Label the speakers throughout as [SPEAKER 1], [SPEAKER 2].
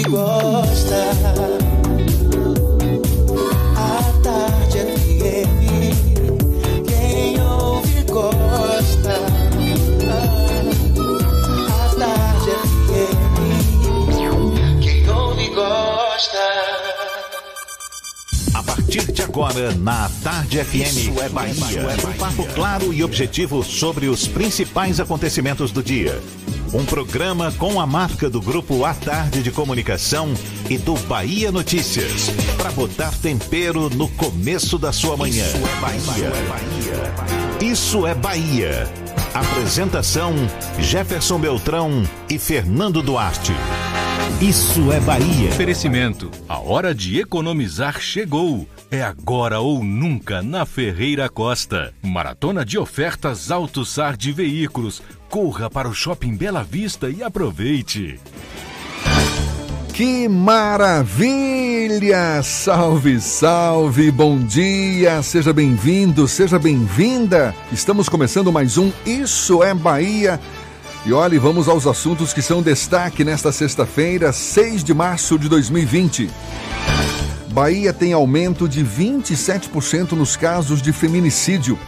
[SPEAKER 1] gosta. A Tarde FM, quem ouve gosta. A Tarde FM, quem ouve gosta.
[SPEAKER 2] A partir de agora, na Tarde FM, Isso é Bahia. Um papo claro e objetivo sobre os principais acontecimentos do dia. Um programa com a marca do Grupo A Tarde de Comunicação e do Bahia Notícias, para botar tempero no começo da sua manhã. Isso é Bahia. Isso é Bahia. Apresentação: Jefferson Beltrão e Fernando Duarte. Isso é Bahia.
[SPEAKER 3] Oferecimento: a hora de economizar chegou. É agora ou nunca na Ferreira Costa. Maratona de ofertas AutoSar de veículos. Corra para o Shopping Bela Vista e aproveite.
[SPEAKER 4] Que maravilha! Salve, salve, bom dia! Seja bem-vindo, seja bem-vinda! Estamos começando mais um Isso é Bahia. E olhe, vamos aos assuntos que são destaque nesta sexta-feira, 6 de março de 2020. Bahia tem aumento de 27% nos casos de feminicídio.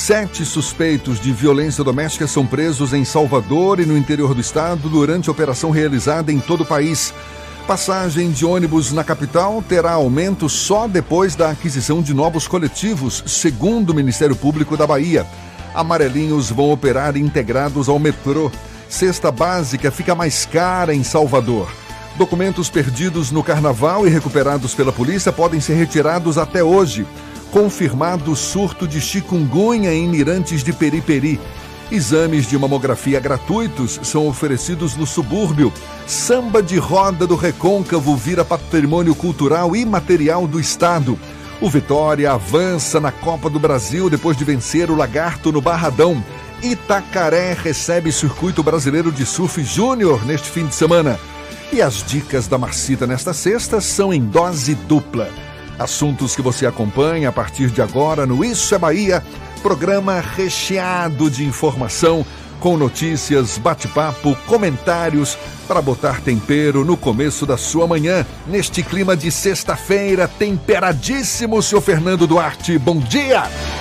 [SPEAKER 4] 7 suspeitos de violência doméstica são presos em Salvador e no interior do estado durante a operação realizada em todo o país. Passagem de ônibus na capital terá aumento só depois da aquisição de novos coletivos, segundo o Ministério Público da Bahia. Amarelinhos vão operar integrados ao metrô. Cesta básica fica mais cara em Salvador. Documentos perdidos no carnaval e recuperados pela polícia podem ser retirados até hoje. Confirmado surto de chikungunya em Mirantes de Periperi. Exames de mamografia gratuitos são oferecidos no subúrbio. Samba de roda do Recôncavo vira patrimônio cultural e material do estado. O Vitória avança na Copa do Brasil depois de vencer o Lagarto no Barradão. Itacaré recebe Circuito Brasileiro de Surf Júnior neste fim de semana. E as dicas da Marcita nesta sexta são em dose dupla. Assuntos que você acompanha a partir de agora no Isso é Bahia, programa recheado de informação, com notícias, bate-papo, comentários, para botar tempero no começo da sua manhã, neste clima de sexta-feira temperadíssimo, seu Fernando Duarte. Bom dia!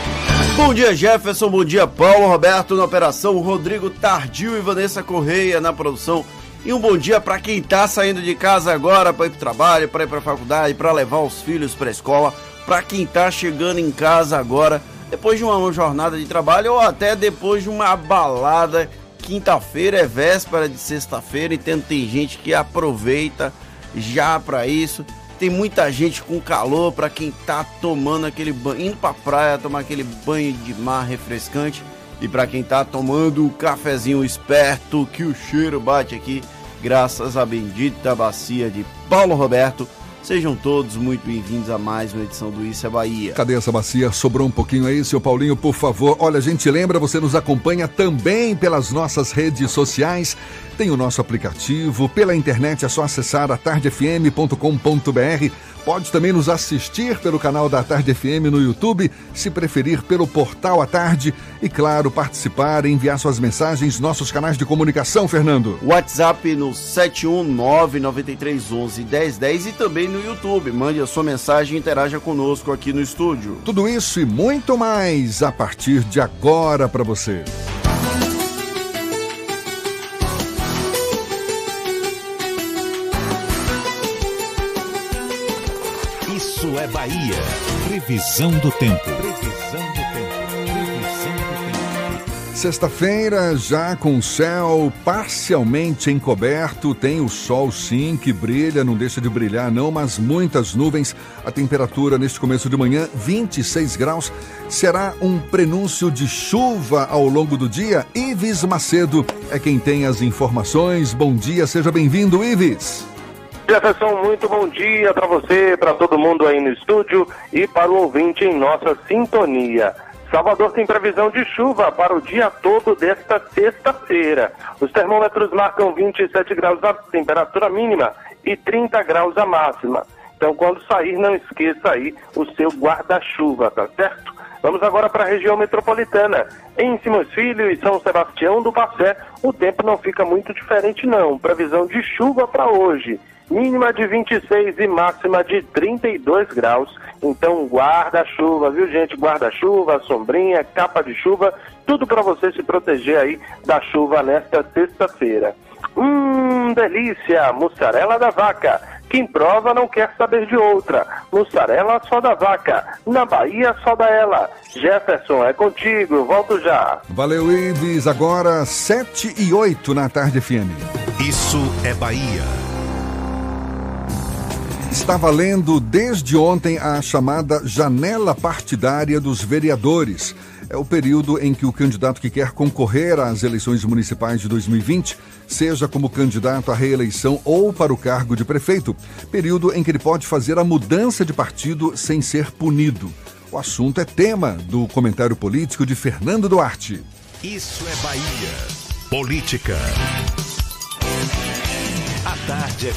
[SPEAKER 5] Bom dia, Jefferson, bom dia, Paulo Roberto na operação, Rodrigo Tardio e Vanessa Correia na produção. E um bom dia para quem está saindo de casa agora para ir para o trabalho, para ir para a faculdade, para levar os filhos para a escola, para quem está chegando em casa agora, depois de uma jornada de trabalho ou até depois de uma balada. Quinta-feira é véspera de sexta-feira, então tem gente que aproveita já para isso. Tem muita gente com calor para quem está tomando aquele banho, indo para a praia tomar aquele banho de mar refrescante. E para quem está tomando o cafezinho esperto que o cheiro bate aqui, graças à bendita bacia de Paulo Roberto. Sejam todos muito bem-vindos a mais uma edição do Isso é Bahia.
[SPEAKER 4] Cadê essa bacia? Sobrou um pouquinho aí, seu Paulinho, por favor. Olha, a gente lembra, você nos acompanha também pelas nossas redes sociais. Tem o nosso aplicativo, pela internet é só acessar atardefm.com.br. Pode também nos assistir pelo canal da Tarde FM no YouTube, se preferir pelo portal A Tarde. E claro, participar e enviar suas mensagens, nossos canais de comunicação, Fernando.
[SPEAKER 5] WhatsApp no 71993111010 e também no YouTube. Mande a sua mensagem e interaja conosco aqui no estúdio.
[SPEAKER 4] Tudo isso e muito mais a partir de agora para você.
[SPEAKER 2] Isso é Bahia. Previsão do tempo.
[SPEAKER 4] Sexta-feira, já com o céu parcialmente encoberto, tem o sol sim que brilha, não deixa de brilhar não, mas muitas nuvens. A temperatura neste começo de manhã, 26 graus. Será um prenúncio de chuva ao longo do dia? Ives Macedo é quem tem as informações. Bom dia, seja bem-vindo, Ives.
[SPEAKER 6] Jefferson, muito bom dia para você, para todo mundo aí no estúdio e para o ouvinte em nossa sintonia. Salvador tem previsão de chuva para o dia todo desta sexta-feira. Os termômetros marcam 27 graus a temperatura mínima e 30 graus a máxima. Então, quando sair, não esqueça aí o seu guarda-chuva, tá certo? Vamos agora para a região metropolitana. Em Simões Filho e São Sebastião do Passé, o tempo não fica muito diferente não. Previsão de chuva para hoje. mínima de 26 e máxima de 32 graus. Então guarda-chuva, viu gente? Guarda-chuva, sombrinha, capa de chuva, tudo para você se proteger aí da chuva nesta sexta-feira. Delícia! Mussarela da vaca. Quem prova não quer saber de outra. Mussarela só da vaca. Na Bahia só da ela. Jefferson, é contigo. Volto já.
[SPEAKER 4] Valeu, Ives. Agora 7h08 na Tarde FM.
[SPEAKER 2] Isso é Bahia.
[SPEAKER 4] Está valendo desde ontem a chamada janela partidária dos vereadores. É o período em que o candidato que quer concorrer às eleições municipais de 2020, seja como candidato à reeleição ou para o cargo de prefeito, período em que ele pode fazer a mudança de partido sem ser punido. O assunto é tema do comentário político de Fernando Duarte.
[SPEAKER 2] Isso é Bahia. Política. A Tarde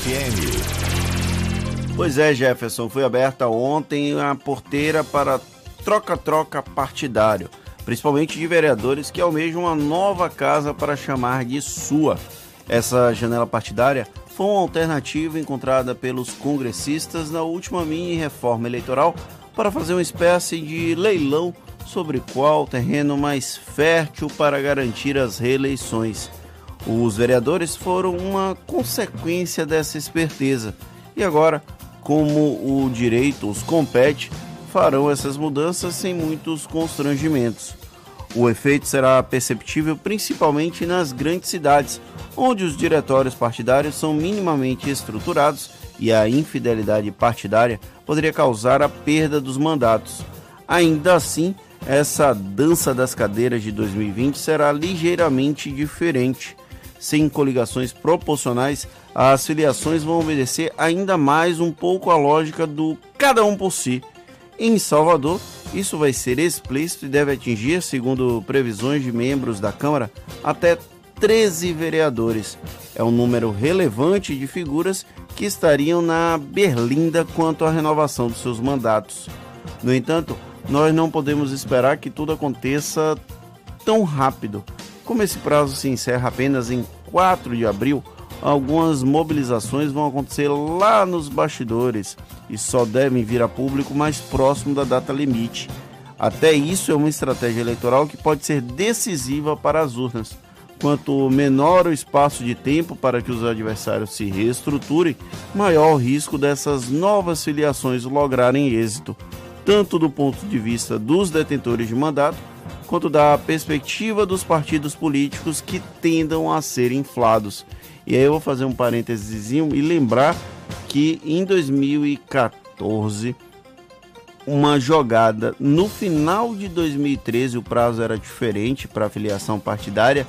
[SPEAKER 2] FM.
[SPEAKER 5] Pois é, Jefferson, foi aberta ontem a porteira para troca-troca partidário, principalmente de vereadores que almejam uma nova casa para chamar de sua. Essa janela partidária foi uma alternativa encontrada pelos congressistas na última mini-reforma eleitoral para fazer uma espécie de leilão sobre qual terreno mais fértil para garantir as reeleições. Os vereadores foram uma consequência dessa esperteza e agora, como o direito os compete, farão essas mudanças sem muitos constrangimentos. O efeito será perceptível principalmente nas grandes cidades, onde os diretórios partidários são minimamente estruturados e a infidelidade partidária poderia causar a perda dos mandatos. Ainda assim, essa dança das cadeiras de 2020 será ligeiramente diferente. Sem coligações proporcionais, as filiações vão obedecer ainda mais um pouco à lógica do cada um por si. Em Salvador, isso vai ser explícito e deve atingir, segundo previsões de membros da Câmara, até 13 vereadores. É um número relevante de figuras que estariam na berlinda quanto à renovação dos seus mandatos. No entanto, nós não podemos esperar que tudo aconteça tão rápido. Como esse prazo se encerra apenas em 4 de abril, algumas mobilizações vão acontecer lá nos bastidores e só devem vir a público mais próximo da data limite. Até isso é uma estratégia eleitoral que pode ser decisiva para as urnas. Quanto menor o espaço de tempo para que os adversários se reestruturem, maior o risco dessas novas filiações lograrem êxito, tanto do ponto de vista dos detentores de mandato, quanto da perspectiva dos partidos políticos que tendam a ser inflados. E aí eu vou fazer um parênteses e lembrar que em 2014, uma jogada no final de 2013, o prazo era diferente para a filiação partidária,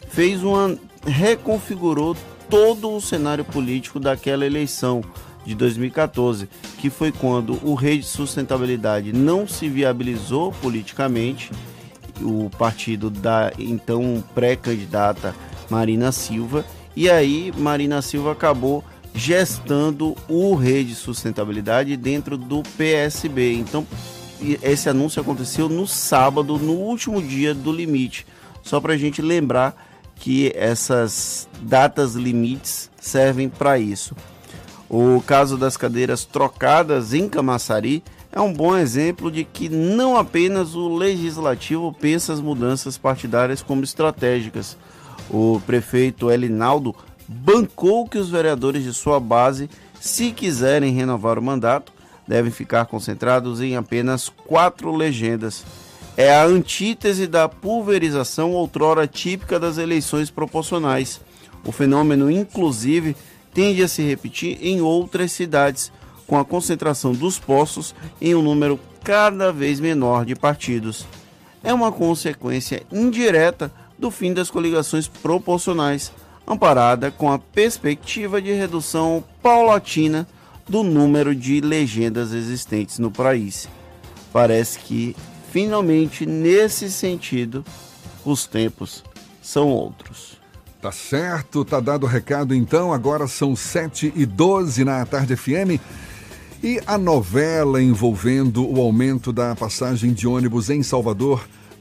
[SPEAKER 5] reconfigurou todo o cenário político daquela eleição de 2014, que foi quando o Rede Sustentabilidade não se viabilizou politicamente, o partido da então pré-candidata Marina Silva, e aí Marina Silva acabou gestando o Rede Sustentabilidade dentro do PSB. Então esse anúncio aconteceu no sábado, no último dia do limite, só para a gente lembrar que essas datas limites servem para isso. O caso das cadeiras trocadas em Camaçari é um bom exemplo de que não apenas o legislativo pensa as mudanças partidárias como estratégicas. O prefeito Elinaldo bancou que os vereadores de sua base, se quiserem renovar o mandato, devem ficar concentrados em apenas 4 legendas. É a antítese da pulverização outrora típica das eleições proporcionais. O fenômeno, inclusive, tende a se repetir em outras cidades, com a concentração dos postos em um número cada vez menor de partidos. É uma consequência indireta do fim das coligações proporcionais, amparada com a perspectiva de redução paulatina do número de legendas existentes no país. Parece que, finalmente, nesse sentido, os tempos são outros.
[SPEAKER 4] Tá certo, tá dado o recado então. Agora são 7h12 na Tarde FM. E a novela envolvendo o aumento da passagem de ônibus em Salvador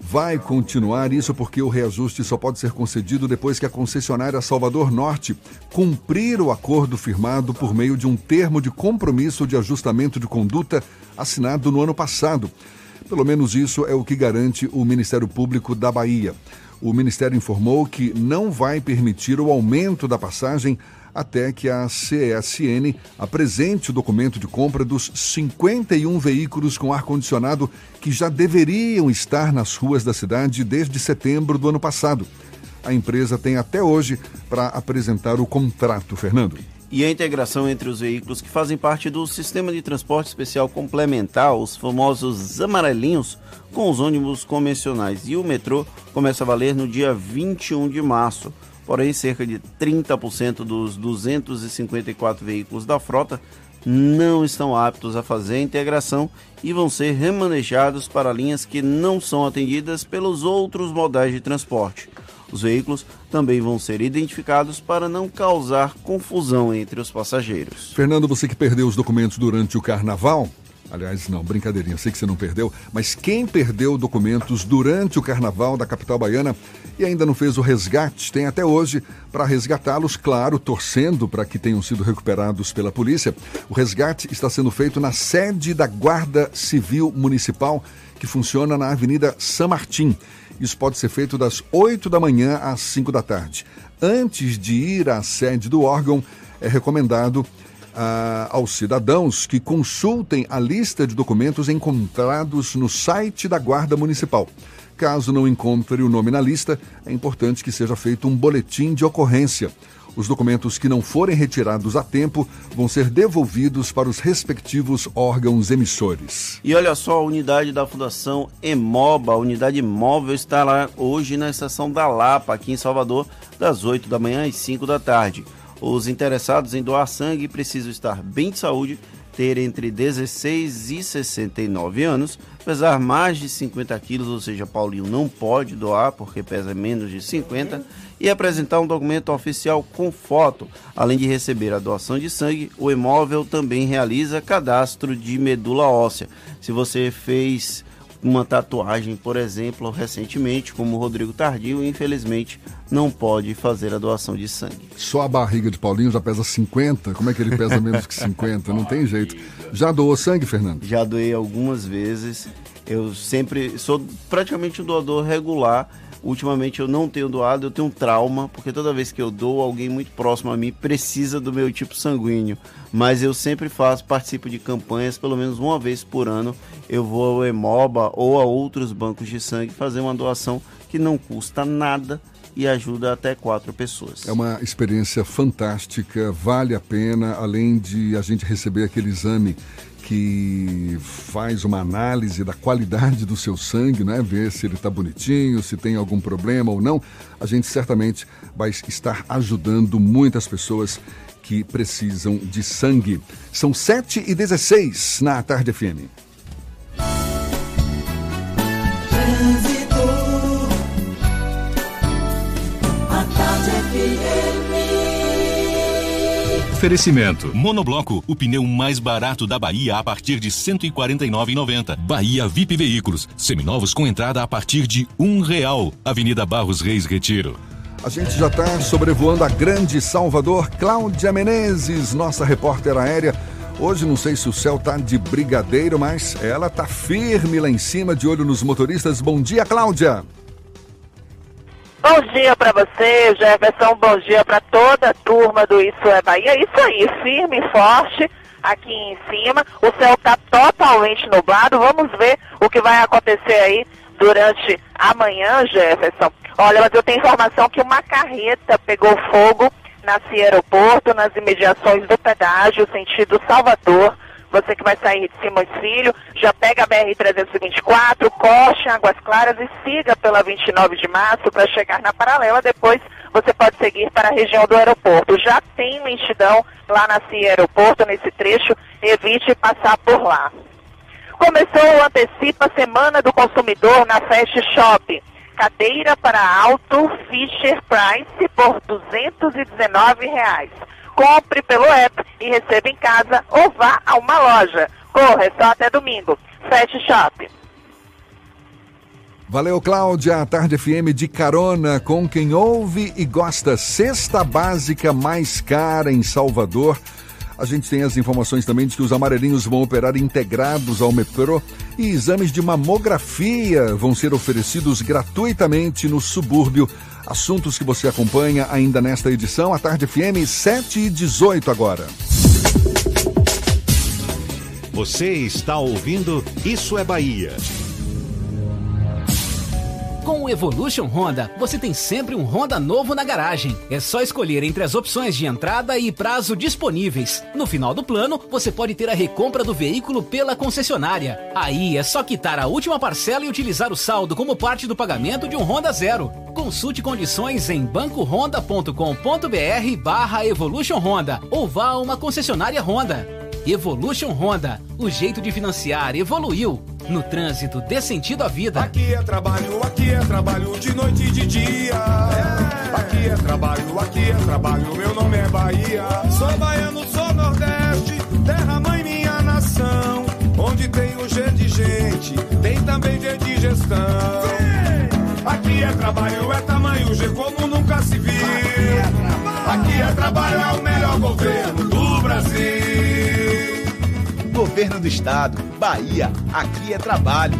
[SPEAKER 4] vai continuar, isso porque o reajuste só pode ser concedido depois que a concessionária Salvador Norte cumprir o acordo firmado por meio de um termo de compromisso de ajustamento de conduta assinado no ano passado. Pelo menos isso é o que garante o Ministério Público da Bahia. O Ministério informou que não vai permitir o aumento da passagem até que a CESN apresente o documento de compra dos 51 veículos com ar-condicionado que já deveriam estar nas ruas da cidade desde setembro do ano passado. A empresa tem até hoje para apresentar o contrato, Fernando.
[SPEAKER 5] E a integração entre os veículos que fazem parte do Sistema de Transporte Especial Complementar, os famosos amarelinhos, com os ônibus convencionais e o metrô, começa a valer no dia 21 de março. Porém, cerca de 30% dos 254 veículos da frota não estão aptos a fazer a integração e vão ser remanejados para linhas que não são atendidas pelos outros modais de transporte. Os veículos também vão ser identificados para não causar confusão entre os passageiros.
[SPEAKER 4] Fernando, você que perdeu os documentos durante o carnaval... Aliás, não, brincadeirinha, sei que você não perdeu, mas quem perdeu documentos durante o carnaval da capital baiana e ainda não fez o resgate, tem até hoje para resgatá-los, claro, torcendo para que tenham sido recuperados pela polícia. O resgate está sendo feito na sede da Guarda Civil Municipal, que funciona na Avenida São Martim. Isso pode ser feito das 8 da manhã às 5 da tarde. Antes de ir à sede do órgão, é recomendado aos cidadãos que consultem a lista de documentos encontrados no site da Guarda Municipal. Caso não encontre o nome na lista, é importante que seja feito um boletim de ocorrência. Os documentos que não forem retirados a tempo vão ser devolvidos para os respectivos órgãos emissores.
[SPEAKER 5] E olha só, a unidade da Fundação Emoba, a unidade móvel, estará hoje na estação da Lapa, aqui em Salvador, das 8 da manhã às 5 da tarde. Os interessados em doar sangue precisam estar bem de saúde, ter entre 16 e 69 anos, pesar mais de 50 quilos, ou seja, Paulinho não pode doar porque pesa menos de 50, e apresentar um documento oficial com foto. Além de receber a doação de sangue, o imóvel também realiza cadastro de medula óssea. Se você fez uma tatuagem, por exemplo, recentemente, como o Rodrigo Tardio, infelizmente não pode fazer a doação de sangue.
[SPEAKER 4] Só a barriga de Paulinho já pesa 50? Como é que ele pesa menos que 50? Não tem jeito. Já doou sangue, Fernando?
[SPEAKER 5] Já doei algumas vezes. Eu sempre sou praticamente um doador regular. Ultimamente eu não tenho doado, eu tenho um trauma, porque toda vez que eu dou, alguém muito próximo a mim precisa do meu tipo sanguíneo. Mas eu sempre participo de campanhas, pelo menos uma vez por ano, eu vou ao Emoba ou a outros bancos de sangue fazer uma doação que não custa nada e ajuda até 4 pessoas.
[SPEAKER 4] É uma experiência fantástica, vale a pena, além de a gente receber aquele exame que faz uma análise da qualidade do seu sangue, né? Ver se ele está bonitinho, se tem algum problema ou não. A gente certamente vai estar ajudando muitas pessoas que precisam de sangue. São 7h16 na Tarde FM.
[SPEAKER 3] Oferecimento. Monobloco, o pneu mais barato da Bahia a partir de R$ 149,90. Bahia VIP Veículos, seminovos com entrada a partir de R$1. Avenida Barros Reis, Retiro.
[SPEAKER 4] A gente já está sobrevoando a grande Salvador. Cláudia Menezes, nossa repórter aérea. Hoje não sei se o céu tá de brigadeiro, mas ela tá firme lá em cima, de olho nos motoristas. Bom dia, Cláudia.
[SPEAKER 7] Bom dia para você, Jefferson, bom dia para toda a turma do Isso é Bahia. Isso aí, firme e forte aqui em cima. O céu está totalmente nublado. Vamos ver o que vai acontecer aí durante amanhã, Jefferson. Olha, mas eu tenho informação que uma carreta pegou fogo na Aeroporto, nas imediações do pedágio, sentido Salvador. Você que vai sair de Simões Filho, já pega a BR-324, corte em Águas Claras e siga pela 29 de março para chegar na Paralela. Depois você pode seguir para a região do aeroporto. Já tem lentidão lá na Aeroporto, nesse trecho, evite passar por lá. Começou o Antecipa Semana do Consumidor na Fast Shop. Cadeira para alto Fisher Price por R$ 219. Compre pelo app e receba em casa ou vá a uma loja. Corra, é só até domingo. Fast Shop.
[SPEAKER 4] Valeu, Cláudia. A Tarde FM de carona com quem ouve e gosta. Cesta básica mais cara em Salvador. A gente tem as informações também de que os amarelinhos vão operar integrados ao metrô e exames de mamografia vão ser oferecidos gratuitamente no subúrbio. Assuntos que você acompanha ainda nesta edição. A Tarde FM 7h18 agora.
[SPEAKER 2] Você está ouvindo Isso é Bahia.
[SPEAKER 8] Com o Evolution Honda, você tem sempre um Honda novo na garagem. É só escolher entre as opções de entrada e prazo disponíveis. No final do plano, você pode ter a recompra do veículo pela concessionária. Aí é só quitar a última parcela e utilizar o saldo como parte do pagamento de um Honda Zero. Consulte condições em bancohonda.com.br/Evolution Honda ou vá a uma concessionária Honda. Evolution Honda, o jeito de financiar evoluiu. No trânsito, dê sentido à vida.
[SPEAKER 9] Aqui é trabalho de noite e de dia. Aqui é trabalho, meu nome é Bahia. Sou baiano, sou Nordeste, terra mãe minha nação. Onde tem o G de gente, tem também G de gestão. Aqui é trabalho, é tamanho G como nunca se viu. Aqui é trabalho, é o melhor governo do Brasil.
[SPEAKER 10] Governo do Estado, Bahia, aqui é trabalho.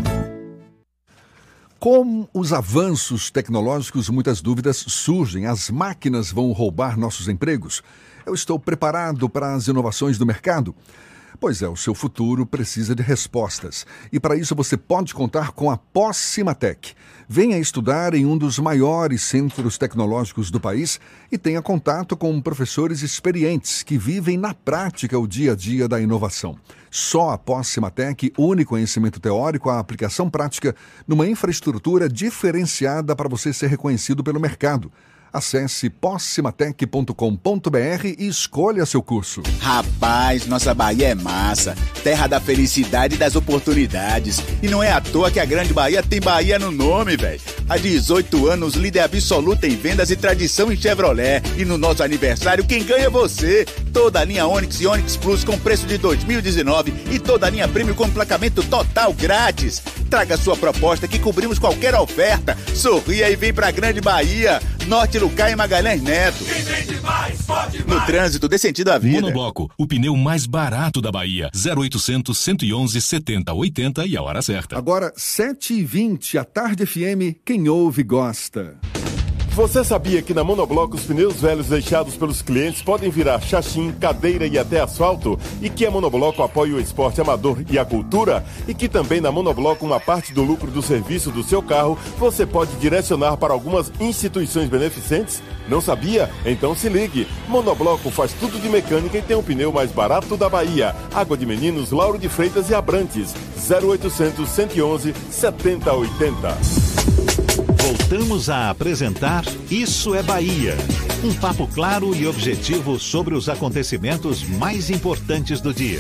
[SPEAKER 4] Com os avanços tecnológicos, muitas dúvidas surgem. As máquinas vão roubar nossos empregos? Eu estou preparado para as inovações do mercado? Pois é, o seu futuro precisa de respostas. E para isso você pode contar com a Pós-Cimatec. Venha estudar em um dos maiores centros tecnológicos do país e tenha contato com professores experientes que vivem na prática o dia a dia da inovação. Só a Pós-Cimatec une conhecimento teórico à aplicação prática numa infraestrutura diferenciada para você ser reconhecido pelo mercado. Acesse poscimatec.com.br e escolha seu curso.
[SPEAKER 10] Rapaz, nossa Bahia é massa, terra da felicidade e das oportunidades. E não é à toa que a Grande Bahia tem Bahia no nome, velho. Há 18 anos, líder absoluta em vendas e tradição em Chevrolet. E no nosso aniversário, quem ganha é você. Toda a linha Onix e Onix Plus com preço de 2019 e toda a linha Premium com emplacamento total grátis. Traga sua proposta que cobrimos qualquer oferta. Sorria e vem pra Grande Bahia. Norte Lucai e Magalhães Neto.
[SPEAKER 9] Quem vende mais, pode mais.
[SPEAKER 10] No trânsito, dê sentido à vida.
[SPEAKER 3] Monobloco, o pneu mais barato da Bahia. 0800 111 70 80 e a hora certa.
[SPEAKER 4] Agora, 7h20, a Tarde FM, quem ouve gosta.
[SPEAKER 11] Você sabia que na Monobloco os pneus velhos deixados pelos clientes podem virar chachim, cadeira e até asfalto? E que a Monobloco apoia o esporte amador e a cultura? E que também na Monobloco uma parte do lucro do serviço do seu carro você pode direcionar para algumas instituições beneficentes? Não sabia? Então se ligue. Monobloco faz tudo de mecânica e tem o pneu mais barato da Bahia. Água de Meninos, Lauro de Freitas e Abrantes. 0800 111 7080.
[SPEAKER 2] Voltamos a apresentar Isso é Bahia. Um papo claro e objetivo sobre os acontecimentos mais importantes do dia.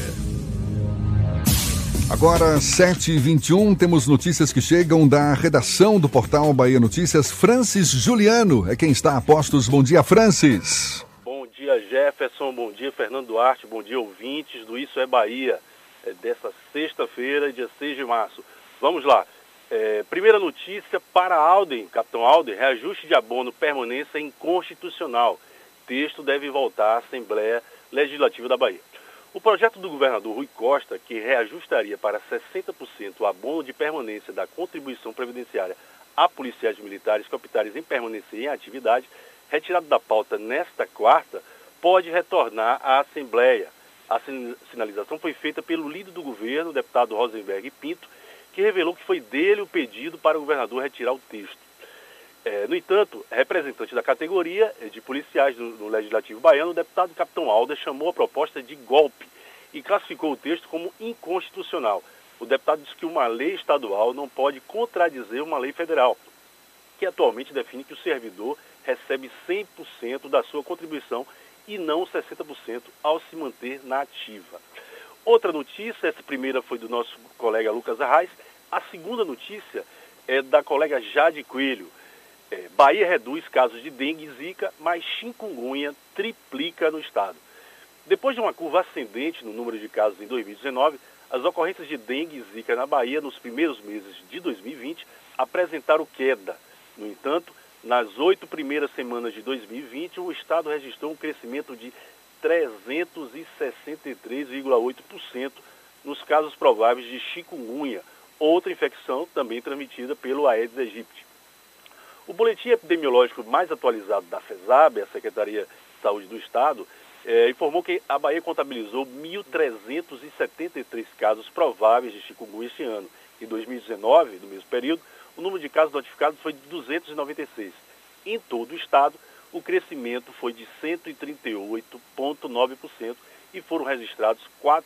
[SPEAKER 4] Agora, 7h21, temos notícias que chegam da redação do portal Bahia Notícias. Francis Juliano é quem está a postos. Bom dia, Francis.
[SPEAKER 12] Bom dia, Jefferson. Bom dia, Fernando Duarte. Bom dia, ouvintes do Isso é Bahia. Dessa sexta-feira, dia 6 de março. Vamos lá. Primeira notícia para Alden, Capitão Alden, reajuste de abono permanência inconstitucional. Texto deve voltar à Assembleia Legislativa da Bahia. O projeto do governador Rui Costa, que reajustaria para 60% o abono de permanência da contribuição previdenciária a policiais militares que optarem em permanecer em atividade, retirado da pauta nesta quarta, pode retornar à Assembleia. A sinalização foi feita pelo líder do governo, o deputado Rosenberg Pinto, que revelou que foi dele o pedido para o governador retirar o texto. No entanto, representante da categoria de policiais no Legislativo Baiano, o deputado Capitão Alder chamou a proposta de golpe e classificou o texto como inconstitucional. O deputado disse que uma lei estadual não pode contradizer uma lei federal, que atualmente define que o servidor recebe 100% da sua contribuição e não 60% ao se manter na ativa. Outra notícia, essa primeira foi do nosso colega Lucas Arraes, a segunda notícia é da colega Jade Coelho. Bahia reduz casos de dengue e zika, mas chikungunya triplica no estado. Depois de uma curva ascendente no número de casos em 2019, As ocorrências de dengue e zika na Bahia nos primeiros meses de 2020 apresentaram queda. No entanto, nas 8 primeiras semanas de 2020, o estado registrou um crescimento de 363,8% nos casos prováveis de chikungunya, outra infecção também transmitida pelo Aedes aegypti. O boletim epidemiológico mais atualizado da FESAB, a Secretaria de Saúde do Estado, informou que a Bahia contabilizou 1.373 casos prováveis de chikungunya este ano. Em 2019, no mesmo período, o número de casos notificados foi de 296. Em todo o estado, o crescimento foi de 138,9% e foram registrados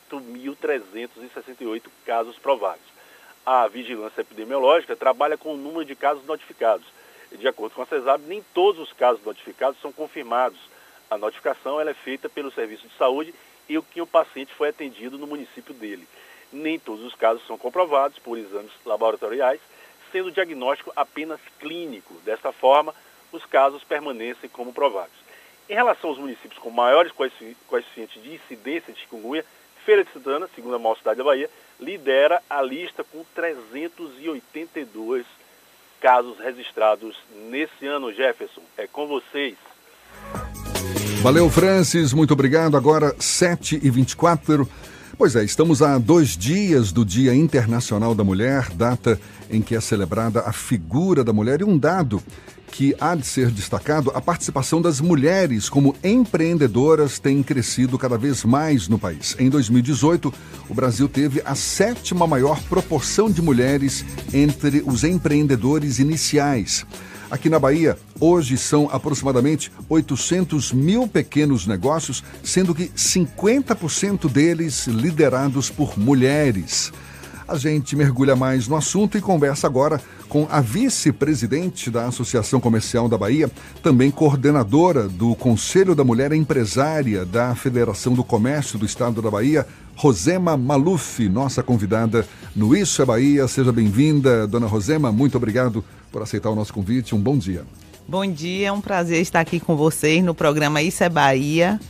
[SPEAKER 12] 4.368 casos prováveis. A vigilância epidemiológica trabalha com o número de casos notificados. De acordo com a CESAB, nem todos os casos notificados são confirmados. A notificação ela é feita pelo serviço de saúde e o paciente foi atendido no município dele. Nem todos os casos são comprovados por exames laboratoriais, sendo o diagnóstico apenas clínico. Dessa forma, os casos permanecem como provados. Em relação aos municípios com maiores coeficientes de incidência de chikungunya, Feira de Santana, segunda maior cidade da Bahia, lidera a lista com 382 casos registrados nesse ano. Jefferson, é com vocês.
[SPEAKER 4] Valeu, Francis, muito obrigado. Agora 7h24. Pois é, estamos a 2 dias do Dia Internacional da Mulher, data em que é celebrada a figura da mulher, e um dado que há de ser destacado: a participação das mulheres como empreendedoras tem crescido cada vez mais no país. Em 2018, o Brasil teve a 7ª maior proporção de mulheres entre os empreendedores iniciais. Aqui na Bahia, hoje são aproximadamente 800 mil pequenos negócios, sendo que 50% deles liderados por mulheres. A gente mergulha mais no assunto e conversa agora com a vice-presidente da Associação Comercial da Bahia, também coordenadora do Conselho da Mulher Empresária da Federação do Comércio do Estado da Bahia, Rosema Maluf, nossa convidada no Isso é Bahia. Seja bem-vinda, dona Rosema, muito obrigado por aceitar o nosso convite. Um bom dia.
[SPEAKER 13] Bom dia, é um prazer estar aqui com vocês no programa Isso é Bahia.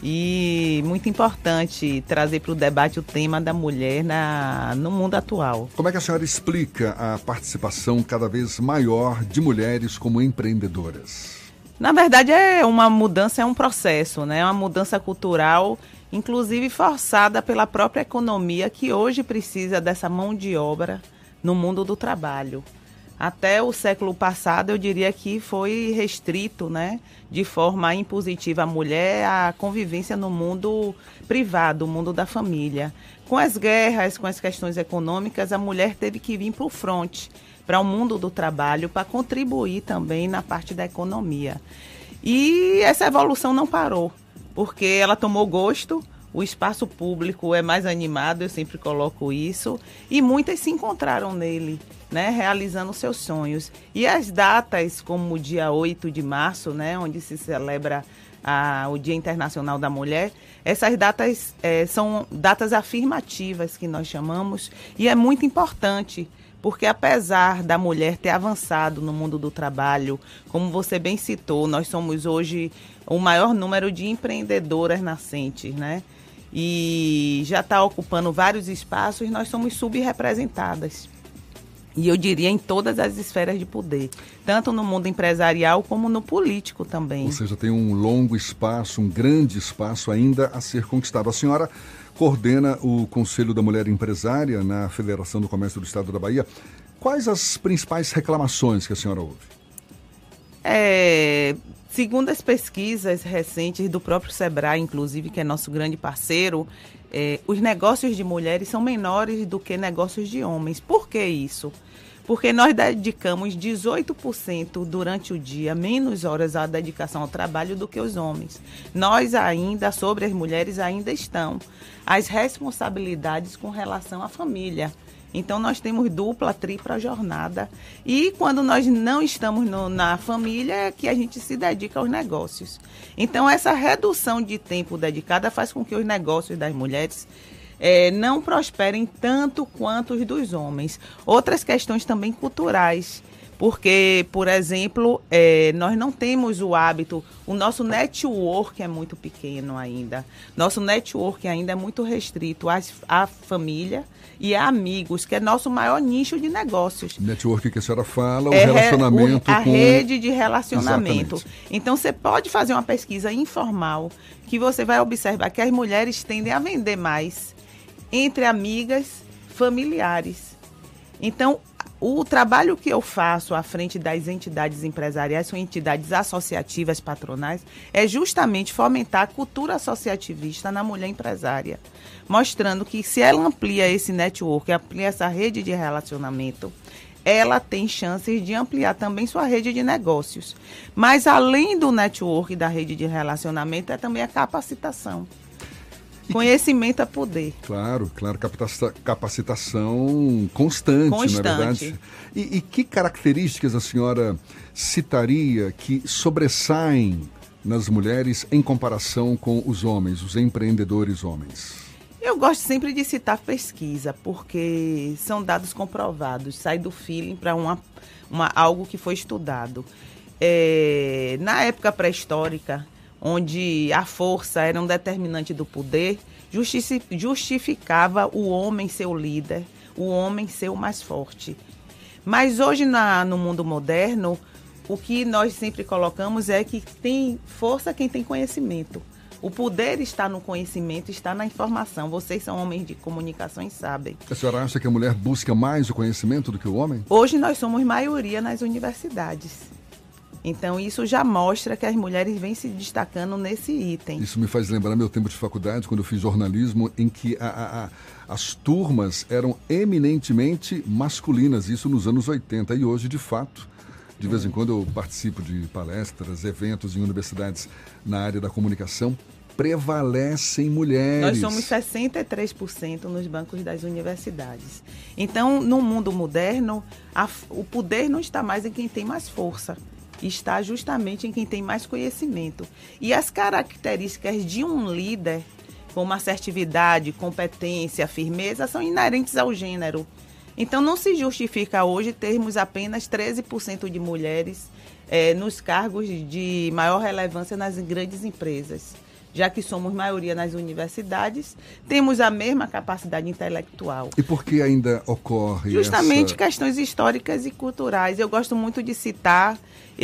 [SPEAKER 13] E muito importante trazer para o debate o tema da mulher no mundo atual.
[SPEAKER 4] Como é que a senhora explica a participação cada vez maior de mulheres como empreendedoras?
[SPEAKER 13] Na verdade, é uma mudança, é um processo, né? É uma mudança cultural, inclusive forçada pela própria economia, que hoje precisa dessa mão de obra no mundo do trabalho. Até o século passado, eu diria que foi restrito, né, de forma impositiva à mulher a convivência no mundo privado, o mundo da família. Com as guerras, com as questões econômicas, a mulher teve que vir para o fronte, para o mundo do trabalho, para contribuir também na parte da economia. E essa evolução não parou, porque ela tomou gosto. O espaço público é mais animado, eu sempre coloco isso, e muitas se encontraram nele, né, realizando seus sonhos. E as datas, como o dia 8 de março, né, onde se celebra o Dia Internacional da Mulher, essas datas são datas afirmativas que nós chamamos, e é muito importante, porque apesar da mulher ter avançado no mundo do trabalho, como você bem citou, nós somos hoje o maior número de empreendedoras nascentes, né? E já está ocupando vários espaços, nós somos subrepresentadas. E eu diria em todas as esferas de poder, tanto no mundo empresarial como no político também.
[SPEAKER 4] Ou seja, tem um longo espaço, um grande espaço ainda a ser conquistado. A senhora coordena o Conselho da Mulher Empresária na Federação do Comércio do Estado da Bahia. Quais as principais reclamações que a senhora ouve?
[SPEAKER 13] Segundo as pesquisas recentes do próprio Sebrae, inclusive, que é nosso grande parceiro, os negócios de mulheres são menores do que negócios de homens. Por que isso? Porque nós dedicamos 18% durante o dia, menos horas à dedicação ao trabalho do que os homens. Nós ainda, sobre as mulheres, ainda estão as responsabilidades com relação à família. Então, nós temos dupla, tripla jornada. E quando nós não estamos na família, é que a gente se dedica aos negócios. Então, essa redução de tempo dedicada faz com que os negócios das mulheres não prosperem tanto quanto os dos homens. Outras questões também culturais. Porque, por exemplo, nós não temos o hábito, o nosso network é muito pequeno ainda. Nosso network ainda é muito restrito à família e a amigos, que é nosso maior nicho de negócios.
[SPEAKER 4] Network que a senhora fala, o relacionamento
[SPEAKER 13] a rede de relacionamento.
[SPEAKER 4] Exatamente.
[SPEAKER 13] Então, você pode fazer uma pesquisa informal, que você vai observar que as mulheres tendem a vender mais entre amigas, familiares. Então, o trabalho que eu faço à frente das entidades empresariais, são entidades associativas patronais, é justamente fomentar a cultura associativista na mulher empresária, mostrando que se ela amplia esse network, amplia essa rede de relacionamento, ela tem chances de ampliar também sua rede de negócios. Mas além do network e da rede de relacionamento, é também a capacitação. Conhecimento é poder.
[SPEAKER 4] Claro, capacitação constante, não é verdade? E que características a senhora citaria que sobressaem nas mulheres em comparação com os homens, os empreendedores homens?
[SPEAKER 13] Eu gosto sempre de citar pesquisa, porque são dados comprovados, sai do feeling para algo que foi estudado. Na época pré-histórica, onde a força era um determinante do poder, justificava o homem ser o líder, o homem ser o mais forte. Mas hoje, no mundo moderno, o que nós sempre colocamos é que tem força quem tem conhecimento. O poder está no conhecimento, está na informação. Vocês são homens de comunicação e sabem.
[SPEAKER 4] A senhora acha que a mulher busca mais o conhecimento do que o homem?
[SPEAKER 13] Hoje nós somos maioria nas universidades. Então, isso já mostra que as mulheres vêm se destacando nesse item.
[SPEAKER 4] Isso me faz lembrar meu tempo de faculdade, quando eu fiz jornalismo, em que as turmas eram eminentemente masculinas, isso nos anos 80. E hoje, de fato, de vez em quando eu participo de palestras, eventos em universidades na área da comunicação, prevalecem mulheres.
[SPEAKER 13] Nós somos 63% nos bancos das universidades. Então, no mundo moderno, o poder não está mais em quem tem mais força. Está justamente em quem tem mais conhecimento. E as características de um líder, como assertividade, competência, firmeza, são inerentes ao gênero. Então, não se justifica hoje termos apenas 13% de mulheres nos cargos de maior relevância nas grandes empresas. Já que somos maioria nas universidades, temos a mesma capacidade intelectual.
[SPEAKER 4] E por que ainda ocorre
[SPEAKER 13] justamente questões históricas e culturais. Eu gosto muito de citar,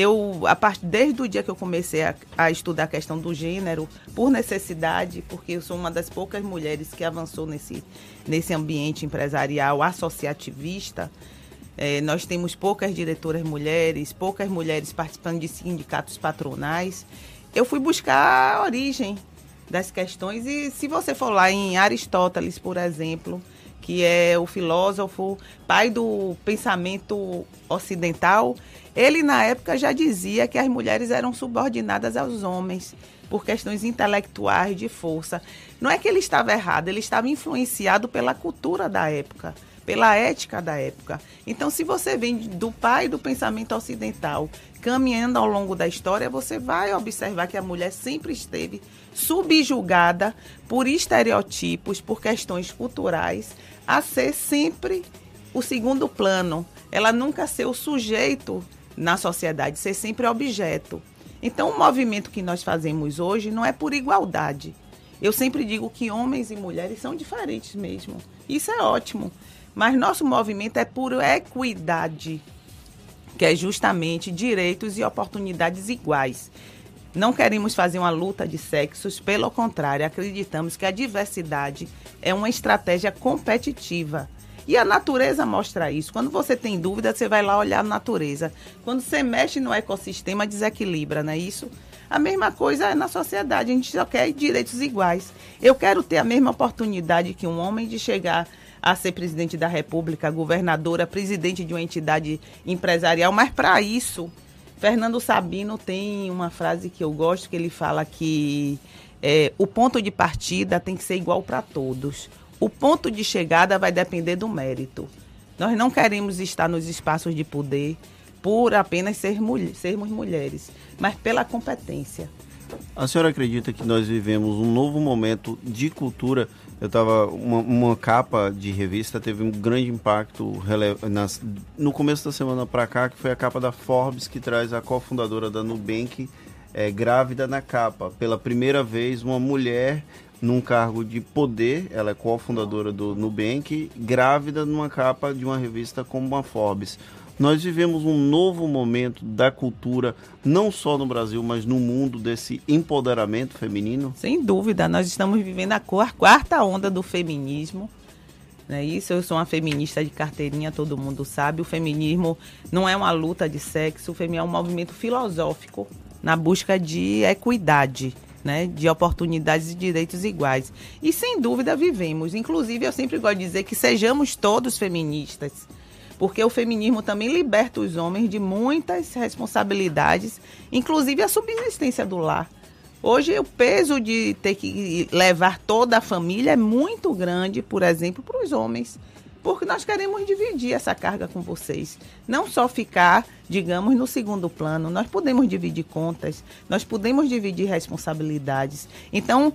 [SPEAKER 13] desde o dia que eu comecei a estudar a questão do gênero, por necessidade, porque eu sou uma das poucas mulheres que avançou nesse ambiente empresarial associativista. Nós temos poucas diretoras mulheres, poucas mulheres participando de sindicatos patronais. Eu fui buscar a origem das questões e se você for lá em Aristóteles, por exemplo, que é o filósofo, pai do pensamento ocidental, ele na época já dizia que as mulheres eram subordinadas aos homens por questões intelectuais de força. Não é que ele estava errado, ele estava influenciado pela cultura da época, pela ética da época. Então, se você vem do pai do pensamento ocidental, caminhando ao longo da história, você vai observar que a mulher sempre esteve subjugada por estereotipos, por questões culturais, a ser sempre o segundo plano. Ela nunca ser o sujeito na sociedade, ser sempre objeto. Então, o movimento que nós fazemos hoje não é por igualdade. Eu sempre digo que homens e mulheres são diferentes mesmo. Isso é ótimo. Mas nosso movimento é por equidade, que é justamente direitos e oportunidades iguais. Não queremos fazer uma luta de sexos, pelo contrário, acreditamos que a diversidade é uma estratégia competitiva. E a natureza mostra isso. Quando você tem dúvida, você vai lá olhar a natureza. Quando você mexe no ecossistema, desequilibra, não é isso? A mesma coisa é na sociedade, a gente só quer direitos iguais. Eu quero ter a mesma oportunidade que um homem de chegar a ser presidente da República, governadora, presidente de uma entidade empresarial, mas para isso, Fernando Sabino tem uma frase que eu gosto, que ele fala que o ponto de partida tem que ser igual para todos. O ponto de chegada vai depender do mérito. Nós não queremos estar nos espaços de poder por apenas sermos mulheres, mas pela competência.
[SPEAKER 5] A senhora acredita que nós vivemos um novo momento de cultura Eu tava. Uma capa de revista teve um grande impacto no começo da semana para cá, que foi a capa da Forbes, que traz a cofundadora da Nubank grávida na capa. Pela primeira vez, uma mulher num cargo de poder, ela é cofundadora do Nubank, grávida numa capa de uma revista como a Forbes. Nós vivemos um novo momento da cultura, não só no Brasil, mas no mundo, desse empoderamento feminino?
[SPEAKER 13] Sem dúvida, nós estamos vivendo a quarta onda do feminismo. Não é isso? Eu sou uma feminista de carteirinha, todo mundo sabe. O feminismo não é uma luta de sexo, o feminismo é um movimento filosófico na busca de equidade, né? De oportunidades e direitos iguais. E sem dúvida vivemos. Inclusive, eu sempre gosto de dizer que sejamos todos feministas, porque o feminismo também liberta os homens de muitas responsabilidades, inclusive a subsistência do lar. Hoje o peso de ter que levar toda a família é muito grande, por exemplo, para os homens, porque nós queremos dividir essa carga com vocês. Não só ficar, digamos, no segundo plano, nós podemos dividir contas, nós podemos dividir responsabilidades. Então,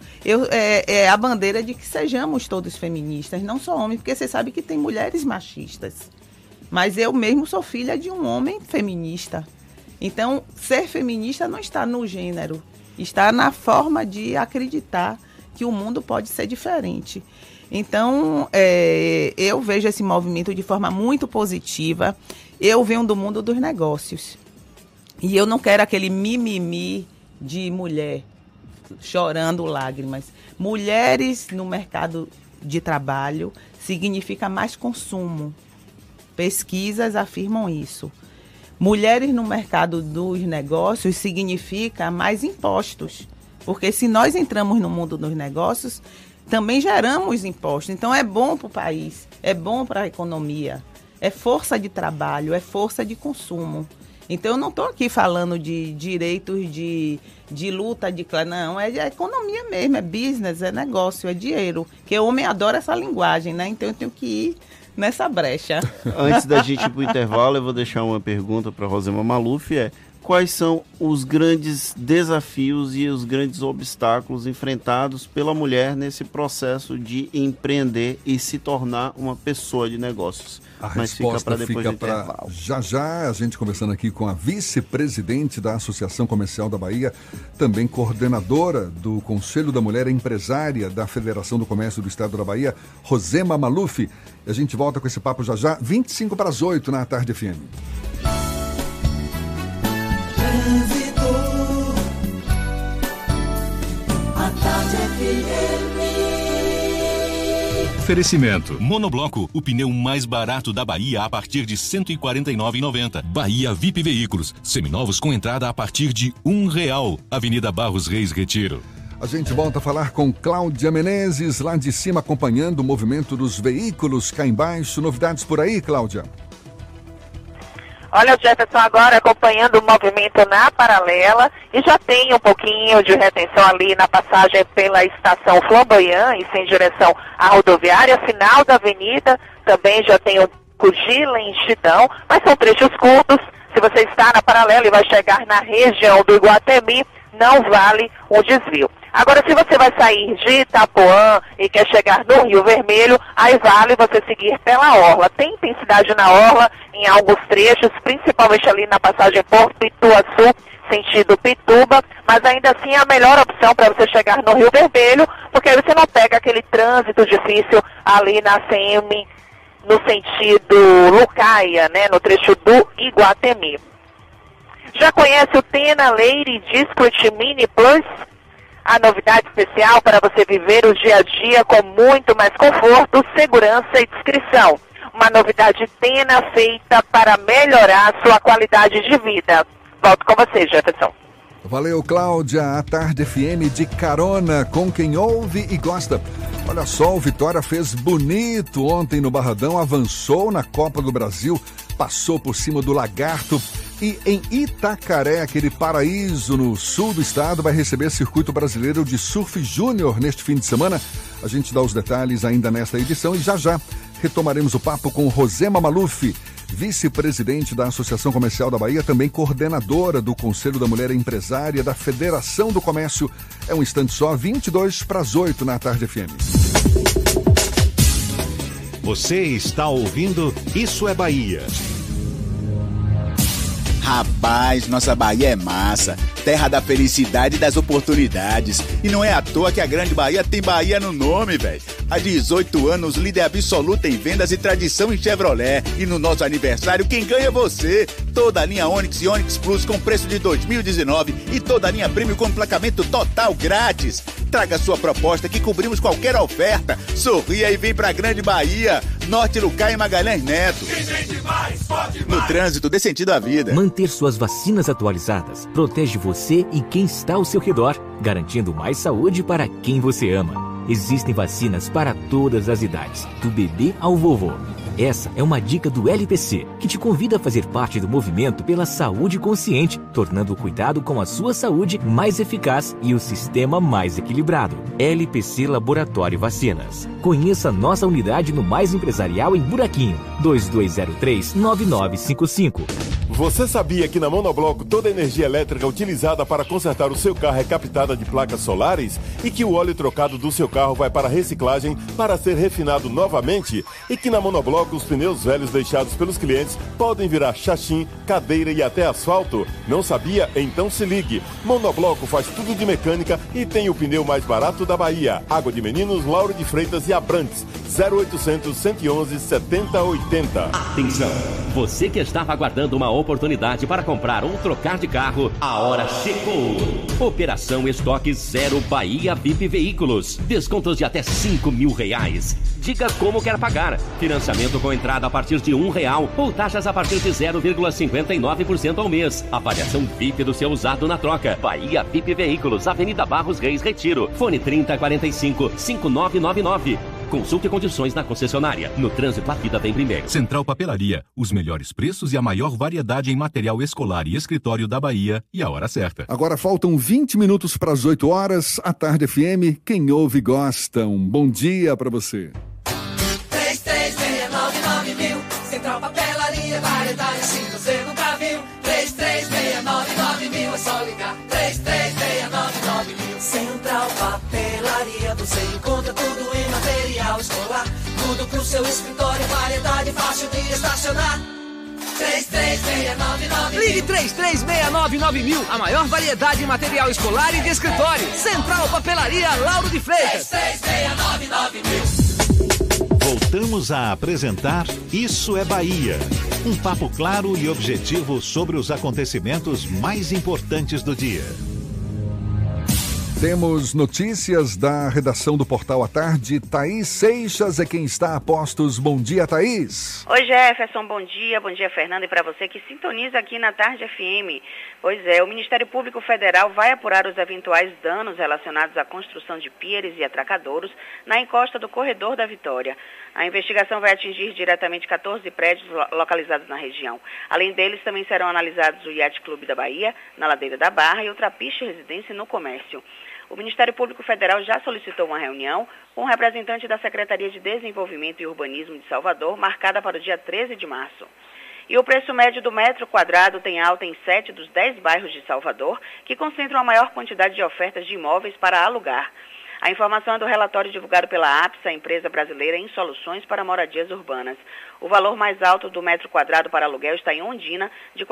[SPEAKER 13] é a bandeira de que sejamos todos feministas, não só homens, porque você sabe que tem mulheres machistas. Mas eu mesmo sou filha de um homem feminista. Então, ser feminista não está no gênero, está na forma de acreditar que o mundo pode ser diferente. Então, eu vejo esse movimento de forma muito positiva. Eu venho do mundo dos negócios. E eu não quero aquele mimimi de mulher chorando lágrimas. Mulheres no mercado de trabalho significa mais consumo. Pesquisas afirmam isso. Mulheres no mercado dos negócios significa mais impostos. Porque se nós entramos no mundo dos negócios, também geramos impostos. Então é bom para o país, é bom para a economia, é força de trabalho, é força de consumo. Então eu não estou aqui falando de direitos de luta de classe, não, é economia mesmo, é business, é negócio, é dinheiro. Porque o homem adora essa linguagem, né? Então eu tenho que ir nessa brecha.
[SPEAKER 5] Antes da gente ir para o intervalo, eu vou deixar uma pergunta para a Rosema Maluf, quais são os grandes desafios e os grandes obstáculos enfrentados pela mulher nesse processo de empreender e se tornar uma pessoa de negócios?
[SPEAKER 4] Mas fica para depois do intervalo. Já, a gente conversando aqui com a vice-presidente da Associação Comercial da Bahia, também coordenadora do Conselho da Mulher Empresária da Federação do Comércio do Estado da Bahia, Rosema Maluf. E a gente volta com esse papo já, 7:25 na Tarde FM.
[SPEAKER 3] Oferecimento. Monobloco, o pneu mais barato da Bahia a partir de R$ 149,90. Bahia VIP Veículos, seminovos com entrada a partir de R$1. Avenida Barros Reis, Retiro.
[SPEAKER 4] A gente volta a falar com Cláudia Menezes, lá de cima, acompanhando o movimento dos veículos cá embaixo. Novidades por aí, Cláudia?
[SPEAKER 7] Olha, o Jefferson agora acompanhando o movimento na paralela e já tem um pouquinho de retenção ali na passagem pela estação Flamboyant e sem direção à rodoviária, final da avenida, também já tem o Cuji lentidão, mas são trechos curtos. Se você está na paralela e vai chegar na região do Iguatemi, não vale o desvio. Agora, se você vai sair de Itapuã e quer chegar no Rio Vermelho, aí vale você seguir pela Orla. Tem intensidade na Orla em alguns trechos, principalmente ali na passagem por Pituaçu, sentido Pituba, mas ainda assim é a melhor opção para você chegar no Rio Vermelho, porque aí você não pega aquele trânsito difícil ali na CM, no sentido Lucaia, né, no trecho do Iguatemi. Já conhece o Tena Lady Discret Mini Plus? A novidade especial para você viver o dia a dia com muito mais conforto, segurança e discrição. Uma novidade Tena feita para melhorar sua qualidade de vida. Volto com você, Jefferson.
[SPEAKER 4] Valeu, Cláudia. A Tarde FM de carona com quem ouve e gosta. Olha só, o Vitória fez bonito ontem no Barradão, avançou na Copa do Brasil, passou por cima do Lagarto. E em Itacaré, aquele paraíso no sul do estado, vai receber Circuito Brasileiro de Surf Júnior neste fim de semana. A gente dá os detalhes ainda nesta edição e já retomaremos o papo com Rosema Maluf, vice-presidente da Associação Comercial da Bahia, também coordenadora do Conselho da Mulher Empresária da Federação do Comércio. É um instante só, 7:22 na Tarde FM.
[SPEAKER 2] Você está ouvindo Isso é Bahia.
[SPEAKER 10] Rapaz, nossa Bahia é massa, terra da felicidade e das oportunidades. E não é à toa que a Grande Bahia tem Bahia no nome, velho. Há 18 anos, líder absoluto em vendas e tradição em Chevrolet. E no nosso aniversário, quem ganha é você. Toda a linha Onix e Onix Plus com preço de 2019 e toda a linha Premium com emplacamento total grátis. Traga sua proposta que cobrimos qualquer oferta. Sorria e vem pra Grande Bahia. Norte Lucai e Magalhães Neto. No trânsito, dê sentido à vida.
[SPEAKER 14] Manter suas vacinas atualizadas protege você e quem está ao seu redor, garantindo mais saúde para quem você ama. Existem vacinas para todas as idades, do bebê ao vovô. Essa é uma dica do LPC, que te convida a fazer parte do movimento pela saúde consciente, tornando o cuidado com a sua saúde mais eficaz e o sistema mais equilibrado. LPC Laboratório Vacinas. Conheça nossa unidade no Mais Empresarial em Buraquinho, 2203-9955.
[SPEAKER 11] Você sabia que na Monobloco toda a energia elétrica utilizada para consertar o seu carro é captada de placas solares? E que o óleo trocado do seu carro vai para reciclagem para ser refinado novamente? E que na Monobloco os pneus velhos deixados pelos clientes podem virar chachim, cadeira e até asfalto? Não sabia? Então se ligue. Monobloco faz tudo de mecânica e tem o pneu mais barato da Bahia. Água de Meninos, Lauro de Freitas e Abrantes. 0800 111 7080.
[SPEAKER 15] Atenção! Você que estava aguardando uma oportunidade para comprar ou trocar de carro, a hora chegou! Operação Estoque Zero Bahia VIP Veículos. Descontos de até R$5.000. Diga como quer pagar. Financiamento com entrada a partir de R$1 ou taxas a partir de 0,59% ao mês. Avaliação VIP do seu usado na troca. Bahia VIP Veículos, Avenida Barros Reis, Retiro. Fone 3045-5999. Consulte condições na concessionária. No trânsito, a vida vem primeiro.
[SPEAKER 3] Central Papelaria. Os melhores preços e a maior variedade em material escolar e escritório da Bahia. E a hora certa.
[SPEAKER 4] Agora faltam 20 minutos para as 8 horas. A Tarde FM, quem ouve gosta. Um bom dia para você.
[SPEAKER 1] 33699000. Central Papelaria, variedade assim você nunca viu. 33699000. É só ligar. 33699000. Central Papelaria, você encontra tudo em material escolar. Tudo pro seu escritório, variedade fácil de estacionar. 33699000.
[SPEAKER 8] Ligue 33699000. A maior variedade em material escolar e de escritório. Central Papelaria Lauro de Freitas.
[SPEAKER 1] 33699000.
[SPEAKER 2] Voltamos a apresentar Isso é Bahia. Um papo claro e objetivo sobre os acontecimentos mais importantes do dia.
[SPEAKER 4] Temos notícias da redação do Portal à Tarde. Thaís Seixas é quem está a postos. Bom dia, Thaís.
[SPEAKER 16] Oi, Jefferson. Bom dia, Fernando. E para você que sintoniza aqui na Tarde FM. Pois é, o Ministério Público Federal vai apurar os eventuais danos relacionados à construção de pieres e atracadouros na encosta do Corredor da Vitória. A investigação vai atingir diretamente 14 prédios localizados na região. Além deles, também serão analisados o Yacht Clube da Bahia, na Ladeira da Barra, e o Trapiche Residência no Comércio. O Ministério Público Federal já solicitou uma reunião com o representante da Secretaria de Desenvolvimento e Urbanismo de Salvador, marcada para o dia 13 de março. E o preço médio do metro quadrado tem alta em 7 dos 10 bairros de Salvador, que concentram a maior quantidade de ofertas de imóveis para alugar. A informação é do relatório divulgado pela APSA, a empresa brasileira em soluções para moradias urbanas. O valor mais alto do metro quadrado para aluguel está em Ondina, de R$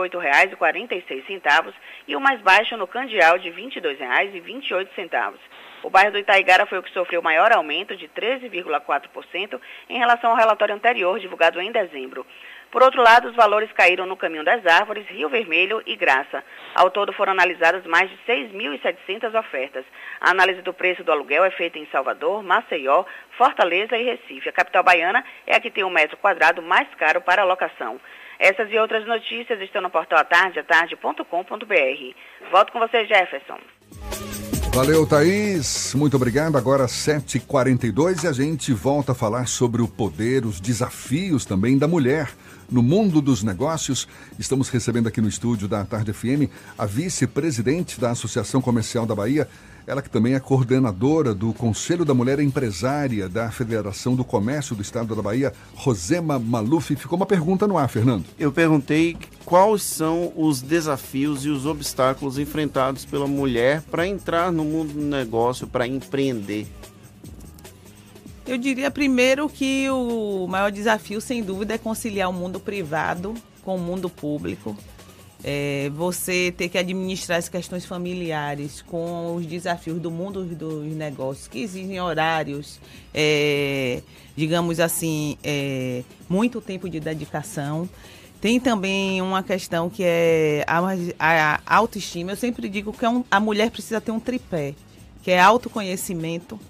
[SPEAKER 16] 48,46, e o mais baixo no Candial, de R$ 22,28. O bairro do Itaigara foi o que sofreu o maior aumento, de 13,4%, em relação ao relatório anterior, divulgado em dezembro. Por outro lado, os valores caíram no Caminho das Árvores, Rio Vermelho e Graça. Ao todo foram analisadas mais de 6.700 ofertas. A análise do preço do aluguel é feita em Salvador, Maceió, Fortaleza e Recife. A capital baiana é a que tem o metro quadrado mais caro para a locação. Essas e outras notícias estão no portal atarde.com.br. Volto com você, Jefferson.
[SPEAKER 4] Valeu, Thaís. Muito obrigado. Agora 7h42 e a gente volta a falar sobre o poder, os desafios também da mulher no mundo dos negócios. Estamos recebendo aqui no estúdio da Tarde FM a vice-presidente da Associação Comercial da Bahia, ela que também é coordenadora do Conselho da Mulher Empresária da Federação do Comércio do Estado da Bahia, Rosema Maluf. Ficou uma pergunta no ar, Fernando.
[SPEAKER 5] Eu perguntei quais são os desafios e os obstáculos enfrentados pela mulher para entrar no mundo do negócio, para empreender.
[SPEAKER 13] Eu diria primeiro que o maior desafio, sem dúvida, é conciliar o mundo privado com o mundo público. Você ter que administrar as questões familiares com os desafios do mundo dos negócios, que exigem horários, digamos assim, muito tempo de dedicação. Tem também uma questão que é a autoestima. Eu sempre digo que a mulher precisa ter um tripé, que é autoconhecimento,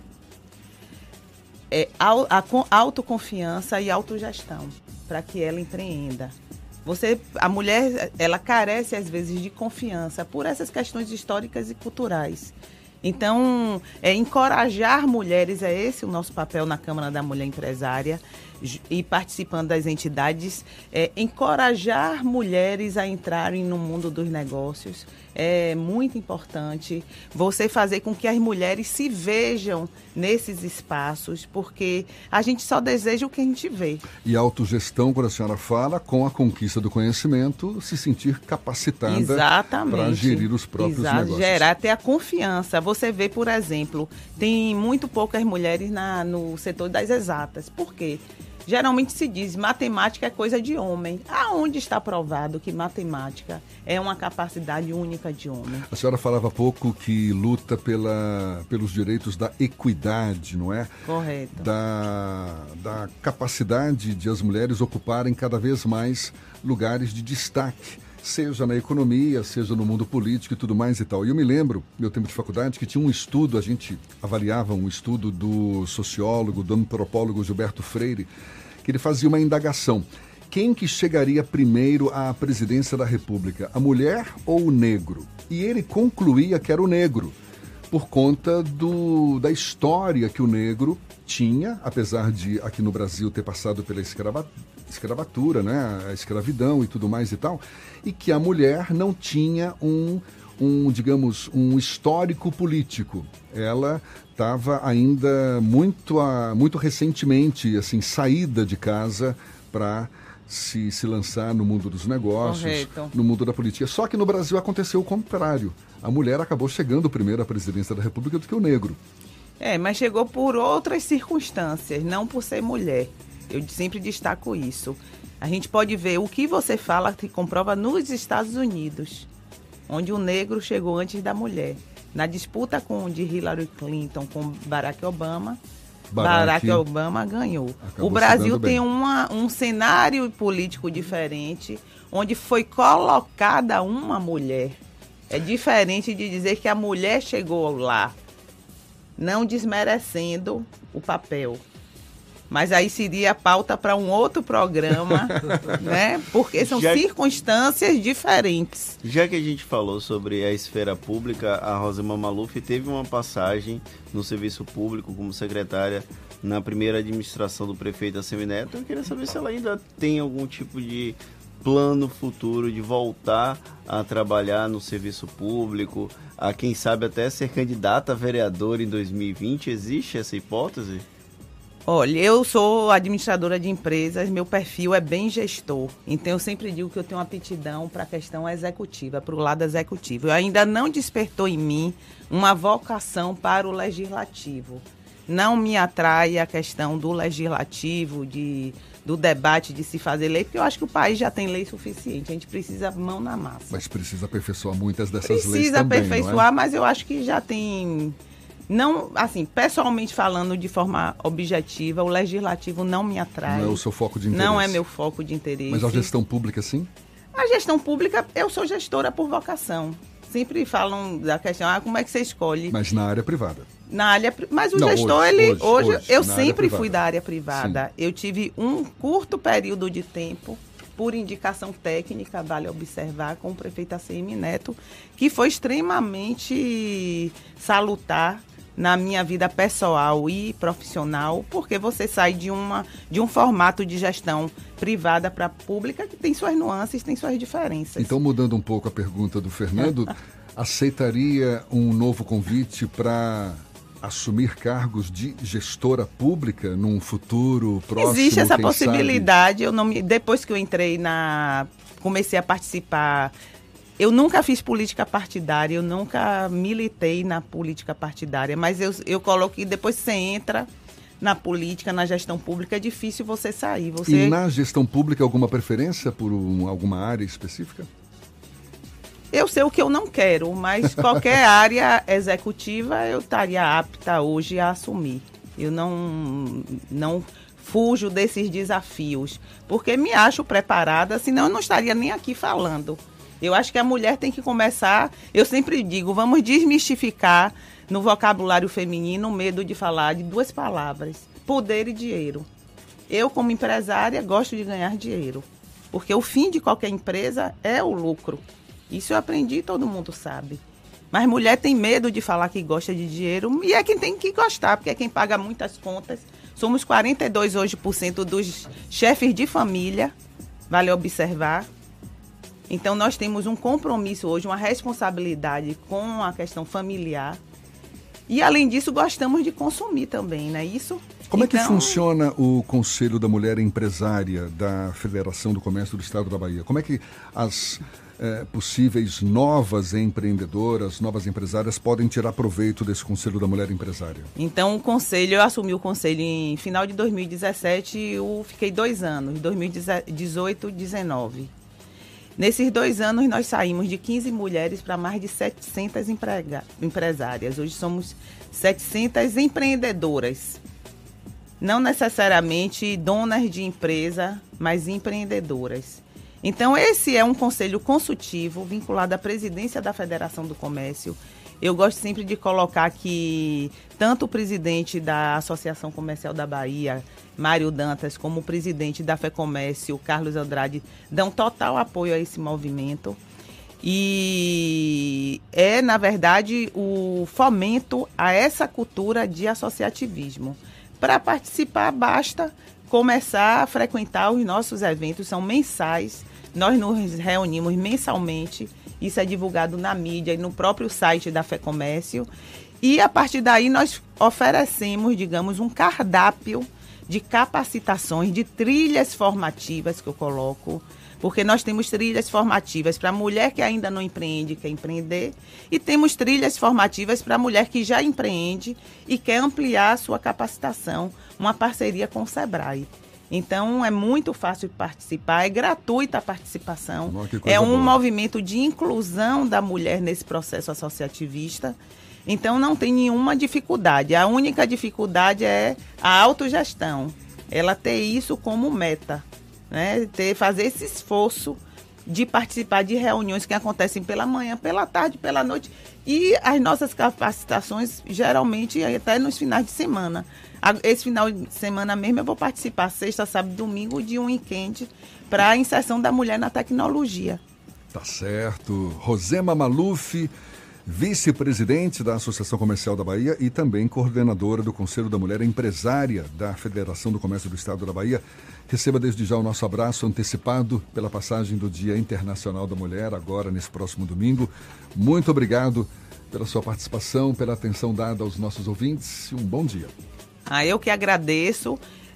[SPEAKER 13] autoconfiança e autogestão, para que ela empreenda. A mulher, ela carece às vezes de confiança por essas questões históricas e culturais. Então, encorajar mulheres, esse o nosso papel na Câmara da Mulher Empresária e participando das entidades, encorajar mulheres a entrarem no mundo dos negócios. É muito importante você fazer com que as mulheres se vejam nesses espaços, porque a gente só deseja o que a gente vê.
[SPEAKER 4] E a autogestão, quando a senhora fala, com a conquista do conhecimento, se sentir capacitada para gerir os próprios negócios.
[SPEAKER 13] Gerar até a confiança. Você vê, por exemplo, tem muito poucas mulheres no setor das exatas. Por quê? Geralmente se diz matemática é coisa de homem. Aonde está provado que matemática é uma capacidade única de homem?
[SPEAKER 4] A senhora falava há pouco que luta pelos direitos da equidade, não é?
[SPEAKER 13] Correto.
[SPEAKER 4] Da capacidade de as mulheres ocuparem cada vez mais lugares de destaque, seja na economia, seja no mundo político e tudo mais e tal. E eu me lembro, no meu tempo de faculdade, que tinha um estudo, a gente avaliava um estudo do sociólogo, do antropólogo Gilberto Freire, que ele fazia uma indagação. Quem que chegaria primeiro à presidência da República, a mulher ou o negro? E ele concluía que era o negro, por conta da história que o negro tinha, apesar de aqui no Brasil ter passado pela escravatura, né, a escravidão e tudo mais e tal, e que a mulher não tinha digamos, um histórico político. Ela estava ainda muito recentemente, assim, saída de casa para se lançar no mundo dos negócios, correto, no mundo da política. Só que no Brasil aconteceu o contrário. A mulher acabou chegando primeiro à presidência da República do que o negro.
[SPEAKER 13] Mas chegou por outras circunstâncias, não por ser mulher. Eu sempre destaco isso. A gente pode ver o que você fala que comprova nos Estados Unidos, onde o negro chegou antes da mulher. Na disputa de Hillary Clinton com Barack Obama, Barack Obama ganhou. O Brasil tem um cenário político diferente, onde foi colocada uma mulher. É diferente de dizer que a mulher chegou lá, não desmerecendo o papel. Mas aí seria a pauta para um outro programa, né? Porque são circunstâncias diferentes.
[SPEAKER 5] Já que a gente falou sobre a esfera pública, a Rosemã Maluf teve uma passagem no serviço público como secretária na primeira administração do prefeito Assemineto. Eu queria saber se ela ainda tem algum tipo de plano futuro de voltar a trabalhar no serviço público, a quem sabe até ser candidata a vereadora em 2020. Existe essa hipótese?
[SPEAKER 13] Olha, eu sou administradora de empresas, meu perfil é bem gestor, então eu sempre digo que eu tenho uma aptidão para a questão executiva, para o lado executivo. Eu ainda não despertou em mim uma vocação para o legislativo. Não me atrai a questão do legislativo, do debate de se fazer lei, porque eu acho que o país já tem lei suficiente, a gente precisa mão na massa.
[SPEAKER 4] Mas precisa aperfeiçoar muitas dessas leis também,
[SPEAKER 13] precisa aperfeiçoar,
[SPEAKER 4] não é?
[SPEAKER 13] Mas eu acho que já tem... Não, assim, pessoalmente falando de forma objetiva, o legislativo não me atrai.
[SPEAKER 4] Não é o seu foco de interesse.
[SPEAKER 13] Não é meu foco de interesse.
[SPEAKER 4] Mas a gestão pública, sim?
[SPEAKER 13] A gestão pública, eu sou gestora por vocação. Sempre falam da questão, como é que você escolhe?
[SPEAKER 4] Mas na área privada.
[SPEAKER 13] Mas o gestor, hoje eu sempre fui da área privada. Sim. Eu tive um curto período de tempo, por indicação técnica, vale observar, com o prefeito ACM Neto, que foi extremamente salutar na minha vida pessoal e profissional, porque você sai de um formato de gestão privada para pública que tem suas nuances, tem suas diferenças.
[SPEAKER 4] Então, mudando um pouco a pergunta do Fernando, aceitaria um novo convite para assumir cargos de gestora pública num futuro próximo?
[SPEAKER 13] Existe essa possibilidade. Depois que eu entrei comecei a participar. Eu nunca fiz política partidária, eu nunca militei na política partidária, mas eu coloco que depois você entra na política, na gestão pública, é difícil você sair. E
[SPEAKER 4] na gestão pública, alguma preferência por alguma área específica?
[SPEAKER 13] Eu sei o que eu não quero, mas qualquer área executiva eu estaria apta hoje a assumir. Eu não fujo desses desafios, porque me acho preparada, senão eu não estaria nem aqui falando. Eu acho que a mulher tem que começar, eu sempre digo, vamos desmistificar no vocabulário feminino o medo de falar de 2 palavras, poder e dinheiro. Eu, como empresária, gosto de ganhar dinheiro, porque o fim de qualquer empresa é o lucro. Isso eu aprendi e todo mundo sabe. Mas mulher tem medo de falar que gosta de dinheiro e é quem tem que gostar, porque é quem paga muitas contas. Somos 42% hoje dos chefes de família, vale observar. Então nós temos um compromisso hoje, uma responsabilidade com a questão familiar. E além disso, gostamos de consumir também, não é isso?
[SPEAKER 4] Como é que funciona o Conselho da Mulher Empresária da Federação do Comércio do Estado da Bahia? Como é que as possíveis novas empreendedoras, novas empresárias podem tirar proveito desse Conselho da Mulher Empresária?
[SPEAKER 13] Então, eu assumi o Conselho em final de 2017 e eu fiquei 2 anos, 2018 e 2019. Nesses 2 anos, nós saímos de 15 mulheres para mais de 700 empresárias. Hoje somos 700 empreendedoras. Não necessariamente donas de empresa, mas empreendedoras. Então, esse é um conselho consultivo vinculado à presidência da Federação do Comércio. Eu gosto sempre de colocar que tanto o presidente da Associação Comercial da Bahia, Mário Dantas, como o presidente da FEComércio, Carlos Andrade, dão total apoio a esse movimento. E é, na verdade, o fomento a essa cultura de associativismo. Para participar, basta começar a frequentar os nossos eventos, são mensais. Nós nos reunimos mensalmente, isso é divulgado na mídia e no próprio site da FEComércio. E a partir daí nós oferecemos, digamos, um cardápio de capacitações, de trilhas formativas que eu coloco, porque nós temos trilhas formativas para a mulher que ainda não empreende, quer empreender, e temos trilhas formativas para a mulher que já empreende e quer ampliar a sua capacitação, uma parceria com o Sebrae. Então, é muito fácil de participar, é gratuita a participação, é um movimento de inclusão da mulher nesse processo associativista, então não tem nenhuma dificuldade. A única dificuldade é a autogestão, ela ter isso como meta, né? Fazer esse esforço de participar de reuniões que acontecem pela manhã, pela tarde, pela noite, e as nossas capacitações geralmente até nos finais de semana. Esse final de semana mesmo eu vou participar, sexta, sábado e domingo, de um weekend para a inserção da mulher na tecnologia.
[SPEAKER 4] Tá certo. Rosema Maluf, vice-presidente da Associação Comercial da Bahia e também coordenadora do Conselho da Mulher Empresária da Federação do Comércio do Estado da Bahia. Receba desde já o nosso abraço antecipado pela passagem do Dia Internacional da Mulher, agora nesse próximo domingo. Muito obrigado pela sua participação, pela atenção dada aos nossos ouvintes e um bom dia.
[SPEAKER 13] Eu que agradeço,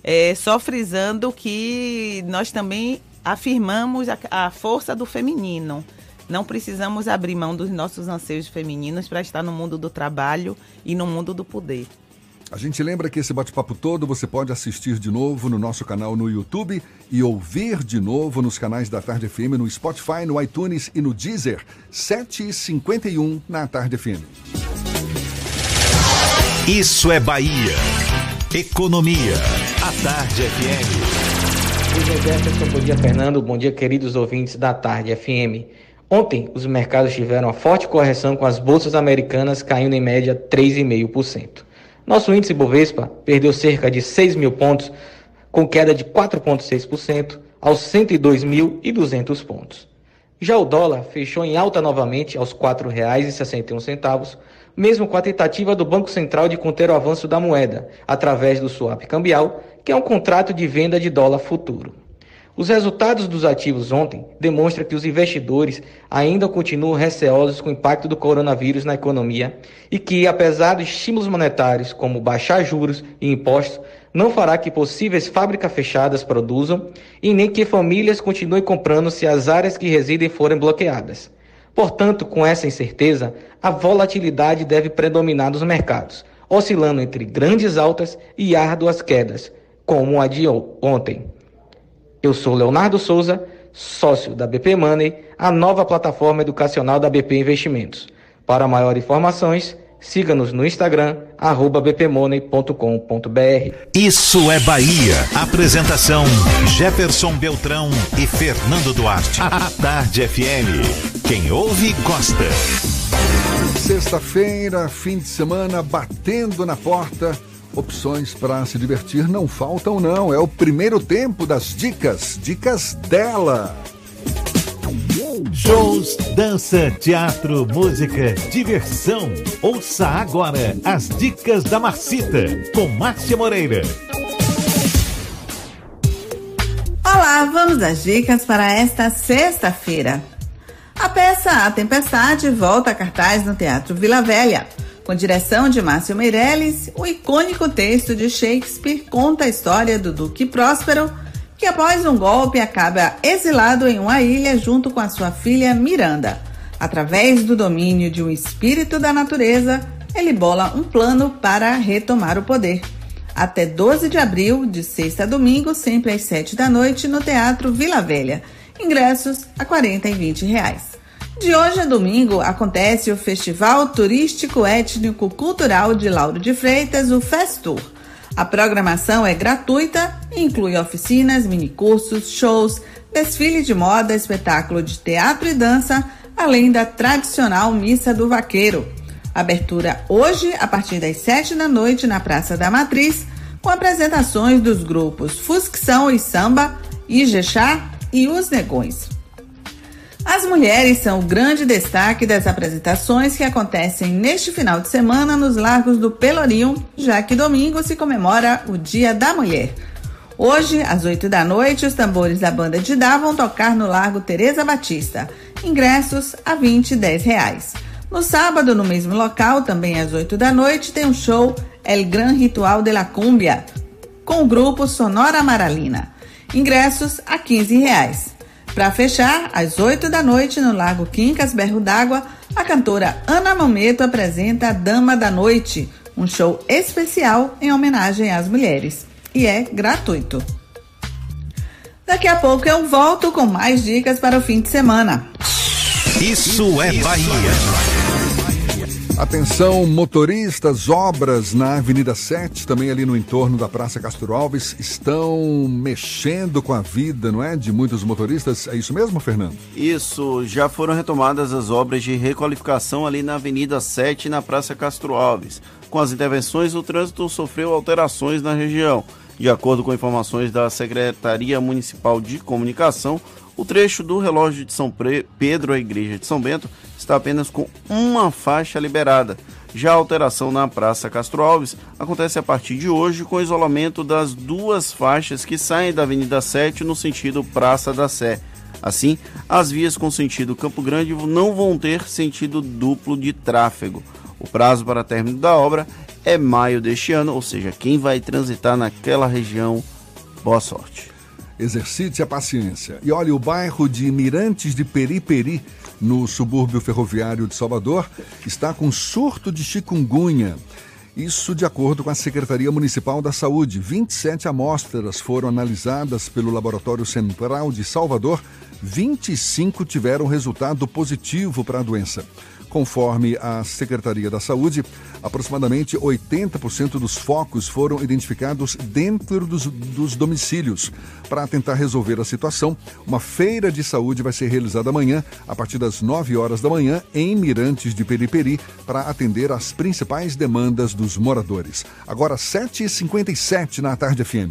[SPEAKER 13] só frisando que nós também afirmamos a força do feminino. Não precisamos abrir mão dos nossos anseios femininos para estar no mundo do trabalho e no mundo do poder.
[SPEAKER 4] A gente lembra que esse bate-papo todo você pode assistir de novo no nosso canal no YouTube e ouvir de novo nos canais da Tarde FM, no Spotify, no iTunes e no Deezer, 7h51 na Tarde FM.
[SPEAKER 2] Isso é Bahia. Economia. A Tarde FM.
[SPEAKER 17] Bom dia, Jefferson. Bom dia, Fernando. Bom dia, queridos ouvintes da Tarde FM. Ontem, os mercados tiveram uma forte correção com as bolsas americanas caindo em média 3,5%. Nosso índice Bovespa perdeu cerca de 6 mil pontos, com queda de 4,6% aos 102.200 pontos. Já o dólar fechou em alta novamente aos R$ 4,61, mesmo com a tentativa do Banco Central de conter o avanço da moeda, através do swap cambial, que é um contrato de venda de dólar futuro. Os resultados dos ativos ontem demonstram que os investidores ainda continuam receosos com o impacto do coronavírus na economia e que, apesar dos estímulos monetários, como baixar juros e impostos, não fará que possíveis fábricas fechadas produzam e nem que famílias continuem comprando se as áreas que residem forem bloqueadas. Portanto, com essa incerteza, a volatilidade deve predominar nos mercados, oscilando entre grandes altas e árduas quedas, como a de ontem. Eu sou Leonardo Souza, sócio da BP Money, a nova plataforma educacional da BP Investimentos. Para maiores informações, siga-nos no Instagram, @bpmoney.com.br.
[SPEAKER 2] Isso é Bahia. Apresentação: Jefferson Beltrão e Fernando Duarte. A Tarde FM. Quem ouve, gosta.
[SPEAKER 4] Sexta-feira, fim de semana, batendo na porta. Opções para se divertir não faltam, não. É o primeiro tempo das dicas dela.
[SPEAKER 2] Shows, dança, teatro, música, diversão. Ouça agora as dicas da Marcita, com Márcia Moreira.
[SPEAKER 18] Olá, vamos às dicas para esta sexta-feira. A peça A Tempestade volta a cartaz no Teatro Vila Velha. Com direção de Márcio Meirelles, o icônico texto de Shakespeare conta a história do Duque Próspero, que após um golpe acaba exilado em uma ilha junto com a sua filha Miranda. Através do domínio de um espírito da natureza, ele bola um plano para retomar o poder. Até 12 de abril, de sexta a domingo, sempre às 7 da noite, no Teatro Vila Velha. Ingressos a R$ 40 e R$ 20. De hoje a domingo acontece o Festival Turístico Étnico Cultural de Lauro de Freitas, o Festur. A programação é gratuita e inclui oficinas, minicursos, shows, desfile de moda, espetáculo de teatro e dança, além da tradicional Missa do Vaqueiro. Abertura hoje, a partir das 7 da noite, na Praça da Matriz, com apresentações dos grupos Fusqução e Samba, Ijexá e Os Negões. As mulheres são o grande destaque das apresentações que acontecem neste final de semana nos Largos do Pelourinho, já que domingo se comemora o Dia da Mulher. Hoje, às 8 da noite, os tambores da Banda de Dá vão tocar no Largo Teresa Batista. Ingressos a R$ 20 e R$ 10. No sábado, no mesmo local, também às 8 da noite, tem um show El Gran Ritual de la Cumbia, com o grupo Sonora Amaralina. Ingressos a R$ 15. Para fechar, às 8 da noite, no Largo Quincas, Berro d'Água, a cantora Ana Mometo apresenta a Dama da Noite, um show especial em homenagem às mulheres. E é gratuito. Daqui a pouco eu volto com mais dicas para o fim de semana.
[SPEAKER 2] Isso é Bahia.
[SPEAKER 4] Atenção, motoristas, obras na Avenida 7, também ali no entorno da Praça Castro Alves, estão mexendo com a vida, não é? De muitos motoristas. É isso mesmo, Fernando?
[SPEAKER 5] Isso, já foram retomadas as obras de requalificação ali na Avenida 7 e na Praça Castro Alves. Com as intervenções, o trânsito sofreu alterações na região. De acordo com informações da Secretaria Municipal de Comunicação, o trecho do relógio de São Pedro à Igreja de São Bento está apenas com uma faixa liberada. Já a alteração na Praça Castro Alves acontece a partir de hoje com o isolamento das duas faixas que saem da Avenida 7 no sentido Praça da Sé. Assim, as vias com sentido Campo Grande não vão ter sentido duplo de tráfego. O prazo para término da obra é maio deste ano, ou seja, quem vai transitar naquela região, boa sorte.
[SPEAKER 4] Exercite a paciência. E olha, o bairro de Mirantes de Periperi, no subúrbio ferroviário de Salvador, está com surto de chikungunya. Isso de acordo com a Secretaria Municipal da Saúde. 27 amostras foram analisadas pelo Laboratório Central de Salvador. 25 tiveram resultado positivo para a doença. Conforme a Secretaria da Saúde, aproximadamente 80% dos focos foram identificados dentro dos domicílios. Para tentar resolver a situação, uma feira de saúde vai ser realizada amanhã, a partir das 9 horas da manhã, em Mirantes de Periperi, para atender às principais demandas dos moradores. Agora, 7h57 na Tarde FM.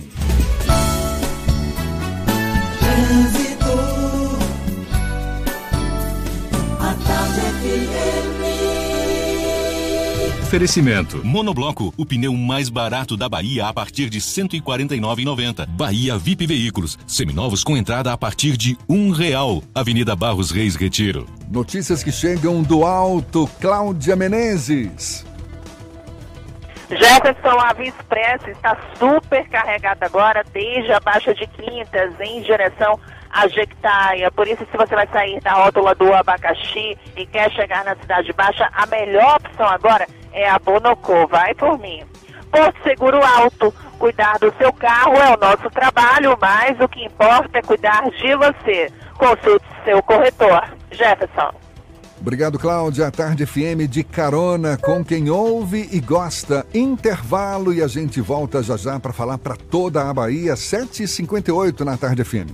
[SPEAKER 3] Oferecimento. Monobloco, o pneu mais barato da Bahia a partir de R$ 149,90. Bahia VIP Veículos, seminovos com entrada a partir de R$1. Avenida Barros Reis Retiro.
[SPEAKER 4] Notícias que chegam do alto, Cláudia Menezes.
[SPEAKER 7] Jefferson, a Via Expressa está super carregada agora, desde a Baixa de Quintas, em direção a Jequitaia. Por isso, se você vai sair da rótula do Abacaxi e quer chegar na Cidade Baixa, a melhor opção agora é a Bonocô, vai por mim. Porto Seguro Alto, cuidar do seu carro é o nosso trabalho, mas o que importa é cuidar de você. Consulte seu corretor. Jefferson.
[SPEAKER 4] Obrigado, Cláudia. Tarde FM de carona com quem ouve e gosta. Intervalo e a gente volta já já para falar para toda a Bahia. 7h58 na Tarde FM.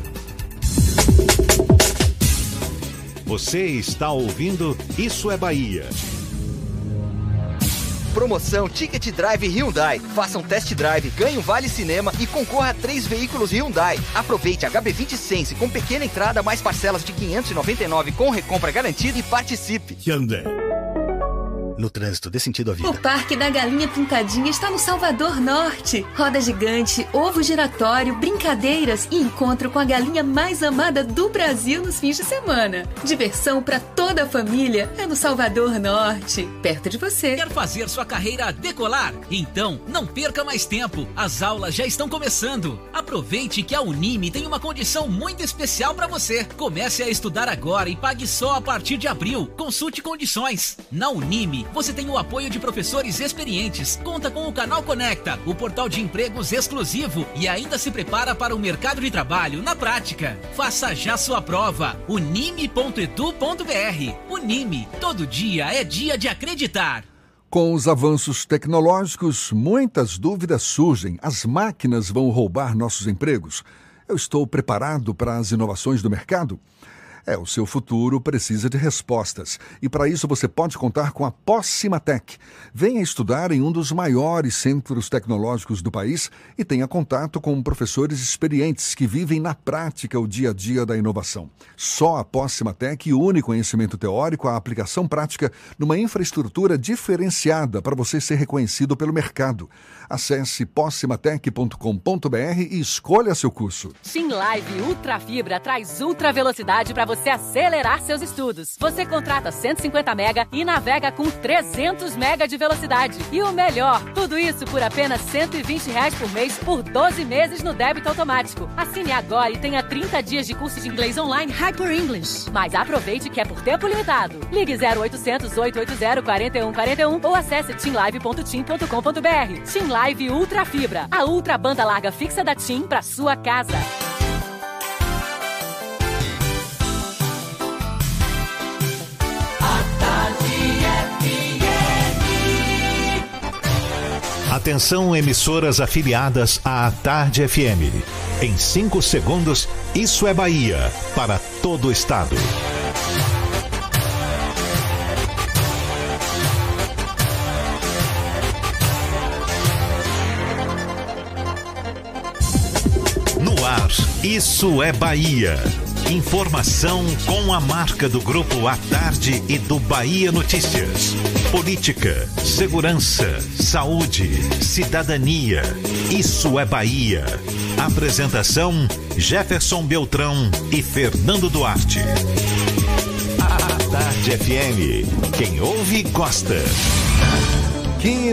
[SPEAKER 2] Você está ouvindo Isso é Bahia.
[SPEAKER 19] Promoção Ticket Drive Hyundai. Faça um test drive, ganhe um vale cinema e concorra a 3 veículos Hyundai. Aproveite a HB20 Sense com pequena entrada mais parcelas de R$599 com recompra garantida e participe.
[SPEAKER 20] Hyundai. No trânsito, dê sentido à vida.
[SPEAKER 21] O Parque da Galinha Pintadinha está no Salvador Norte. Roda gigante, ovo giratório, brincadeiras e encontro com a galinha mais amada do Brasil nos fins de semana. Diversão para toda a família é no Salvador Norte, perto de você.
[SPEAKER 8] Quer fazer sua carreira decolar? Então, não perca mais tempo. As aulas já estão começando. Aproveite que a Unime tem uma condição muito especial para você. Comece a estudar agora e pague só a partir de abril. Consulte condições. Na Unime, você tem o apoio de professores experientes, conta com o Canal Conecta, o portal de empregos exclusivo e ainda se prepara para o mercado de trabalho na prática. Faça já sua prova. unime.edu.br. Unime, todo dia é dia de acreditar.
[SPEAKER 4] Com os avanços tecnológicos, muitas dúvidas surgem. As máquinas vão roubar nossos empregos? Eu estou preparado para as inovações do mercado? O seu futuro precisa de respostas. E para isso você pode contar com a Possimatec. Venha estudar em um dos maiores centros tecnológicos do país e tenha contato com professores experientes que vivem na prática o dia a dia da inovação. Só a Possimatec une conhecimento teórico à aplicação prática numa infraestrutura diferenciada para você ser reconhecido pelo mercado. Acesse possimatec.com.br e escolha seu curso.
[SPEAKER 22] TIM Live Ultra Fibra traz ultra velocidade para você acelerar seus estudos. Você contrata 150 mega e navega com 300 mega de velocidade. E o melhor, tudo isso por apenas R$120 por mês por 12 meses no débito automático. Assine agora e tenha 30 dias de curso de inglês online Hyper English. Mas aproveite que é por tempo limitado. Ligue 0800 880 4141 ou acesse timlive.tim.com.br. TIM Live Ultra Fibra, a ultra banda larga fixa da TIM para sua casa.
[SPEAKER 2] Atenção, emissoras afiliadas à Tarde FM. Em 5 segundos, Isso é Bahia, para todo o estado. No ar, Isso é Bahia. Informação com a marca do Grupo A Tarde e do Bahia Notícias. Política, segurança, saúde, cidadania. Isso é Bahia. Apresentação: Jefferson Beltrão e Fernando Duarte. A Tarde FM. Quem ouve, gosta.
[SPEAKER 4] Que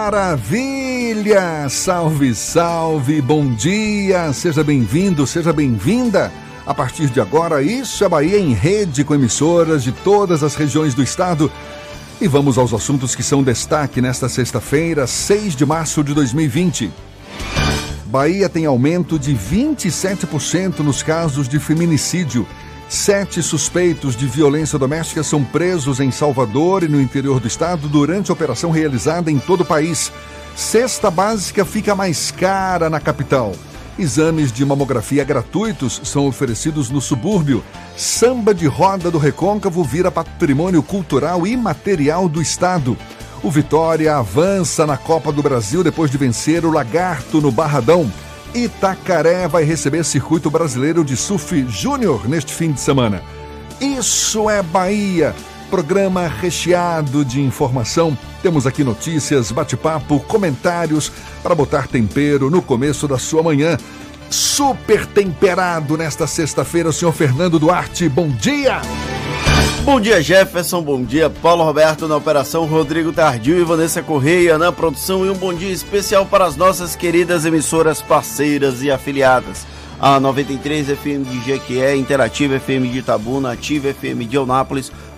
[SPEAKER 4] maravilha! Salve, salve, bom dia! Seja bem-vindo, seja bem-vinda! A partir de agora, Isso é Bahia em rede com emissoras de todas as regiões do estado. E vamos aos assuntos que são destaque nesta sexta-feira, 6 de março de 2020. Bahia tem aumento de 27% nos casos de feminicídio. 7 suspeitos de violência doméstica são presos em Salvador e no interior do estado durante a operação realizada em todo o país. Cesta básica fica mais cara na capital. Exames de mamografia gratuitos são oferecidos no subúrbio. Samba de roda do Recôncavo vira patrimônio cultural imaterial do estado. O Vitória avança na Copa do Brasil depois de vencer o Lagarto no Barradão. Itacaré vai receber Circuito Brasileiro de Surf Júnior neste fim de semana. Isso é Bahia. Programa recheado de informação. Temos aqui notícias, bate-papo, comentários para botar tempero no começo da sua manhã. Super temperado nesta sexta-feira, o senhor Fernando Duarte. Bom dia!
[SPEAKER 5] Bom dia, Jefferson. Bom dia, Paulo Roberto na operação, Rodrigo Tardio e Vanessa Correia na produção. E um bom dia especial para as nossas queridas emissoras parceiras e afiliadas. A 93 FM de Jequié, Interativa FM de Itabuna, Ativa FM de Eunápolis,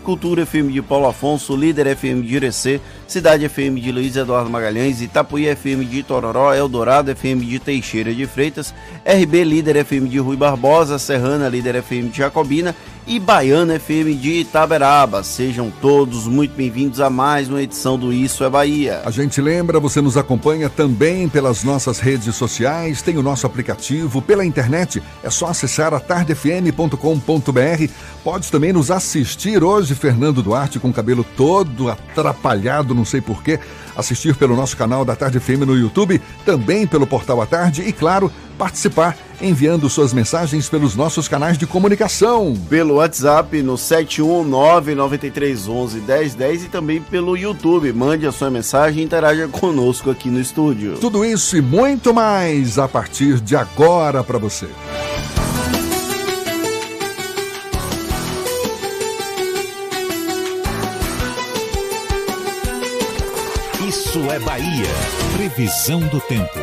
[SPEAKER 5] Cultura FM de Paulo Afonso, Líder FM de Irecê, Cidade FM de Luiz Eduardo Magalhães, Itapuí FM de Itororó, Eldorado FM de Teixeira de Freitas, RB Líder FM de Rui Barbosa, Serrana Líder FM de Jacobina e Baiana FM de Itaberaba. Sejam todos muito bem-vindos a mais uma edição do Isso é Bahia.
[SPEAKER 4] A gente lembra, você nos acompanha também pelas nossas redes sociais, tem o nosso aplicativo, pela internet, é só acessar atardefm.com.br. Pode também nos assistir hoje, Fernando Duarte, com o cabelo todo atrapalhado, não sei porquê, assistir pelo nosso canal da Tarde FM no YouTube, também pelo Portal à Tarde e, claro, participar enviando suas mensagens pelos nossos canais de comunicação.
[SPEAKER 5] Pelo WhatsApp no 71993111010 e também pelo YouTube. Mande a sua mensagem e interaja conosco aqui no estúdio.
[SPEAKER 4] Tudo isso e muito mais a partir de agora para você.
[SPEAKER 2] Isso é Bahia. Previsão do tempo.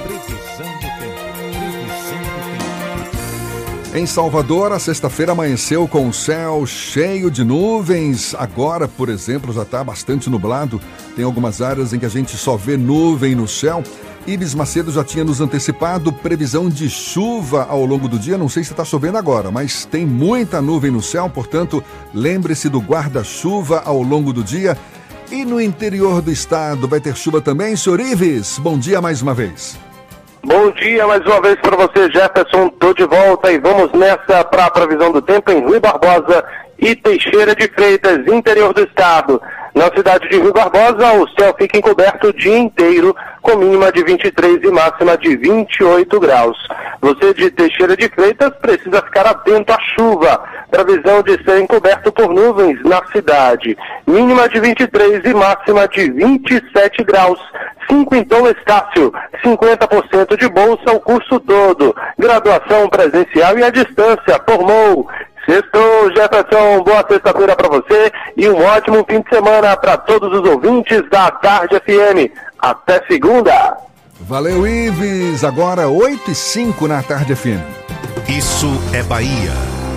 [SPEAKER 4] Em Salvador, a sexta-feira amanheceu com o céu cheio de nuvens. Agora, por exemplo, já está bastante nublado. Tem algumas áreas em que a gente só vê nuvem no céu. Ibis Macedo já tinha nos antecipado previsão de chuva ao longo do dia. Não sei se está chovendo agora, mas tem muita nuvem no céu. Portanto, lembre-se do guarda-chuva ao longo do dia. E no interior do estado vai ter chuva também, senhor Ives? Bom dia mais uma vez.
[SPEAKER 6] Bom dia mais uma vez para você, Jefferson. Tô de volta e vamos nessa para a previsão do tempo em Rui Barbosa e Teixeira de Freitas, interior do estado. Na cidade de Rui Barbosa, o céu fica encoberto o dia inteiro, com mínima de 23 e máxima de 28 graus. Você de Teixeira de Freitas precisa ficar atento à chuva. Previsão de ser encoberto por nuvens na cidade. Mínima de 23 e máxima de 27 graus. 5 em Dom Estácio, 50% de bolsa o curso todo. Graduação presencial e à distância. Formou. Sextou, Jefferson, boa sexta-feira para você e um ótimo fim de semana para todos os ouvintes da Tarde FM. Até segunda.
[SPEAKER 4] Valeu, Ives. Agora 8h05 na Tarde FM.
[SPEAKER 2] Isso é Bahia.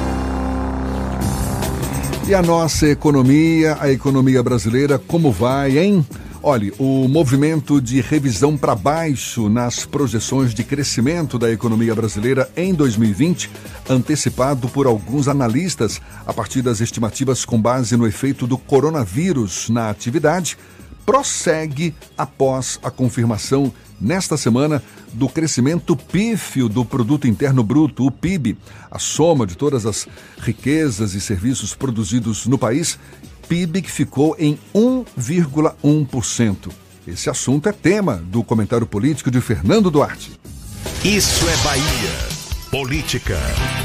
[SPEAKER 4] E a nossa economia, a economia brasileira, como vai, hein? Olha, o movimento de revisão para baixo nas projeções de crescimento da economia brasileira em 2020, antecipado por alguns analistas a partir das estimativas com base no efeito do coronavírus na atividade, prossegue após a confirmação nesta semana do crescimento pífio do Produto Interno Bruto, o PIB, a soma de todas as riquezas e serviços produzidos no país, PIB que ficou em 1,1%. Esse assunto é tema do comentário político de Fernando Duarte.
[SPEAKER 2] Isso é Bahia. Política.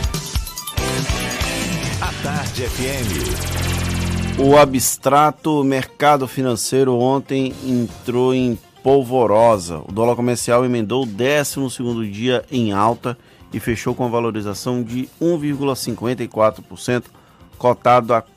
[SPEAKER 2] A Tarde FM.
[SPEAKER 5] O abstrato mercado financeiro ontem entrou em polvorosa. O dólar comercial emendou o 12º dia em alta e fechou com a valorização de 1,54%, cotado a R$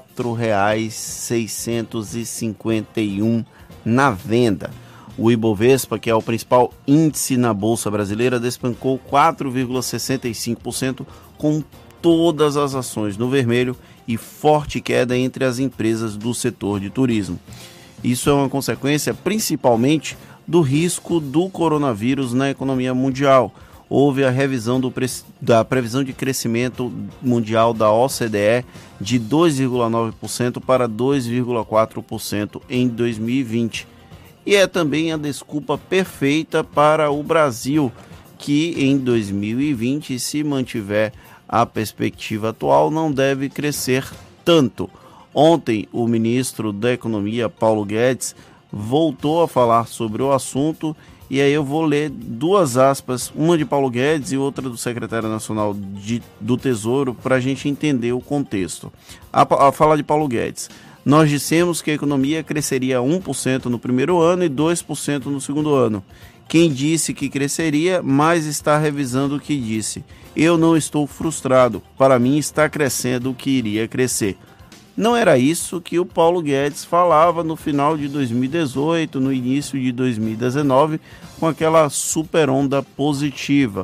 [SPEAKER 5] 4,651 na venda. O Ibovespa, que é o principal índice na Bolsa Brasileira, despencou 4,65%, com todas as ações no vermelho e forte queda entre as empresas do setor de turismo. Isso é uma consequência principalmente do risco do coronavírus na economia mundial. Houve a revisão da previsão de crescimento mundial da OCDE de 2,9% para 2,4% em 2020. E é também a desculpa perfeita para o Brasil, que em 2020, se mantiver a perspectiva atual, não deve crescer tanto. Ontem, o ministro da Economia, Paulo Guedes, voltou a falar sobre o assunto. E aí eu vou ler duas aspas, uma de Paulo Guedes e outra do secretário nacional do Tesouro, para a gente entender o contexto. A fala de Paulo Guedes: nós dissemos que a economia cresceria 1% no primeiro ano e 2% no segundo ano. Quem disse que cresceria, mas está revisando o que disse. Eu não estou frustrado, para mim está crescendo o que iria crescer. Não era isso que o Paulo Guedes falava no final de 2018, no início de 2019, com aquela super onda positiva.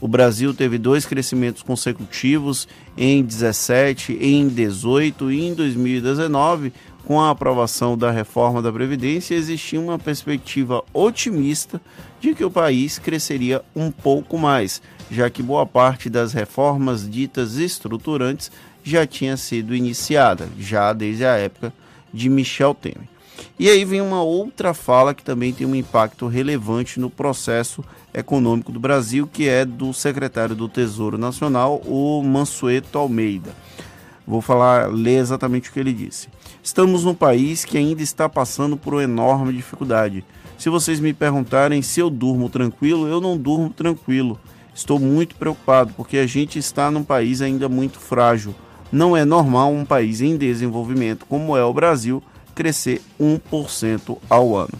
[SPEAKER 5] O Brasil teve 2 crescimentos consecutivos em 17, em 18 e em 2019, com a aprovação da reforma da Previdência, existia uma perspectiva otimista de que o país cresceria um pouco mais, já que boa parte das reformas ditas estruturantes já tinha sido iniciada, já desde a época de Michel Temer. E aí vem uma outra fala que também tem um impacto relevante no processo econômico do Brasil, que é do secretário do Tesouro Nacional, o Mansueto Almeida. Vou ler exatamente o que ele disse. Estamos num país que ainda está passando por uma enorme dificuldade. Se vocês me perguntarem se eu durmo tranquilo, eu não durmo tranquilo. Estou muito preocupado, porque a gente está num país ainda muito frágil. Não é normal um país em desenvolvimento, como é o Brasil, crescer 1% ao ano.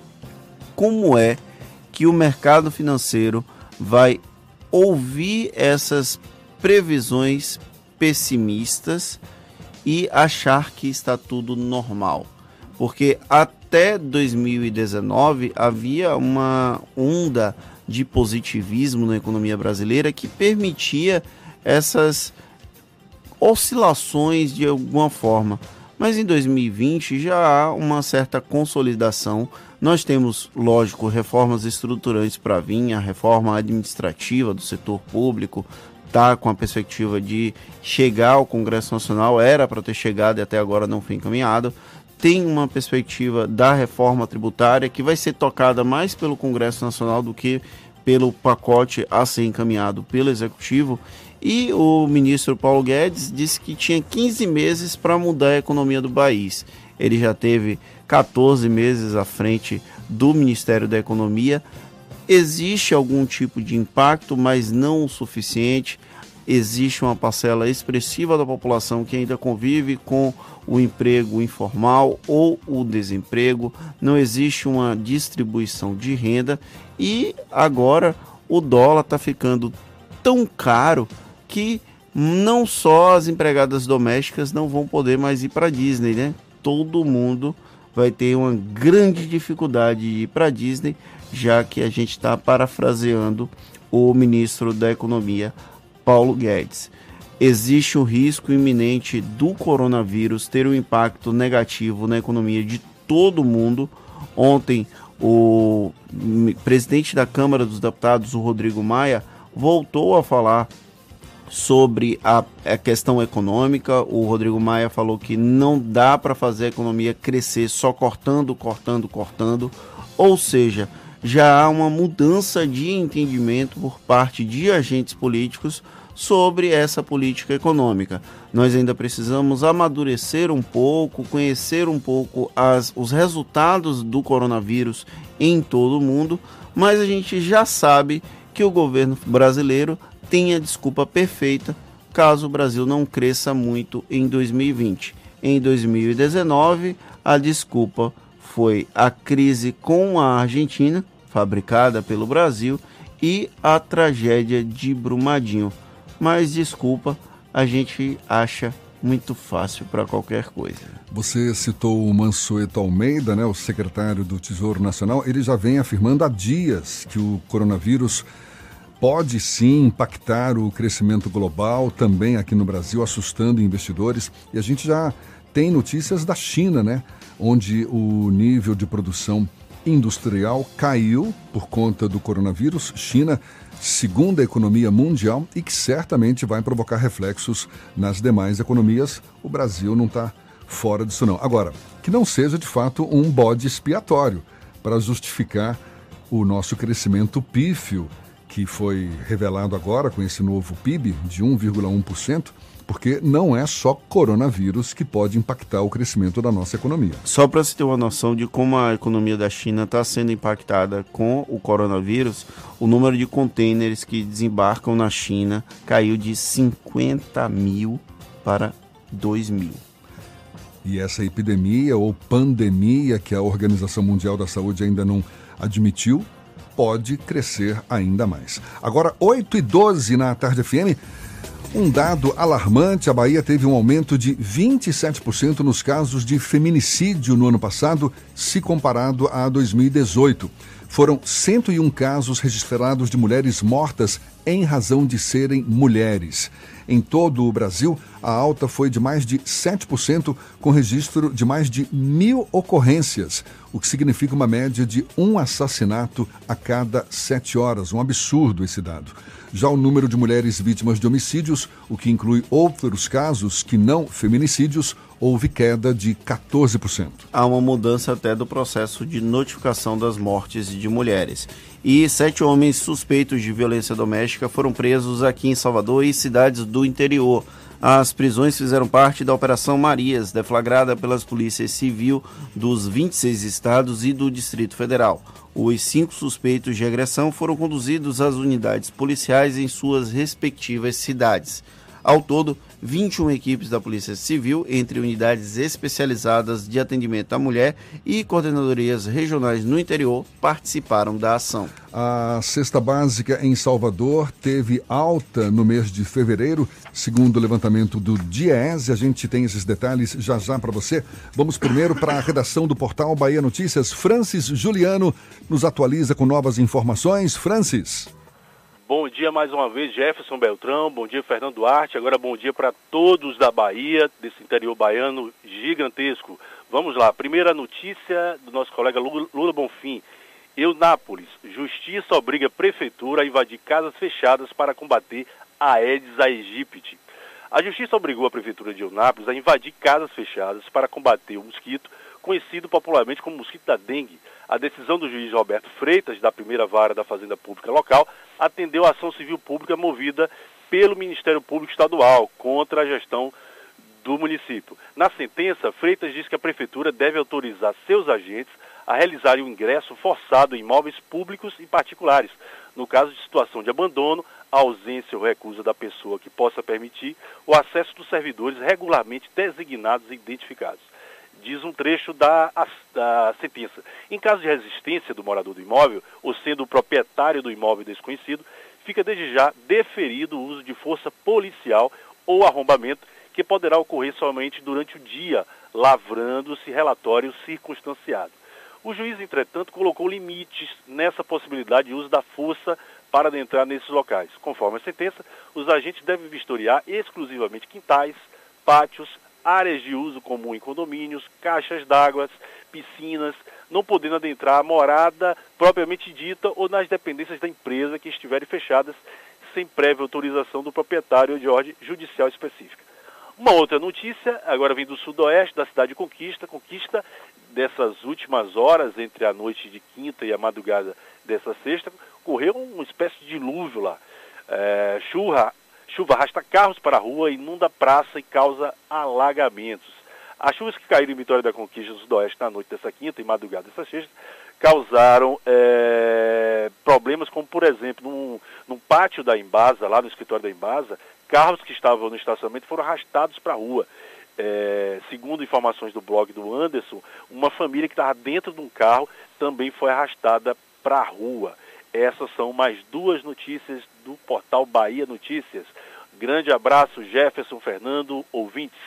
[SPEAKER 5] Como é que o mercado financeiro vai ouvir essas previsões pessimistas e achar que está tudo normal? Porque até 2019 havia uma onda de positivismo na economia brasileira que permitia essas oscilações de alguma forma. Mas em 2020 já há uma certa consolidação. Nós temos, lógico, reformas estruturantes para vir, a reforma administrativa do setor público está com a perspectiva de chegar ao Congresso Nacional, era para ter chegado e até agora não foi encaminhado. Tem uma perspectiva da reforma tributária que vai ser tocada mais pelo Congresso Nacional do que pelo pacote a ser encaminhado pelo Executivo. E o ministro Paulo Guedes disse que tinha 15 meses para mudar a economia do país. Ele já teve 14 meses à frente do Ministério da Economia. Existe algum tipo de impacto, mas não o suficiente. Existe uma parcela expressiva da população que ainda convive com o emprego informal ou o desemprego. Não existe uma distribuição de renda e agora o dólar está ficando tão caro que não só as empregadas domésticas não vão poder mais ir para Disney, né? Todo mundo vai ter uma grande dificuldade de ir para Disney, já que a gente está parafraseando o ministro da Economia, Paulo Guedes. Existe o risco iminente do coronavírus ter um impacto negativo na economia de todo mundo. Ontem, o presidente da Câmara dos Deputados, o Rodrigo Maia, voltou a falar sobre a questão econômica. O Rodrigo Maia falou que não dá para fazer a economia crescer só cortando. Ou seja, já há uma mudança de entendimento por parte de agentes políticos sobre essa política econômica. Nós ainda precisamos amadurecer um pouco, conhecer um pouco os resultados do coronavírus em todo o mundo, mas a gente já sabe que o governo brasileiro tem a desculpa perfeita caso o Brasil não cresça muito em 2020. Em 2019, a desculpa foi a crise com a Argentina, fabricada pelo Brasil, e a tragédia de Brumadinho. Mas desculpa, a gente acha muito fácil para qualquer coisa.
[SPEAKER 4] Você citou o Mansueto Almeida, né, o secretário do Tesouro Nacional. Ele já vem afirmando há dias que o coronavírus pode sim impactar o crescimento global, também aqui no Brasil, assustando investidores. E a gente já tem notícias da China, né, onde o nível de produção industrial caiu por conta do coronavírus. China, segunda economia mundial, e que certamente vai provocar reflexos nas demais economias. O Brasil não está fora disso não. Agora, que não seja de fato um bode expiatório para justificar o nosso crescimento pífio, que foi revelado agora com esse novo PIB de 1,1%, porque não é só coronavírus que pode impactar o crescimento da nossa economia.
[SPEAKER 5] Só para se ter uma noção de como a economia da China está sendo impactada com o coronavírus, o número de contêineres que desembarcam na China caiu de 50 mil para 2 mil.
[SPEAKER 4] E essa epidemia ou pandemia que a Organização Mundial da Saúde ainda não admitiu, pode crescer ainda mais. Agora, 8h12 na Tarde FM. Um dado alarmante: a Bahia teve um aumento de 27% nos casos de feminicídio no ano passado, se comparado a 2018. Foram 101 casos registrados de mulheres mortas em razão de serem mulheres. Em todo o Brasil, a alta foi de mais de 7%, com registro de mais de 1.000 ocorrências, o que significa uma média de um assassinato a cada 7 horas. Um absurdo esse dado. Já o número de mulheres vítimas de homicídios, o que inclui outros casos que não feminicídios, houve queda de 14%.
[SPEAKER 5] Há uma mudança até do processo de notificação das mortes de mulheres. E 7 homens suspeitos de violência doméstica foram presos aqui em Salvador e cidades do interior. As prisões fizeram parte da Operação Marias, deflagrada pelas polícias civil dos 26 estados e do Distrito Federal. Os 5 suspeitos de agressão foram conduzidos às unidades policiais em suas respectivas cidades. Ao todo, 21 equipes da Polícia Civil, entre unidades especializadas de atendimento à mulher e coordenadorias regionais no interior, participaram da ação.
[SPEAKER 4] A cesta básica em Salvador teve alta no mês de fevereiro, segundo o levantamento do DIEESE. A gente tem esses detalhes já para você. Vamos primeiro para a redação do portal Bahia Notícias. Francis Juliano nos atualiza com novas informações. Francis.
[SPEAKER 9] Bom dia mais uma vez, Jefferson Beltrão, bom dia Fernando Duarte, agora bom dia para todos da Bahia, desse interior baiano gigantesco. Vamos lá, primeira notícia do nosso colega Lula Bonfim. Eunápolis, justiça obriga prefeitura a invadir casas fechadas para combater a Aedes aegypti. A justiça obrigou a prefeitura de Eunápolis a invadir casas fechadas para combater o mosquito, conhecido popularmente como mosquito da dengue. A decisão do juiz Roberto Freitas, da primeira vara da Fazenda Pública local, atendeu a ação civil pública movida pelo Ministério Público Estadual contra a gestão do município. Na sentença, Freitas diz que a prefeitura deve autorizar seus agentes a realizarem o ingresso forçado em imóveis públicos e particulares, no caso de situação de abandono, a ausência ou recusa da pessoa que possa permitir o acesso dos servidores regularmente designados e identificados. Diz um trecho da sentença. Em caso de resistência do morador do imóvel, ou sendo o proprietário do imóvel desconhecido, fica desde já deferido o uso de força policial ou arrombamento, que poderá ocorrer somente durante o dia, lavrando-se relatório circunstanciado. O juiz, entretanto, colocou limites nessa possibilidade de uso da força para adentrar nesses locais. Conforme a sentença, os agentes devem vistoriar exclusivamente quintais, pátios, áreas de uso comum em condomínios, caixas d'água, piscinas, não podendo adentrar a morada propriamente dita ou nas dependências da empresa que estiverem fechadas sem prévia autorização do proprietário ou de ordem judicial específica. Uma outra notícia, agora vem do sudoeste, da cidade de Conquista dessas últimas horas, entre a noite de quinta e a madrugada dessa sexta, ocorreu uma espécie de dilúvio lá. Chuva arrasta carros para a rua, inunda a praça e causa alagamentos. As chuvas que caíram em Vitória da Conquista do Sudoeste na noite dessa quinta e madrugada dessa sexta causaram problemas como, por exemplo, num pátio da Embasa, lá no escritório da Embasa, carros que estavam no estacionamento foram arrastados para a rua. Segundo informações do blog do Anderson, uma família que estava dentro de um carro também foi arrastada para a rua. Essas são mais 2 notícias do portal Bahia Notícias. Grande abraço, Jefferson, Fernando, ouvintes.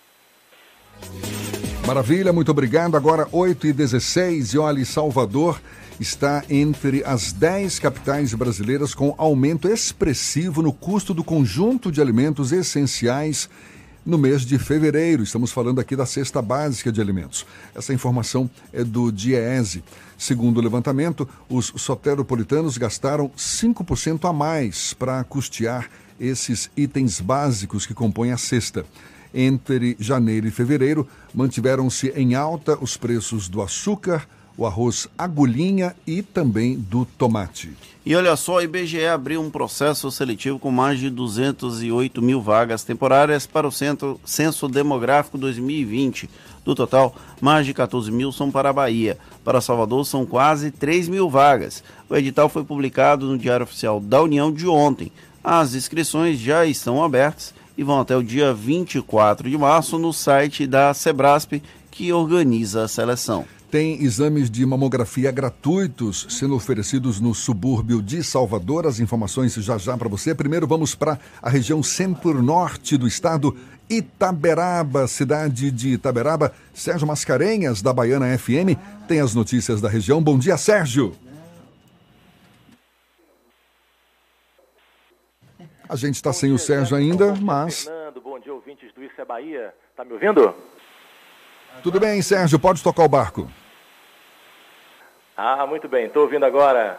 [SPEAKER 4] Maravilha, muito obrigado. Agora 8h16 e olha, Salvador está entre as 10 capitais brasileiras com aumento expressivo no custo do conjunto de alimentos essenciais no mês de fevereiro. Estamos falando aqui da cesta básica de alimentos. Essa informação é do DIEESE. Segundo o levantamento, os soteropolitanos gastaram 5% a mais para custear esses itens básicos que compõem a cesta. Entre janeiro e fevereiro, mantiveram-se em alta os preços do açúcar, o arroz agulhinha e também do tomate.
[SPEAKER 5] E olha só, o IBGE abriu um processo seletivo com mais de 208 mil vagas temporárias para o Censo Demográfico 2020. Do total, mais de 14 mil são para a Bahia. Para Salvador, são quase 3 mil vagas. O edital foi publicado no Diário Oficial da União de ontem. As inscrições já estão abertas e vão até o dia 24 de março no site da Sebrasp, que organiza a seleção.
[SPEAKER 4] Tem exames de mamografia gratuitos sendo oferecidos no subúrbio de Salvador. As informações já para você. Primeiro vamos para a região centro-norte do estado, Itaberaba, cidade de Itaberaba. Sérgio Mascarenhas, da Baiana FM, tem as notícias da região. Bom dia, Sérgio. A gente está sem o Sérgio ainda, mas...
[SPEAKER 10] Fernando, bom dia, ouvintes do Isso é Bahia. Tá me ouvindo?
[SPEAKER 4] Tudo bem, Sérgio, pode tocar o barco.
[SPEAKER 10] Muito bem, estou ouvindo agora.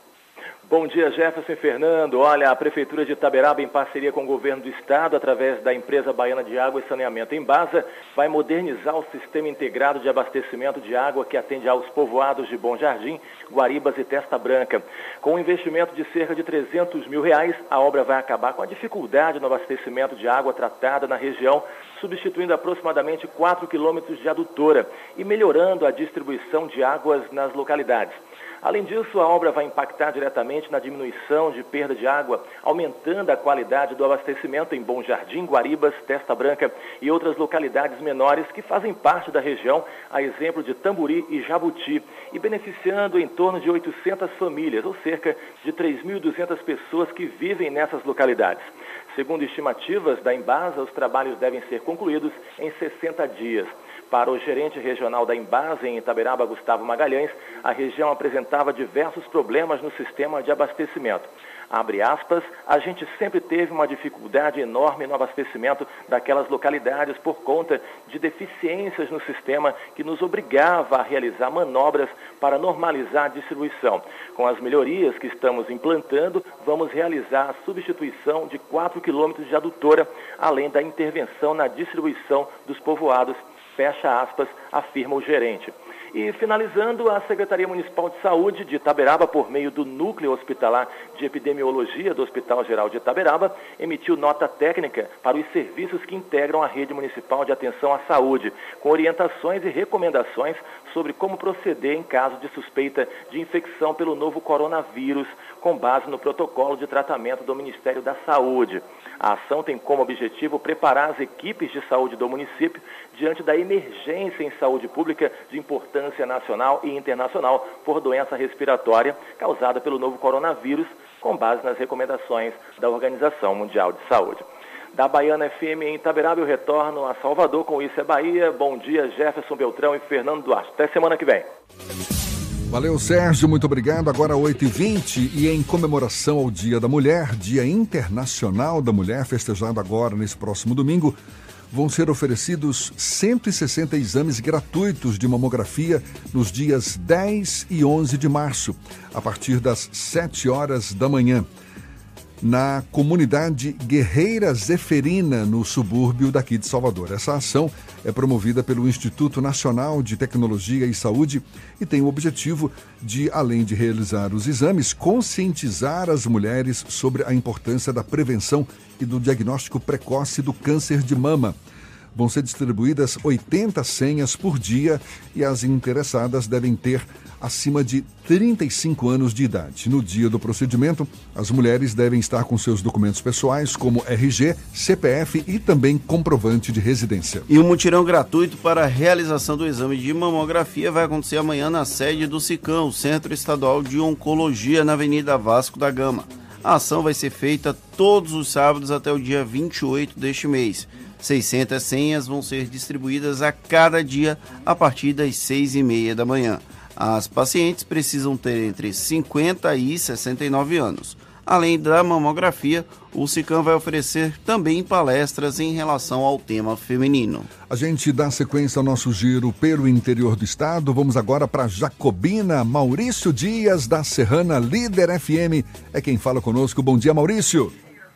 [SPEAKER 10] Bom dia, Jefferson e Fernando. Olha, a Prefeitura de Itaberaba, em parceria com o Governo do Estado, através da Empresa Baiana de Água e Saneamento Embasa, vai modernizar o sistema integrado de abastecimento de água que atende aos povoados de Bom Jardim, Guaribas e Testa Branca. Com um investimento de cerca de R$300 mil, a obra vai acabar com a dificuldade no abastecimento de água tratada na região, substituindo aproximadamente 4 quilômetros de adutora e melhorando a distribuição de águas nas localidades. Além disso, a obra vai impactar diretamente na diminuição de perda de água, aumentando a qualidade do abastecimento em Bom Jardim, Guaribas, Testa Branca e outras localidades menores que fazem parte da região, a exemplo de Tamburi e Jabuti, e beneficiando em torno de 800 famílias, ou cerca de 3.200 pessoas que vivem nessas localidades. Segundo estimativas da Embasa, os trabalhos devem ser concluídos em 60 dias. Para o gerente regional da Embasa em Itaberaba, Gustavo Magalhães, a região apresentava diversos problemas no sistema de abastecimento. Abre aspas, a gente sempre teve uma dificuldade enorme no abastecimento daquelas localidades por conta de deficiências no sistema que nos obrigava a realizar manobras para normalizar a distribuição. Com as melhorias que estamos implantando, vamos realizar a substituição de 4 quilômetros de adutora, além da intervenção na distribuição dos povoados. Fecha aspas, afirma o gerente. E finalizando, a Secretaria Municipal de Saúde de Itaberaba, por meio do Núcleo Hospitalar de Epidemiologia do Hospital Geral de Itaberaba, emitiu nota técnica para os serviços que integram a Rede Municipal de Atenção à Saúde, com orientações e recomendações sobre como proceder em caso de suspeita de infecção pelo novo coronavírus, com base no protocolo de tratamento do Ministério da Saúde. A ação tem como objetivo preparar as equipes de saúde do município diante da emergência em saúde pública de importância nacional e internacional por doença respiratória causada pelo novo coronavírus, com base nas recomendações da Organização Mundial de Saúde. Da Baiana FM em Itaberaba, eu retorno a Salvador com Isso é Bahia. Bom dia, Jefferson Beltrão e Fernando Duarte. Até semana que vem.
[SPEAKER 4] Valeu, Sérgio, muito obrigado. Agora 8h20 e em comemoração ao Dia da Mulher, Dia Internacional da Mulher, festejado agora nesse próximo domingo, vão ser oferecidos 160 exames gratuitos de mamografia nos dias 10 e 11 de março, a partir das 7 horas da manhã, na comunidade Guerreira Zeferina, no subúrbio daqui de Salvador. Essa ação é promovida pelo Instituto Nacional de Tecnologia e Saúde e tem o objetivo de, além de realizar os exames, conscientizar as mulheres sobre a importância da prevenção e do diagnóstico precoce do câncer de mama. Vão ser distribuídas 80 senhas por dia e as interessadas devem ter acima de 35 anos de idade. No dia do procedimento, as mulheres devem estar com seus documentos pessoais, como RG, CPF e também comprovante de residência.
[SPEAKER 5] E o mutirão gratuito para a realização do exame de mamografia vai acontecer amanhã na sede do SICAM, o Centro Estadual de Oncologia, na Avenida Vasco da Gama. A ação vai ser feita todos os sábados até o dia 28 deste mês. 600 senhas vão ser distribuídas a cada dia a partir das 6h30 da manhã. As pacientes precisam ter entre 50 e 69 anos. Além da mamografia, o SICAM vai oferecer também palestras em relação ao tema feminino.
[SPEAKER 4] A gente dá sequência ao nosso giro pelo interior do estado. Vamos agora para Jacobina. Maurício Dias, da Serrana Líder FM, é quem fala conosco. Bom dia, Maurício.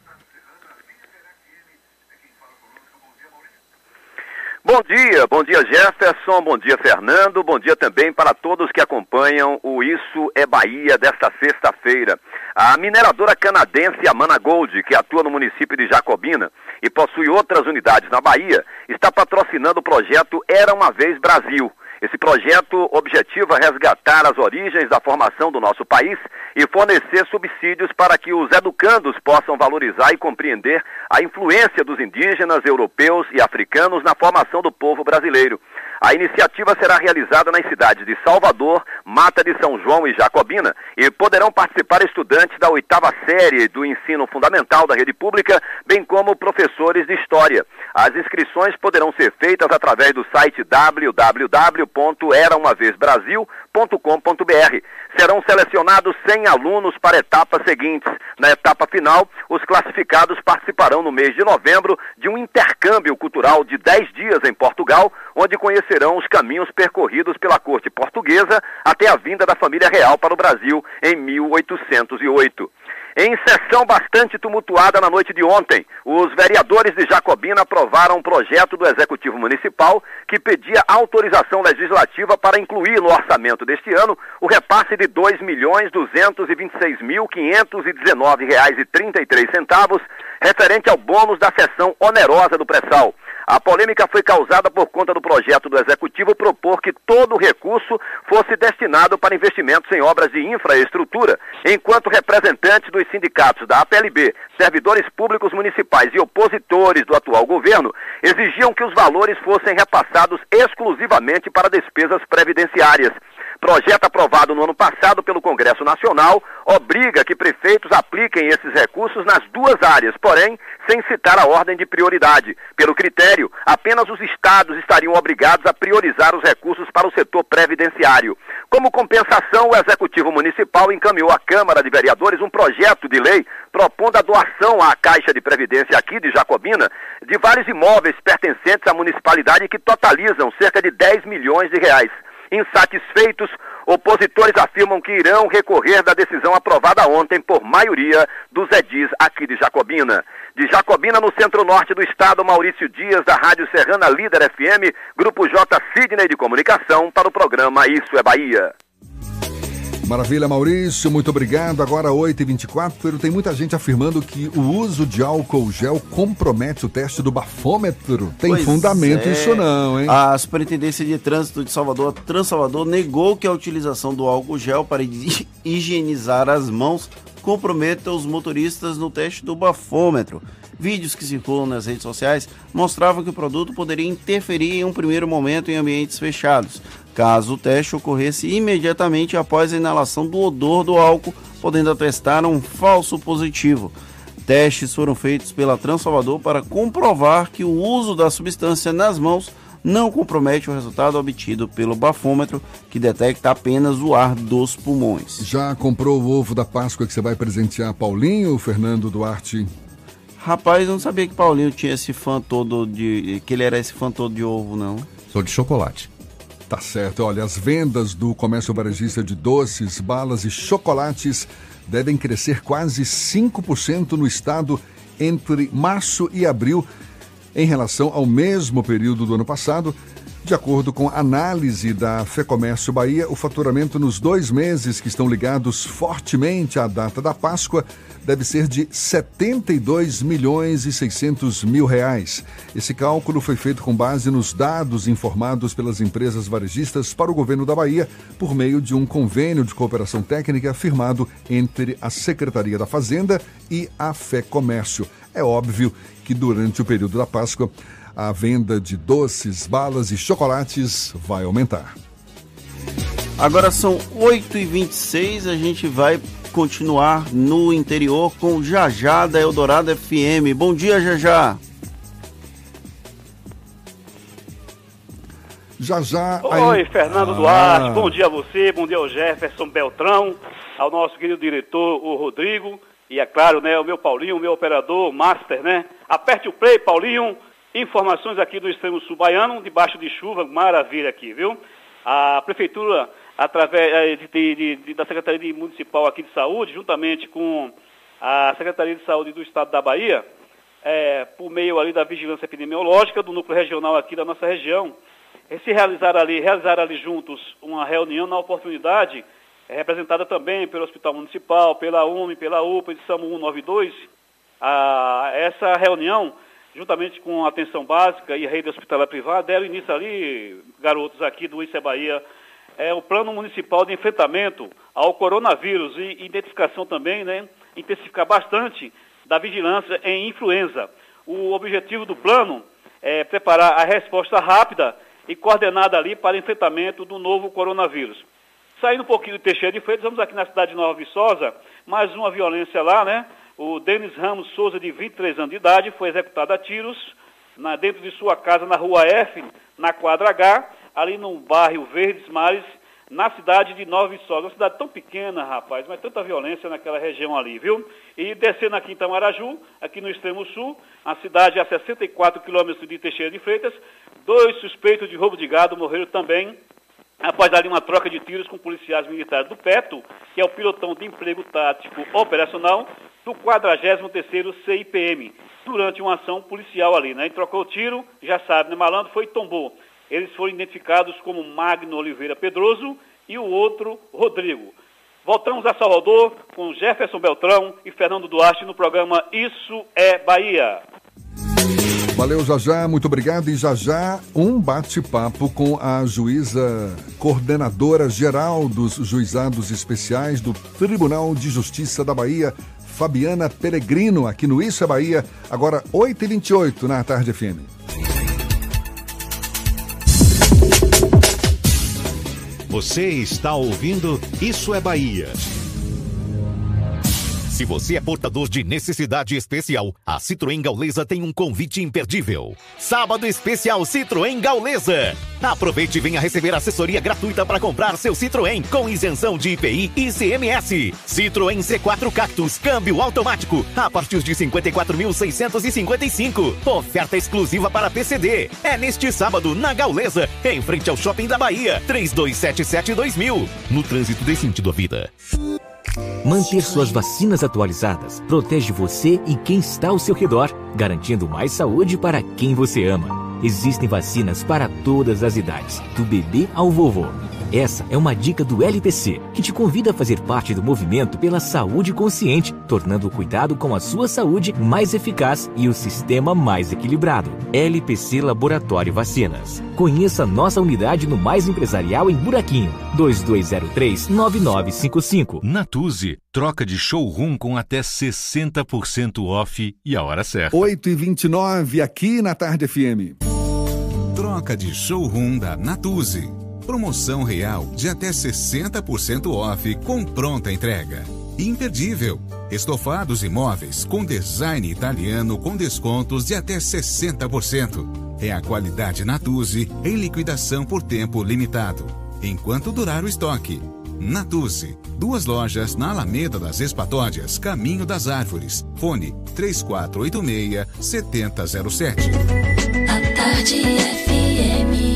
[SPEAKER 12] Bom dia Jefferson, bom dia Fernando, bom dia também para todos que acompanham o Isso é Bahia desta sexta-feira. A mineradora canadense Amana Gold, que atua no município de Jacobina e possui outras unidades na Bahia, está patrocinando o projeto Era Uma Vez Brasil. Esse projeto objetiva resgatar as origens da formação do nosso país e fornecer subsídios para que os educandos possam valorizar e compreender a influência dos indígenas, europeus e africanos na formação do povo brasileiro. A iniciativa será realizada nas cidades de Salvador, Mata de São João e Jacobina e poderão participar estudantes da 8ª série do ensino fundamental da rede pública, bem como professores de história. As inscrições poderão ser feitas através do site www.eraumavezbrasil.com.br. Serão selecionados 100 alunos para etapas seguintes. Na etapa final, os classificados participarão no mês de novembro de um intercâmbio cultural de 10 dias em Portugal, onde conhecerão os caminhos percorridos pela corte portuguesa até a vinda da família real para o Brasil em 1808. Em sessão bastante tumultuada na noite de ontem, os vereadores de Jacobina aprovaram um projeto do Executivo Municipal que pedia autorização legislativa para incluir no orçamento deste ano o repasse de R$ 2.226.519,33 referente ao bônus da seção onerosa do pré-sal. A polêmica foi causada por conta do projeto do Executivo propor que todo o recurso fosse destinado para investimentos em obras de infraestrutura, enquanto representantes dos sindicatos da APLB, servidores públicos municipais e opositores do atual governo exigiam que os valores fossem repassados exclusivamente para despesas previdenciárias. Projeto aprovado no ano passado pelo Congresso Nacional obriga que prefeitos apliquem esses recursos nas duas áreas, porém, sem citar a ordem de prioridade. Pelo critério, apenas os estados estariam obrigados a priorizar os recursos para o setor previdenciário. Como compensação, o Executivo Municipal encaminhou à Câmara de Vereadores um projeto de lei propondo a doação à Caixa de Previdência aqui de Jacobina de vários imóveis pertencentes à municipalidade que totalizam cerca de R$ 10 milhões. Insatisfeitos, opositores afirmam que irão recorrer da decisão aprovada ontem por maioria dos edis aqui de Jacobina. De Jacobina, no centro-norte do estado, Maurício Dias, da Rádio Serrana Líder FM, Grupo J Sidney de Comunicação, para o programa Isso é Bahia.
[SPEAKER 4] Maravilha, Maurício, muito obrigado. Agora 8h24, tem muita gente afirmando que o uso de álcool gel compromete o teste do bafômetro. Tem fundamento isso não, hein?
[SPEAKER 5] A Superintendência de Trânsito de Salvador, Transalvador, negou que a utilização do álcool gel para higienizar as mãos comprometa os motoristas no teste do bafômetro. Vídeos que circulam nas redes sociais mostravam que o produto poderia interferir em um primeiro momento em ambientes fechados, caso o teste ocorresse imediatamente após a inalação do odor do álcool, podendo atestar um falso positivo. Testes foram feitos pela Transalvador para comprovar que o uso da substância nas mãos não compromete o resultado obtido pelo bafômetro, que detecta apenas o ar dos pulmões.
[SPEAKER 4] Já comprou o ovo da Páscoa que você vai presentear Paulinho, Fernando Duarte?
[SPEAKER 5] Rapaz, eu não sabia que Paulinho tinha esse fã todo que ele era esse fã todo de ovo, não.
[SPEAKER 20] Sou de chocolate.
[SPEAKER 4] Tá certo. Olha, as vendas do comércio varejista de doces, balas e chocolates devem crescer quase 5% no estado entre março e abril, em relação ao mesmo período do ano passado. De acordo com a análise da FEComércio Bahia, o faturamento nos 2 meses que estão ligados fortemente à data da Páscoa deve ser de R$ 72.600.000. Esse cálculo foi feito com base nos dados informados pelas empresas varejistas para o governo da Bahia por meio de um convênio de cooperação técnica firmado entre a Secretaria da Fazenda e a FEComércio. É óbvio que durante o período da Páscoa a venda de doces, balas e chocolates vai aumentar.
[SPEAKER 5] Agora são 8h26, a gente vai continuar no interior com Jajá da Eldorado FM. Bom dia, Jajá.
[SPEAKER 4] Jajá.
[SPEAKER 11] Oi, Fernando Duarte, bom dia a você, bom dia ao Jefferson Beltrão, ao nosso querido diretor, o Rodrigo, e é claro, né, o meu Paulinho, o meu operador, master, né? Aperte o play, Paulinho. Informações aqui do extremo sul baiano, debaixo de chuva, maravilha aqui, viu? A Prefeitura, através da Secretaria Municipal aqui de Saúde, juntamente com a Secretaria de Saúde do Estado da Bahia, por meio ali da Vigilância Epidemiológica do Núcleo Regional aqui da nossa região, realizaram ali juntos uma reunião na oportunidade, representada também pelo Hospital Municipal, pela UME, pela UPA de SAMU 192. Essa reunião, juntamente com a atenção básica e a rede hospitalar privada, deram início ali, garotos aqui do Isso é Bahia, o Plano Municipal de Enfrentamento ao Coronavírus e identificação também, né, intensificar bastante da vigilância em influenza. O objetivo do plano é preparar a resposta rápida e coordenada ali para enfrentamento do novo coronavírus. Saindo um pouquinho de Teixeira de Freitas, vamos aqui na cidade de Nova Viçosa, mais uma violência lá, né? O Denis Ramos Souza, de 23 anos de idade, foi executado a tiros dentro de sua casa na Rua F, na quadra H, ali no bairro Verdes Mares, na cidade de Nova Viçosa. Uma cidade tão pequena, rapaz, mas tanta violência naquela região ali, viu? E descendo aqui em Itamaraju, aqui no extremo sul, a cidade a 64 quilômetros de Teixeira de Freitas, 2 suspeitos de roubo de gado morreram também após ali uma troca de tiros com policiais militares do PETO, que é o Pilotão de Emprego Tático Operacional do 43º CIPM, durante uma ação policial ali, né? E trocou o tiro, já sabe, né, malandro, foi e tombou. Eles foram identificados como Magno Oliveira Pedroso e o outro, Rodrigo. Voltamos a Salvador com Jefferson Beltrão e Fernando Duarte no programa Isso é Bahia.
[SPEAKER 4] Valeu, Jajá, muito obrigado. E já um bate-papo com a juíza coordenadora geral dos juizados especiais do Tribunal de Justiça da Bahia, Fabiana Peregrino, aqui no Isso é Bahia, agora 8h28 na Tarde FM.
[SPEAKER 2] Você está ouvindo Isso é Bahia. Se você é portador de necessidade especial, a Citroën Gaulesa tem um convite imperdível. Sábado especial Citroën Gaulesa. Aproveite e venha receber assessoria gratuita para comprar seu Citroën com isenção de IPI e ICMS. Citroën C4 Cactus, câmbio automático, a partir de 54.655. Oferta exclusiva para PCD. É neste sábado na Gaulesa, em frente ao Shopping da Bahia. 3277-2000. No trânsito dê sentido à vida.
[SPEAKER 14] Manter suas vacinas atualizadas protege você e quem está ao seu redor, garantindo mais saúde para quem você ama. Existem vacinas para todas as idades, do bebê ao vovô. Essa é uma dica do LPC, que te convida a fazer parte do movimento pela saúde consciente, tornando o cuidado com a sua saúde mais eficaz e o sistema mais equilibrado. LPC Laboratório Vacinas. Conheça nossa unidade no Mais Empresarial em Buraquinho, 2203-9955.
[SPEAKER 3] Natuzzi, troca de showroom com até 60% off e a hora certa.
[SPEAKER 4] 8h29 aqui na Tarde FM.
[SPEAKER 15] Troca de showroom da Natuzzi. Promoção real de até 60% off com pronta entrega. Imperdível. Estofados e móveis com design italiano com descontos de até 60%. É a qualidade Natuzzi em liquidação por tempo limitado, enquanto durar o estoque. Natuzzi, 2 lojas na Alameda das Espatódias, Caminho das Árvores. Fone 3486-7007.
[SPEAKER 1] A Tarde FM.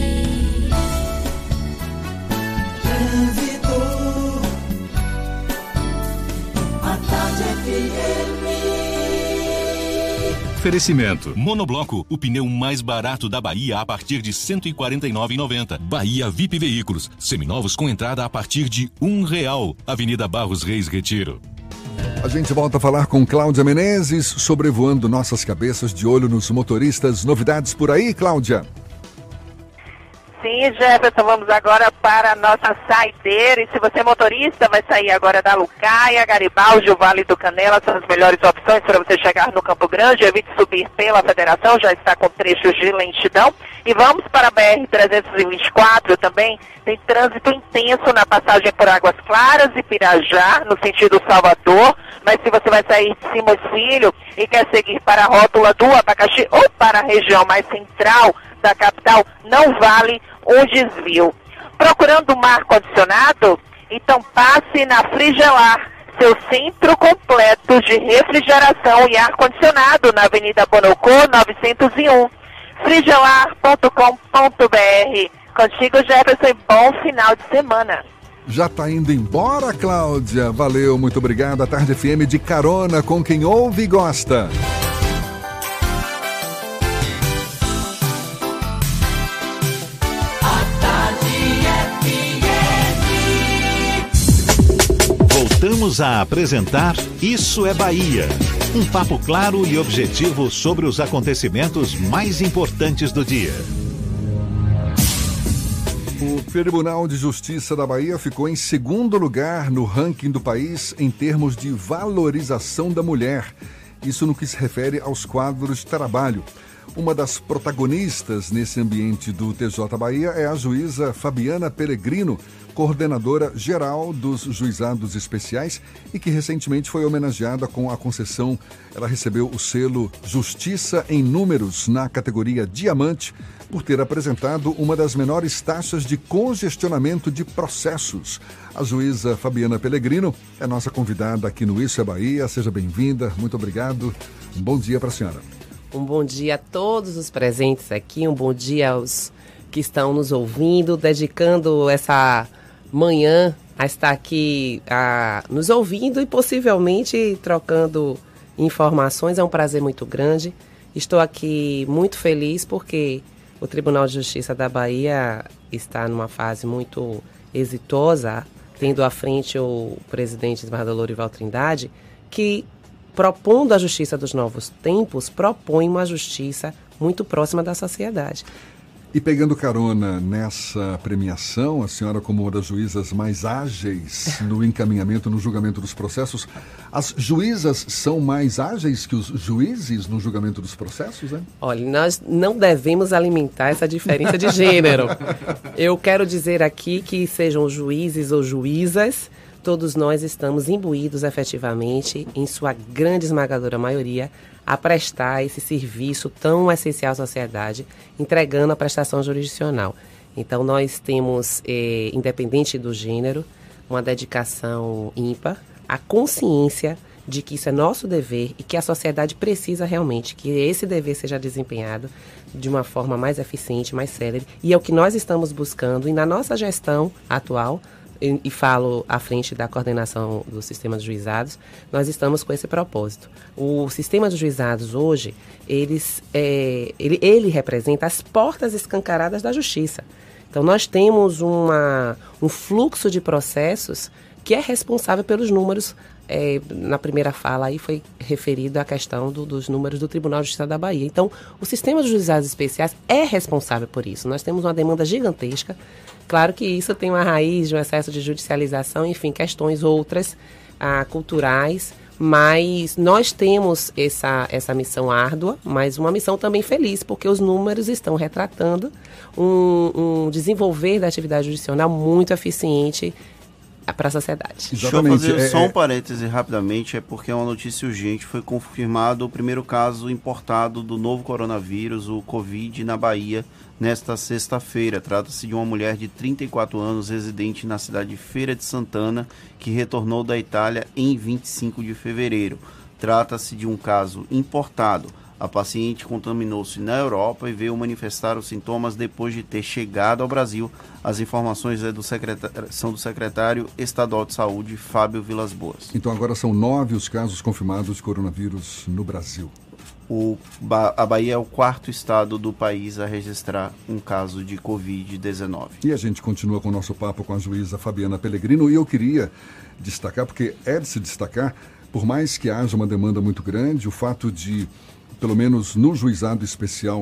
[SPEAKER 3] Oferecimento. Monobloco, o pneu mais barato da Bahia a partir de R$ 149,90. Bahia VIP Veículos, seminovos com entrada a partir de R$1. Avenida Barros Reis Retiro.
[SPEAKER 4] A gente volta a falar com Cláudia Menezes, sobrevoando nossas cabeças, de olho nos motoristas. Novidades por aí, Cláudia?
[SPEAKER 7] Sim, Jefferson, vamos agora para a nossa saideira. E se você é motorista, vai sair agora da Lucaia, Garibaldi, o Vale do Canela, são as melhores opções para você chegar no Campo Grande. Evite subir pela Federação, já está com trechos de lentidão. E vamos para a BR-324 também. Tem trânsito intenso na passagem por Águas Claras e Pirajá, no sentido Salvador. Mas se você vai sair de Simões Filho e quer seguir para a rótula do Abacaxi ou para a região mais central da capital, não vale um desvio. Procurando um ar-condicionado? Então passe na Frigelar, seu centro completo de refrigeração e ar-condicionado, na Avenida Bonocô, 901. frigelar.com.br. Contigo, Jefferson, e bom final de semana.
[SPEAKER 4] Já tá indo embora, Cláudia? Valeu, muito obrigado. A Tarde FM de carona com quem ouve e gosta.
[SPEAKER 2] Voltamos a apresentar Isso é Bahia. Um papo claro e objetivo sobre os acontecimentos mais importantes do dia.
[SPEAKER 4] O Tribunal de Justiça da Bahia ficou em segundo lugar no ranking do país em termos de valorização da mulher. Isso no que se refere aos quadros de trabalho. Uma das protagonistas nesse ambiente do TJ Bahia é a juíza Fabiana Pellegrino, coordenadora geral dos juizados especiais e que recentemente foi homenageada com a concessão. Ela recebeu o selo Justiça em Números na categoria Diamante por ter apresentado uma das menores taxas de congestionamento de processos. A juíza Fabiana Pellegrino é nossa convidada aqui no Isso é Bahia. Seja bem-vinda, muito obrigado. Um bom dia para a senhora.
[SPEAKER 13] Um bom dia a todos os presentes aqui, um bom dia aos que estão nos ouvindo, dedicando essa manhã a estar aqui nos ouvindo e possivelmente trocando informações. É um prazer muito grande. Estou aqui muito feliz porque o Tribunal de Justiça da Bahia está numa fase muito exitosa, tendo à frente o presidente desembargador Lorival Trindade, que, propondo a justiça dos novos tempos, propõe uma justiça muito próxima da sociedade.
[SPEAKER 4] E pegando carona nessa premiação, a senhora como uma das juízas mais ágeis no encaminhamento, no julgamento dos processos, as juízas são mais ágeis que os juízes no julgamento dos processos, né?
[SPEAKER 13] Olha, nós não devemos alimentar essa diferença de gênero. Eu quero dizer aqui que sejam juízes ou juízas, todos nós estamos imbuídos efetivamente, em sua grande esmagadora maioria, a prestar esse serviço tão essencial à sociedade, entregando a prestação jurisdicional. Então, nós temos, independente do gênero, uma dedicação ímpar, a consciência de que isso é nosso dever e que a sociedade precisa realmente que esse dever seja desempenhado de uma forma mais eficiente, mais célere. E é o que nós estamos buscando e na nossa gestão atual, e falo à frente da coordenação do sistema dos juizados, nós estamos com esse propósito. O sistema dos juizados hoje, ele representa as portas escancaradas da justiça. Então, nós temos um fluxo de processos que é responsável pelos números. Na primeira fala aí foi referida a questão dos números do Tribunal de Justiça da Bahia. Então, o sistema dos juizados especiais é responsável por isso. Nós temos uma demanda gigantesca. Claro que isso tem uma raiz de um excesso de judicialização, enfim, questões outras culturais, mas nós temos essa missão árdua, mas uma missão também feliz, porque os números estão retratando um desenvolver da atividade judicional muito eficiente para a sociedade.
[SPEAKER 5] Exatamente. Deixa eu fazer só um parêntese rapidamente, porque é uma notícia urgente. Foi confirmado o primeiro caso importado do novo coronavírus, o Covid, na Bahia, nesta sexta-feira. Trata-se de uma mulher de 34 anos, residente na cidade de Feira de Santana, que retornou da Itália em 25 de fevereiro. Trata-se de um caso importado. A paciente contaminou-se na Europa e veio manifestar os sintomas depois de ter chegado ao Brasil. As informações são do secretário estadual de saúde, Fábio Vilas Boas.
[SPEAKER 4] Então agora são 9 os casos confirmados de coronavírus no Brasil.
[SPEAKER 5] A Bahia é o quarto estado do país a registrar um caso de Covid-19.
[SPEAKER 4] E a gente continua com o nosso papo com a juíza Fabiana Pellegrino, e eu queria destacar, porque é de se destacar, por mais que haja uma demanda muito grande, o fato de, pelo menos no juizado especial,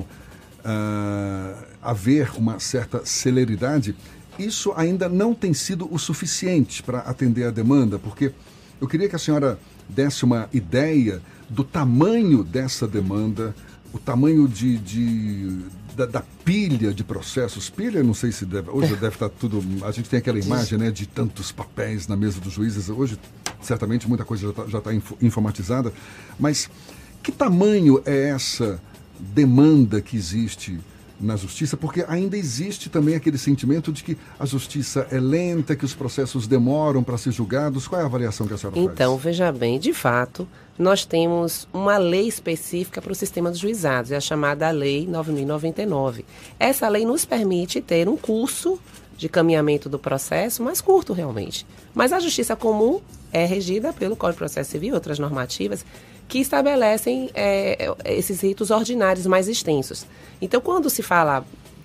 [SPEAKER 4] haver uma certa celeridade, isso ainda não tem sido o suficiente para atender a demanda, porque eu queria que a senhora desse uma ideia do tamanho dessa demanda, o tamanho da pilha de processos. Pilha, não sei se deve, hoje deve estar tudo, a gente tem aquela imagem, né, de tantos papéis na mesa dos juízes, hoje certamente muita coisa já está informatizada, mas que tamanho é essa demanda que existe na justiça? Porque ainda existe também aquele sentimento de que a justiça é lenta, que os processos demoram para ser julgados. Qual é a avaliação que a senhora faz?
[SPEAKER 13] Então, veja bem, de fato, nós temos uma lei específica para o sistema dos juizados, é a chamada Lei 9.099. Essa lei nos permite ter um curso de caminhamento do processo mais curto, realmente. Mas a justiça comum é regida pelo Código de Processo Civil e outras normativas que estabelecem esses ritos ordinários mais extensos. Então, quando se fala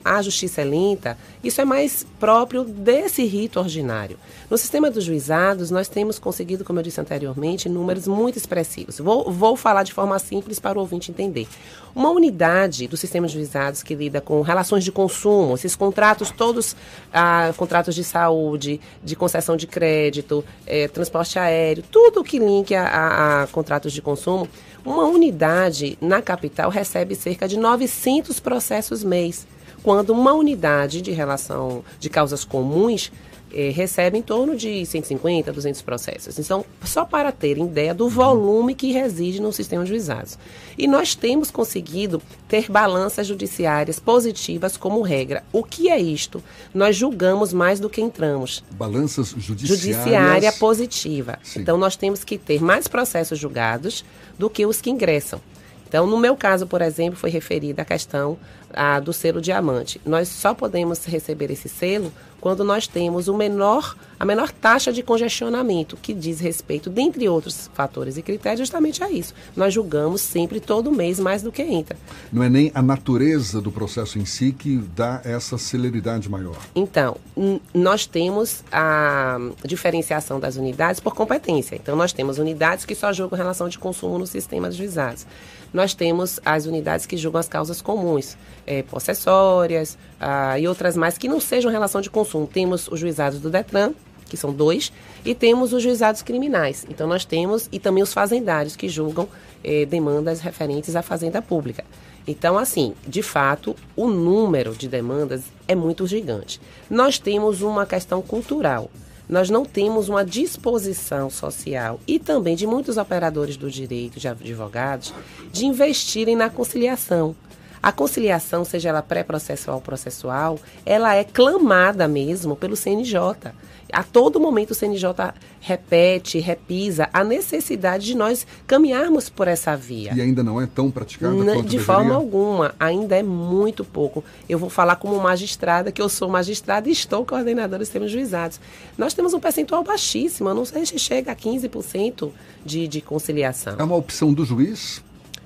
[SPEAKER 13] a justiça é lenta, isso é mais próprio desse rito ordinário. No sistema dos juizados, nós temos conseguido, como eu disse anteriormente, números muito expressivos. Vou falar de forma simples para o ouvinte entender. Uma unidade do sistema de juizados que lida com relações de consumo, esses contratos todos, contratos de saúde, de concessão de crédito, transporte aéreo, tudo que linke a contratos de consumo, uma unidade na capital recebe cerca de 900 processos mês, quando uma unidade de relação de causas comuns recebe em torno de 150, 200 processos. Então, só para terem ideia do volume que reside no sistema de juizados. E nós temos conseguido ter balanças judiciárias positivas como regra. O que é isto? Nós julgamos mais do que entramos.
[SPEAKER 4] Balanças judiciárias...
[SPEAKER 13] Judiciária positiva.
[SPEAKER 4] Sim.
[SPEAKER 13] Então, nós temos que ter mais processos julgados do que os que ingressam. Então, no meu caso, por exemplo, foi referida a questão do selo diamante. Nós só podemos receber esse selo quando nós temos a menor taxa de congestionamento, que diz respeito, dentre outros fatores e critérios, justamente a isso. Nós julgamos sempre, todo mês, mais do que entra.
[SPEAKER 4] Não é nem a natureza do processo em si que dá essa celeridade maior.
[SPEAKER 13] Então, nós temos a diferenciação das unidades por competência. Então, nós temos unidades que só julgam relação de consumo no sistema dos juizados. Nós temos as unidades que julgam as causas comuns, possessórias e outras mais que não sejam relação de consumo. Temos os juizados do Detran, que são 2, e temos os juizados criminais. Então nós temos, e também os fazendários que julgam demandas referentes à fazenda pública. Então, assim, de fato, o número de demandas é muito gigante. Nós temos uma questão cultural. Nós não temos uma disposição social e também de muitos operadores do direito, de advogados, de investirem na conciliação. A conciliação, seja ela pré-processual ou processual, ela é clamada mesmo pelo CNJ. A todo momento o CNJ repete, repisa a necessidade de nós caminharmos por essa via.
[SPEAKER 4] E ainda não é tão praticada quanto deveria?
[SPEAKER 13] De forma alguma, ainda é muito pouco. Eu vou falar como magistrada, que eu sou magistrada e estou coordenadora dos sistemas juizados. Nós temos um percentual baixíssimo, eu não sei se chega a 15% de conciliação. É
[SPEAKER 4] uma opção do juiz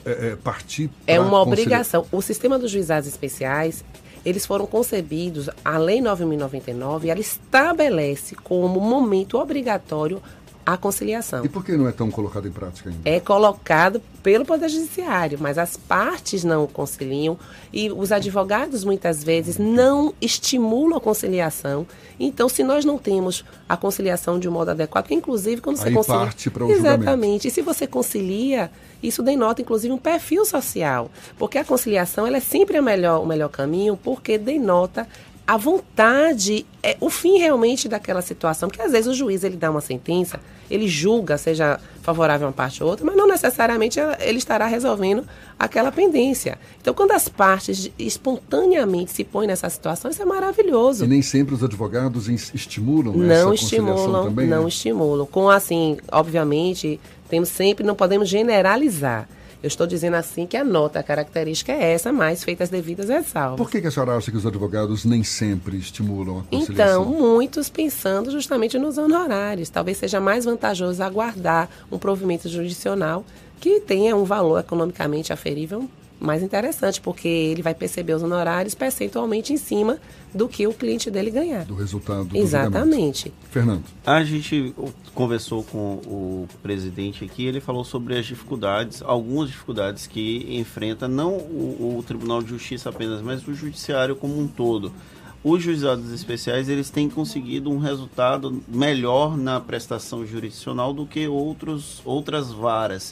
[SPEAKER 4] partir para
[SPEAKER 13] É uma obrigação. O sistema dos juizados especiais, eles foram concebidos, a Lei 9.099, ela estabelece como momento obrigatório a conciliação.
[SPEAKER 4] E por que não é tão colocado em prática ainda?
[SPEAKER 13] É colocado pelo Poder Judiciário, mas as partes não conciliam e os advogados muitas vezes não estimulam a conciliação. Então, se nós não temos a conciliação de um modo adequado, porque inclusive quando você concilia...
[SPEAKER 4] parte para o
[SPEAKER 13] Exatamente.
[SPEAKER 4] Julgamento.
[SPEAKER 13] E se você concilia, isso denota inclusive um perfil social, porque a conciliação ela é sempre o melhor caminho, porque denota a vontade, o fim realmente daquela situação, porque às vezes o juiz ele dá uma sentença, ele julga, seja favorável a uma parte ou outra, mas não necessariamente ele estará resolvendo aquela pendência. Então, quando as partes espontaneamente se põem nessa situação, isso é maravilhoso.
[SPEAKER 4] E nem sempre os advogados estimulam essa conciliação também?
[SPEAKER 13] Não estimulam. Com assim, obviamente, não podemos generalizar. Eu estou dizendo assim que a nota, a característica é essa, mas feitas as devidas ressalvas.
[SPEAKER 4] Por que a senhora acha que os advogados nem sempre estimulam a conciliação?
[SPEAKER 13] Então, muitos pensando justamente nos honorários. Talvez seja mais vantajoso aguardar um provimento jurisdicional que tenha um valor economicamente aferível mais interessante, porque ele vai perceber os honorários percentualmente em cima do que o cliente dele ganhar.
[SPEAKER 4] Do resultado do
[SPEAKER 13] Exatamente.
[SPEAKER 4] Julgamento. Fernando.
[SPEAKER 5] A gente conversou com o presidente aqui, ele falou sobre as dificuldades, algumas dificuldades que enfrenta não o Tribunal de Justiça apenas, mas o Judiciário como um todo. Os juizados especiais, eles têm conseguido um resultado melhor na prestação jurisdicional do que outras varas.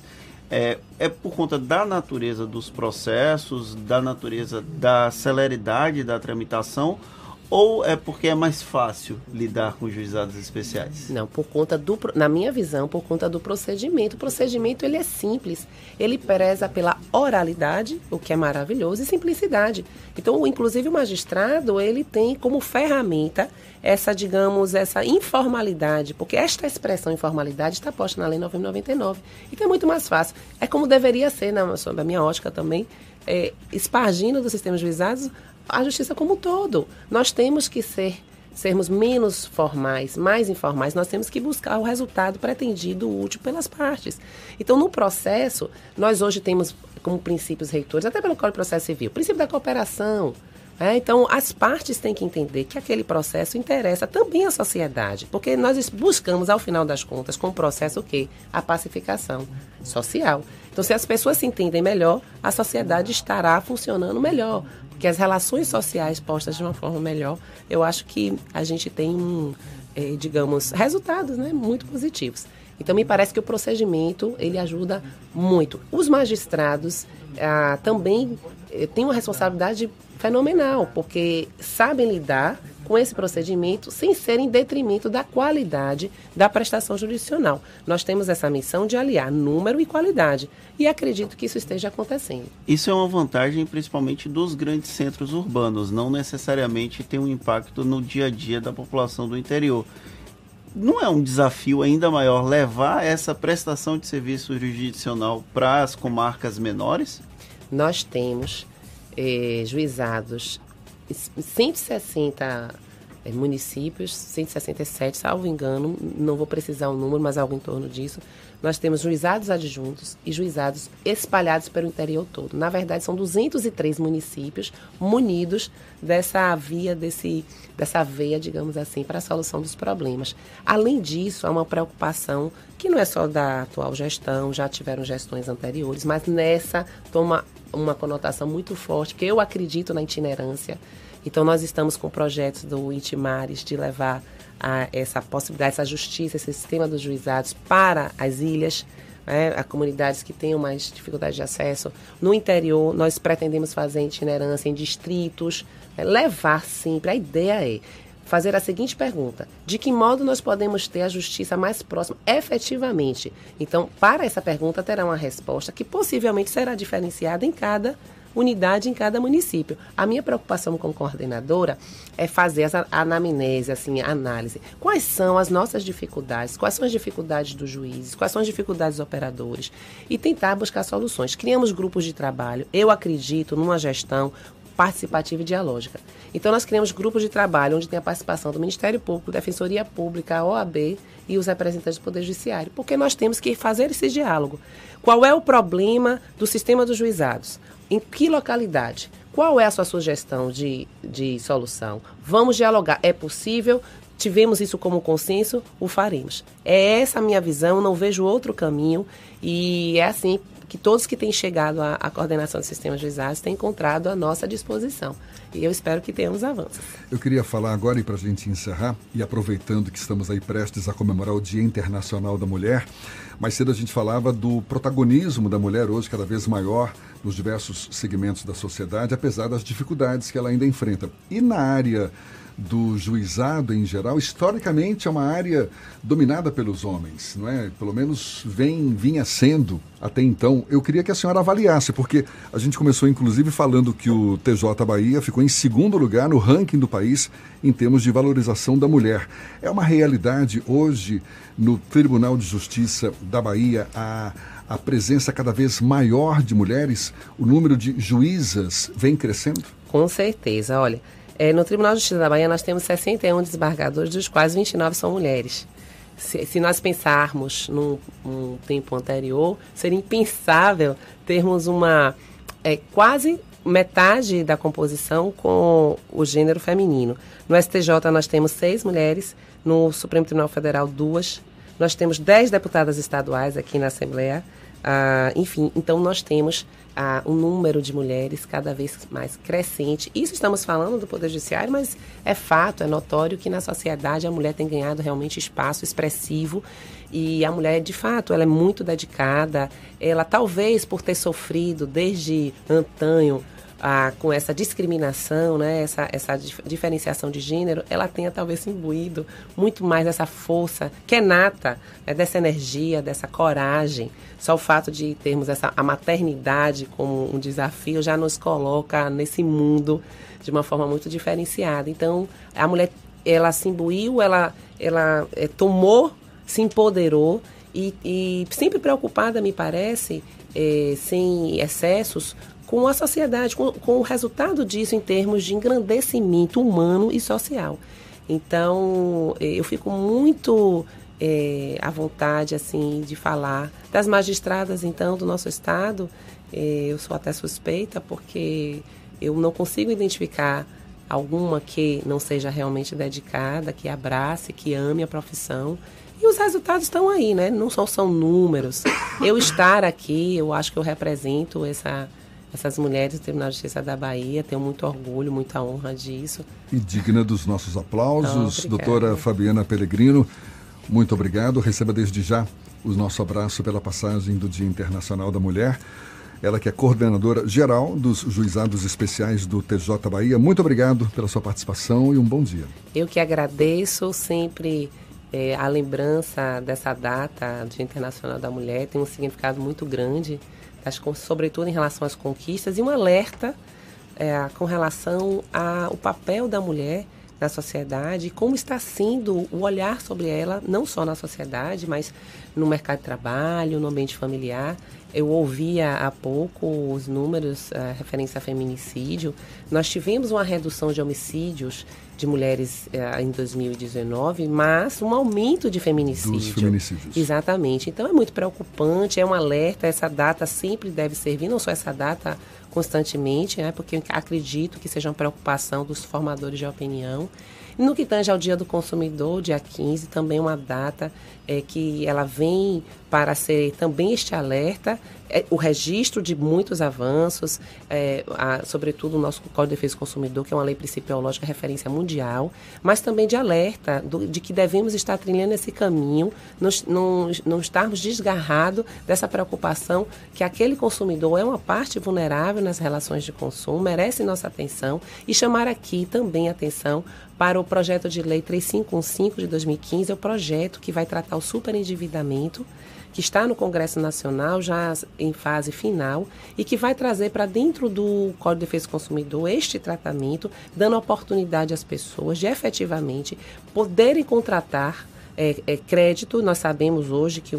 [SPEAKER 5] É por conta da natureza dos processos, da natureza da celeridade da tramitação, ou é porque é mais fácil lidar com juizados especiais?
[SPEAKER 13] Não, na minha visão, por conta do procedimento. O procedimento ele é simples, ele preza pela oralidade, o que é maravilhoso, e simplicidade. Então, inclusive o magistrado, ele tem como ferramenta essa informalidade, porque esta expressão informalidade está posta na Lei 9.099. Então é muito mais fácil. É como deveria ser, sob a minha ótica também, espargindo do sistema de juizados a justiça como um todo. Nós temos que sermos menos formais, mais informais. Nós temos que buscar o resultado pretendido, útil pelas partes. Então, no processo, nós hoje temos como princípios reitores, até pelo Código de Processo Civil, o princípio da cooperação, Então, as partes têm que entender que aquele processo interessa também à sociedade, porque nós buscamos, ao final das contas, com o processo o quê? A pacificação social. Então, se as pessoas se entendem melhor, a sociedade estará funcionando melhor, porque as relações sociais postas de uma forma melhor, eu acho que a gente tem, digamos, resultados, né, muito positivos. Então, me parece que o procedimento, ele ajuda muito. Os magistrados também têm uma responsabilidade fenomenal, porque sabem lidar com esse procedimento sem ser em detrimento da qualidade da prestação jurisdicional. Nós temos essa missão de aliar número e qualidade, e acredito que isso esteja acontecendo.
[SPEAKER 5] Isso é uma vantagem principalmente dos grandes centros urbanos, não necessariamente tem um impacto no dia a dia da população do interior. Não é um desafio ainda maior levar essa prestação de serviço jurisdicional para as comarcas menores?
[SPEAKER 13] Nós temos juizados, 160 municípios, 167, salvo engano, não vou precisar o número, mas algo em torno disso. Nós temos juizados adjuntos e juizados espalhados pelo interior todo. Na verdade, são 203 municípios munidos dessa veia, digamos assim, para a solução dos problemas. Além disso, há uma preocupação que não é só da atual gestão, já tiveram gestões anteriores, mas nessa toma uma conotação muito forte, porque eu acredito na itinerância. Então, nós estamos com projetos do Itimares de levar essa possibilidade, essa justiça, esse sistema dos juizados para as ilhas, a comunidades que tenham mais dificuldade de acesso. No interior, nós pretendemos fazer itinerância em distritos, levar sempre. A ideia é fazer a seguinte pergunta: de que modo nós podemos ter a justiça mais próxima efetivamente? Então, para essa pergunta terá uma resposta que possivelmente será diferenciada em cada unidade, em cada município. A minha preocupação como coordenadora é fazer essa anamnese, assim, análise. Quais são as nossas dificuldades? Quais são as dificuldades dos juízes? Quais são as dificuldades dos operadores? E tentar buscar soluções. Criamos grupos de trabalho. Eu acredito numa gestão participativa e dialógica. Então, nós criamos grupos de trabalho onde tem a participação do Ministério Público, Defensoria Pública, a OAB e os representantes do Poder Judiciário, porque nós temos que fazer esse diálogo. Qual é o problema do sistema dos juizados? Em que localidade? Qual é a sua sugestão de solução? Vamos dialogar. É possível? Tivemos isso como consenso? O faremos. É essa a minha visão, não vejo outro caminho, e é assim que todos que têm chegado à coordenação do sistema de juizados têm encontrado a nossa disposição. E eu espero que tenhamos avanços.
[SPEAKER 4] Eu queria falar agora, e para a gente encerrar, e aproveitando que estamos aí prestes a comemorar o Dia Internacional da Mulher, mais cedo a gente falava do protagonismo da mulher hoje cada vez maior nos diversos segmentos da sociedade, apesar das dificuldades que ela ainda enfrenta. E na área do juizado em geral, historicamente é uma área dominada pelos homens, não é? Pelo menos vinha sendo até então. Eu queria que a senhora avaliasse, porque a gente começou inclusive falando que o TJ Bahia ficou em segundo lugar no ranking do país em termos de valorização da mulher. É uma realidade hoje no Tribunal de Justiça da Bahia a presença cada vez maior de mulheres? O número de juízas vem crescendo?
[SPEAKER 13] Com certeza, olha. No Tribunal de Justiça da Bahia nós temos 61 desembargadores, dos quais 29 são mulheres. Se nós pensarmos num tempo anterior, seria impensável termos quase metade da composição com o gênero feminino. No STJ nós temos 6 mulheres, no Supremo Tribunal Federal 2, nós temos 10 deputadas estaduais aqui na Assembleia, enfim, então nós temos um número de mulheres cada vez mais crescente. Isso estamos falando do Poder Judiciário, mas é fato, é notório que na sociedade a mulher tem ganhado realmente espaço expressivo, e a mulher, de fato, ela é muito dedicada. Ela, talvez por ter sofrido desde antanho com essa discriminação, né, essa diferenciação de gênero, ela tenha talvez imbuído muito mais dessa força que é nata, né, dessa energia, dessa coragem. Só o fato de termos a maternidade como um desafio já nos coloca nesse mundo de uma forma muito diferenciada. Então, a mulher, ela se imbuiu, ela tomou, se empoderou e sempre preocupada, me parece, sem excessos, com a sociedade, com o resultado disso em termos de engrandecimento humano e social. Então, eu fico muito à vontade assim, de falar das magistradas, então, do nosso estado. Eu sou até suspeita, porque eu não consigo identificar alguma que não seja realmente dedicada, que abrace, que ame a profissão. E os resultados estão aí, né? Não só são números. Eu estar aqui, eu acho que eu represento essas mulheres do Tribunal de Justiça da Bahia, tenho muito orgulho, muita honra disso.
[SPEAKER 4] E digna dos nossos aplausos, doutora Fabiana Pellegrino, muito obrigado. Receba desde já o nosso abraço pela passagem do Dia Internacional da Mulher. Ela que é coordenadora geral dos Juizados Especiais do TJ Bahia. Muito obrigado pela sua participação e um bom dia.
[SPEAKER 13] Eu que agradeço sempre a lembrança dessa data, Dia Internacional da Mulher, tem um significado muito grande, acho que, sobretudo em relação às conquistas, e um alerta com relação ao papel da mulher na sociedade e como está sendo o olhar sobre ela, não só na sociedade, mas no mercado de trabalho, no ambiente familiar. Eu ouvia há pouco os números referentes a feminicídio. Nós tivemos uma redução de homicídios de mulheres em 2019, mas um aumento de feminicídio.
[SPEAKER 4] Dos feminicídios.
[SPEAKER 13] Exatamente. Então é muito preocupante, é um alerta, essa data sempre deve servir, não só essa data constantemente, né, porque eu acredito que seja uma preocupação dos formadores de opinião. No que tange ao Dia do Consumidor, dia 15, também uma data que ela vem para ser também este alerta, o registro de muitos avanços, sobretudo o nosso Código de Defesa do Consumidor, que é uma lei principiológica, referência mundial, mas também de alerta de que devemos estar trilhando esse caminho, não estarmos desgarrados dessa preocupação que aquele consumidor é uma parte vulnerável nas relações de consumo, merece nossa atenção, e chamar aqui também atenção para o projeto de lei 3515 de 2015, é o projeto que vai tratar o superendividamento, que está no Congresso Nacional, já em fase final, e que vai trazer para dentro do Código de Defesa do Consumidor este tratamento, dando oportunidade às pessoas de efetivamente poderem contratar crédito. Nós sabemos hoje que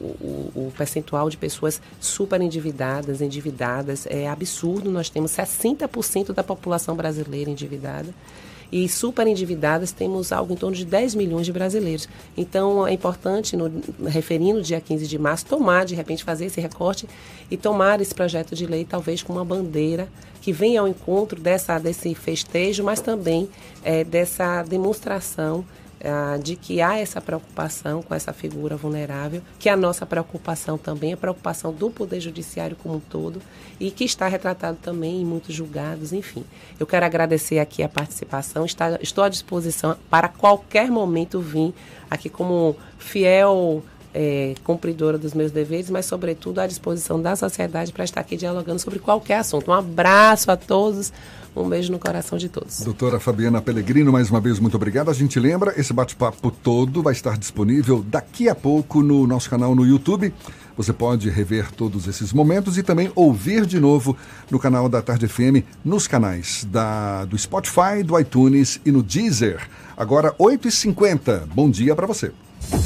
[SPEAKER 13] o percentual de pessoas superendividadas, endividadas, é absurdo. Nós temos 60% da população brasileira endividada. E superendividadas temos algo em torno de 10 milhões de brasileiros. Então é importante, referindo o dia 15 de março, de repente fazer esse recorte e tomar esse projeto de lei talvez com uma bandeira que venha ao encontro desse festejo, mas também dessa demonstração de que há essa preocupação com essa figura vulnerável, que a nossa preocupação também é a preocupação do Poder Judiciário como um todo e que está retratado também em muitos julgados, enfim. Eu quero agradecer aqui a participação, estou à disposição para qualquer momento vir aqui como fiel cumpridora dos meus deveres, mas sobretudo à disposição da sociedade para estar aqui dialogando sobre qualquer assunto. Um abraço a todos. Um beijo no coração de todos.
[SPEAKER 4] Doutora Fabiana Pellegrino, mais uma vez, muito obrigado. A gente lembra, esse bate-papo todo vai estar disponível daqui a pouco no nosso canal no YouTube. Você pode rever todos esses momentos e também ouvir de novo no canal da Tarde FM, nos canais do Spotify, do iTunes e no Deezer. Agora, 8h50. Bom dia para você.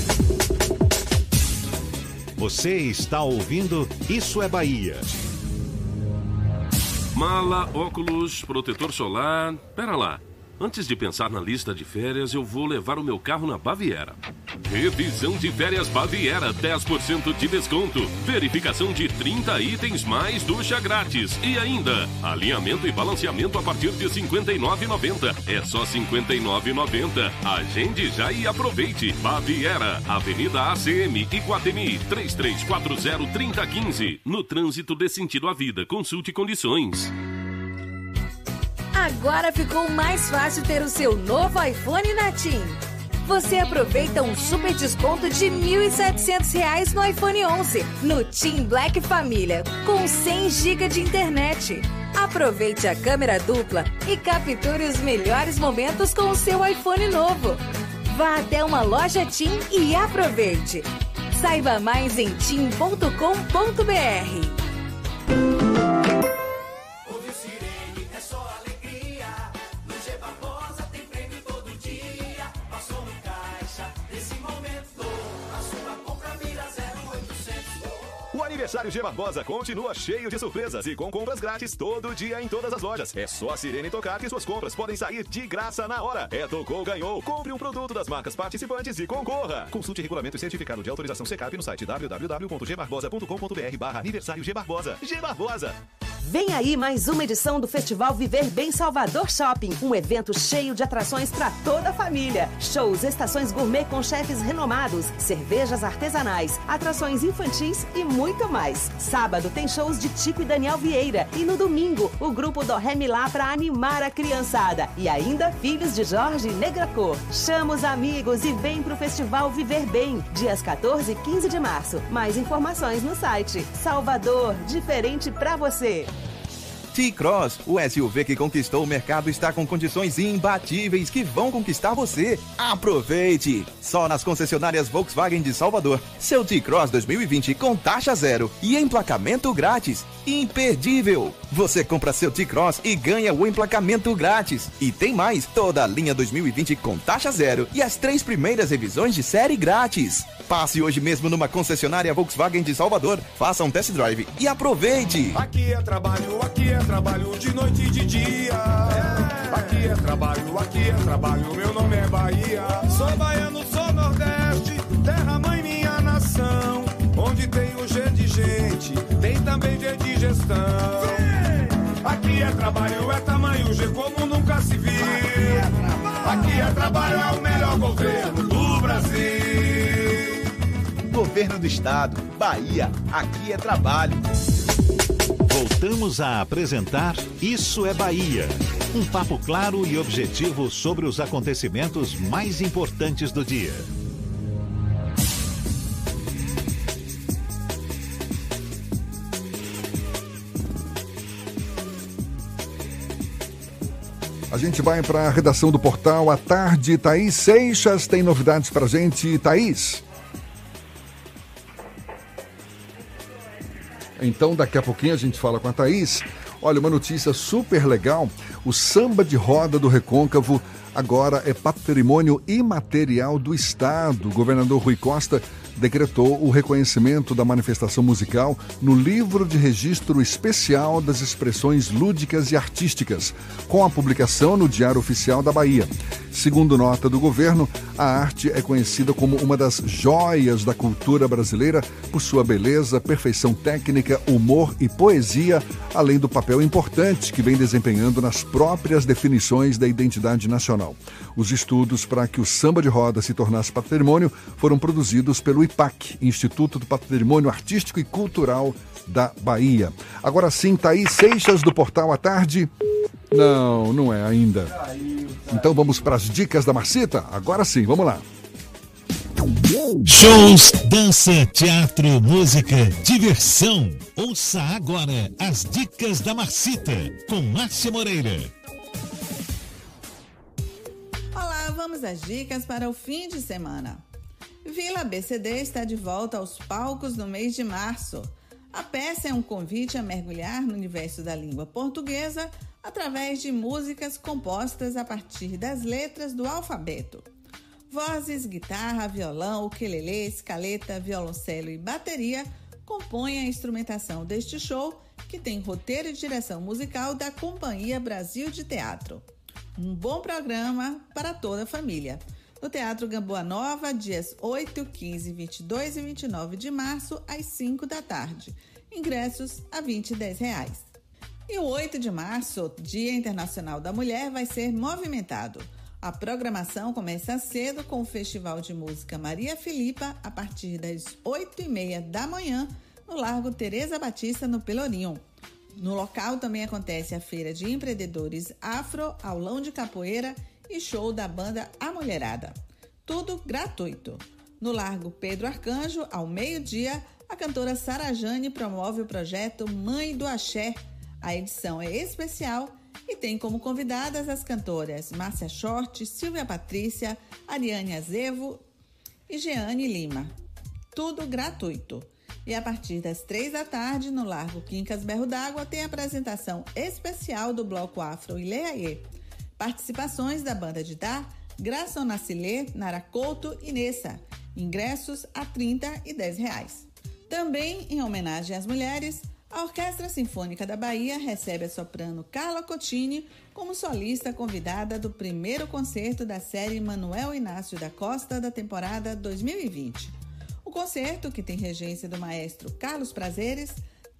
[SPEAKER 2] Você está ouvindo Isso é Bahia.
[SPEAKER 16] Mala, óculos, protetor solar... Pera lá. Antes de pensar na lista de férias, eu vou levar o meu carro na Baviera. Revisão de férias Baviera, 10% de desconto. Verificação de 30 itens mais ducha grátis. E ainda, alinhamento e balanceamento a partir de R$ 59,90. É só R$ 59,90. Agende já e aproveite. Baviera, Avenida ACM, Iguatemi, 3340-3015. No trânsito dê sentido à vida. Consulte condições.
[SPEAKER 17] Agora ficou mais fácil ter o seu novo iPhone na TIM. Você aproveita um super desconto de R$ 1.700 no iPhone 11, no TIM Black Família, com 100 GB de internet. Aproveite a câmera dupla e capture os melhores momentos com o seu iPhone novo. Vá até uma loja TIM e aproveite. Saiba mais em tim.com.br.
[SPEAKER 23] O aniversário G Barbosa continua cheio de surpresas e com compras grátis todo dia em todas as lojas. É só a sirene tocar que suas compras podem sair de graça na hora. Tocou, ganhou. Compre um produto das marcas participantes e concorra. Consulte regulamento e certificado de autorização Secap no site www.gbarbosa.com.br/aniversário G Barbosa. G Barbosa.
[SPEAKER 18] Vem aí mais uma edição do Festival Viver Bem Salvador Shopping, um evento cheio de atrações para toda a família. Shows, estações gourmet com chefes renomados, cervejas artesanais, atrações infantis e muito mais. Sábado tem shows de Tico e Daniel Vieira e no domingo o grupo do Ré Milá para animar a criançada e ainda Filhos de Jorge e Negra Cor. Chama os amigos e vem pro Festival Viver Bem, dias 14 e 15 de março. Mais informações no site. Salvador, diferente pra você.
[SPEAKER 19] T-Cross, o SUV que conquistou o mercado, está com condições imbatíveis que vão conquistar você. Aproveite! Só nas concessionárias Volkswagen de Salvador. Seu T-Cross 2020 com taxa zero e emplacamento grátis. Imperdível! Você compra seu T-Cross e ganha o emplacamento grátis. E tem mais, toda a linha 2020 com taxa zero e as 3 primeiras revisões de série grátis. Passe hoje mesmo numa concessionária Volkswagen de Salvador, faça um test drive e aproveite!
[SPEAKER 21] Aqui é trabalho de noite e de dia. Aqui é trabalho, meu nome é Bahia. Sou baiano, sou Nordeste, terra mãe minha nação. Onde tem o G de gente, tem também G de gestão. Aqui é trabalho, é tamanho G como nunca se viu. Aqui é trabalho, é o melhor governo do Brasil.
[SPEAKER 2] Governo do Estado, Bahia, aqui é trabalho. Voltamos a apresentar Isso é Bahia. Um papo claro e objetivo sobre os acontecimentos mais importantes do dia.
[SPEAKER 4] A gente vai para a redação do portal à tarde. Thaís Seixas tem novidades para a gente. Thaís. Então, daqui a pouquinho a gente fala com a Thaís. Olha, uma notícia super legal. O samba de roda do Recôncavo agora é patrimônio imaterial do Estado. O governador Rui Costa decretou o reconhecimento da manifestação musical no livro de registro especial das expressões lúdicas e artísticas, com a publicação no Diário Oficial da Bahia. Segundo nota do governo, a arte é conhecida como uma das joias da cultura brasileira por sua beleza, perfeição técnica, humor e poesia, além do papel importante que vem desempenhando nas próprias definições da identidade nacional. Os estudos para que o samba de roda se tornasse patrimônio foram produzidos pelo IPAC, Instituto do Patrimônio Artístico e Cultural da Bahia. Agora sim, Thaís Seixas do Portal à Tarde. Não, não é ainda. Então vamos para as dicas da Marcita? Agora sim, vamos lá.
[SPEAKER 2] Shows, dança, teatro, música, diversão. Ouça agora as dicas da Marcita, com Márcia Moreira.
[SPEAKER 24] Olá, vamos às dicas para o fim de semana. Vila ABCD está de volta aos palcos no mês de março. A peça é um convite a mergulhar no universo da língua portuguesa através de músicas compostas a partir das letras do alfabeto. Vozes, guitarra, violão, ukelele, escaleta, violoncelo e bateria compõem a instrumentação deste show, que tem roteiro e direção musical da Companhia Brasil de Teatro. Um bom programa para toda a família. No Teatro Gamboa Nova, dias 8, 15, 22 e 29 de março, às 5 da tarde. Ingressos a R$ 20 e R$10. E o 8 de março, Dia Internacional da Mulher, vai ser movimentado. A programação começa cedo com o Festival de Música Maria Filipa, a partir das 8h30 da manhã, no Largo Teresa Batista, no Pelourinho. No local também acontece a Feira de Empreendedores Afro, aulão de capoeira e show da banda A Mulherada. Tudo gratuito. No Largo Pedro Arcanjo, ao meio-dia, a cantora Sara Jane promove o projeto Mãe do Axé. A edição é especial e tem como convidadas as cantoras Márcia Short, Silvia Patrícia, Ariane Azevo e Jeane Lima. Tudo gratuito. E a partir das 3 da tarde, no Largo Quincas Berro d'Água, tem a apresentação especial do Bloco Afro Ileaê. Participações da Banda de Dar, Graça Onacilê, Nara Couto e Nessa. Ingressos a R$ 30 e R$10. Também, em homenagem às mulheres, a Orquestra Sinfônica da Bahia recebe a soprano Carla Cotini como solista convidada do primeiro concerto da série Manuel Inácio da Costa da temporada 2020. O concerto, que tem regência do maestro Carlos Prazeres,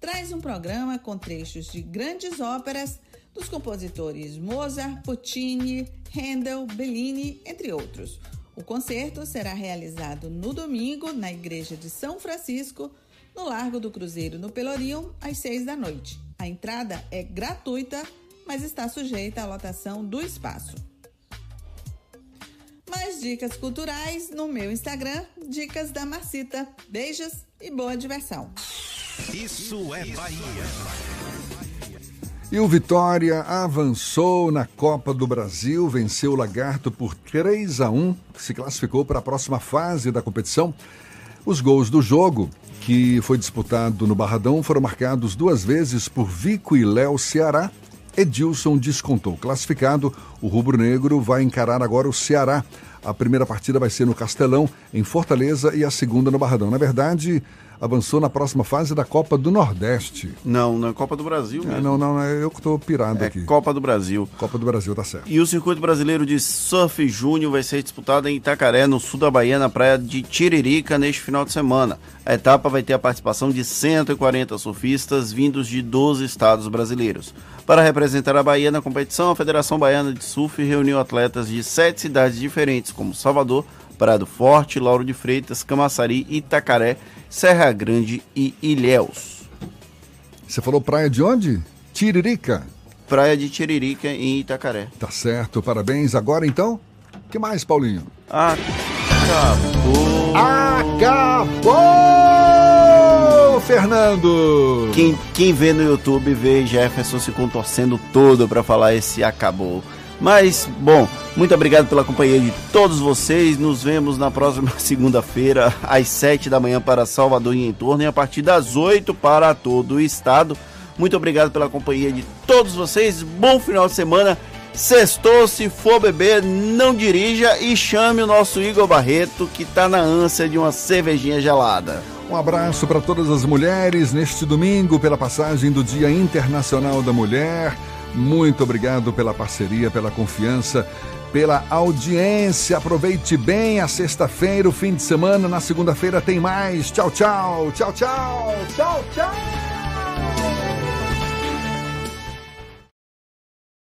[SPEAKER 24] traz um programa com trechos de grandes óperas dos compositores Mozart, Puccini, Handel, Bellini, entre outros. O concerto será realizado no domingo na Igreja de São Francisco, no Largo do Cruzeiro, no Pelourinho, às 6 da noite. A entrada é gratuita, mas está sujeita à lotação do espaço. Mais dicas culturais no meu Instagram, Dicas da Marcita. Beijos e boa diversão.
[SPEAKER 2] Isso é Bahia.
[SPEAKER 4] E o Vitória avançou na Copa do Brasil, venceu o Lagarto por 3-1, se classificou para a próxima fase da competição. Os gols do jogo, que foi disputado no Barradão, foram marcados 2 vezes por Vico e Léo Ceará. Edilson descontou. Classificado, o rubro-negro vai encarar agora o Ceará. A primeira partida vai ser no Castelão, em Fortaleza, e a segunda no Barradão. Na verdade, avançou na próxima fase da Copa do Nordeste.
[SPEAKER 5] Não, na Copa do Brasil mesmo.
[SPEAKER 4] Não, eu que estou pirado aqui.
[SPEAKER 5] Copa do Brasil.
[SPEAKER 4] Copa do Brasil, tá certo.
[SPEAKER 5] E o Circuito Brasileiro de Surf Júnior vai ser disputado em Itacaré, no sul da Bahia, na praia de Tiririca, neste final de semana. A etapa vai ter a participação de 140 surfistas vindos de 12 estados brasileiros. Para representar a Bahia na competição, a Federação Baiana de Surf reuniu atletas de 7 cidades diferentes, como Salvador, Praia do Forte, Lauro de Freitas, Camaçari, Itacaré, Serra Grande e Ilhéus.
[SPEAKER 4] Você falou praia de onde? Tiririca?
[SPEAKER 5] Praia de Tiririca, em Itacaré.
[SPEAKER 4] Tá certo, parabéns. Agora então, o que mais, Paulinho? Acabou, Fernando!
[SPEAKER 5] Quem vê no YouTube vê Jefferson se contorcendo todo para falar esse acabou. Mas, bom, muito obrigado pela companhia de todos vocês. Nos vemos na próxima segunda-feira, às 7 da manhã para Salvador e entorno, e a partir das 8 para todo o estado. Muito obrigado pela companhia de todos vocês. Bom final de semana. Sextou, se for beber, não dirija e chame o nosso Igor Barreto, que está na ânsia de uma cervejinha gelada.
[SPEAKER 4] Um abraço para todas as mulheres neste domingo, pela passagem do Dia Internacional da Mulher. Muito obrigado pela parceria, pela confiança, pela audiência. Aproveite bem a sexta-feira, o fim de semana. Na segunda-feira tem mais. Tchau, tchau. Tchau, tchau. Tchau, tchau.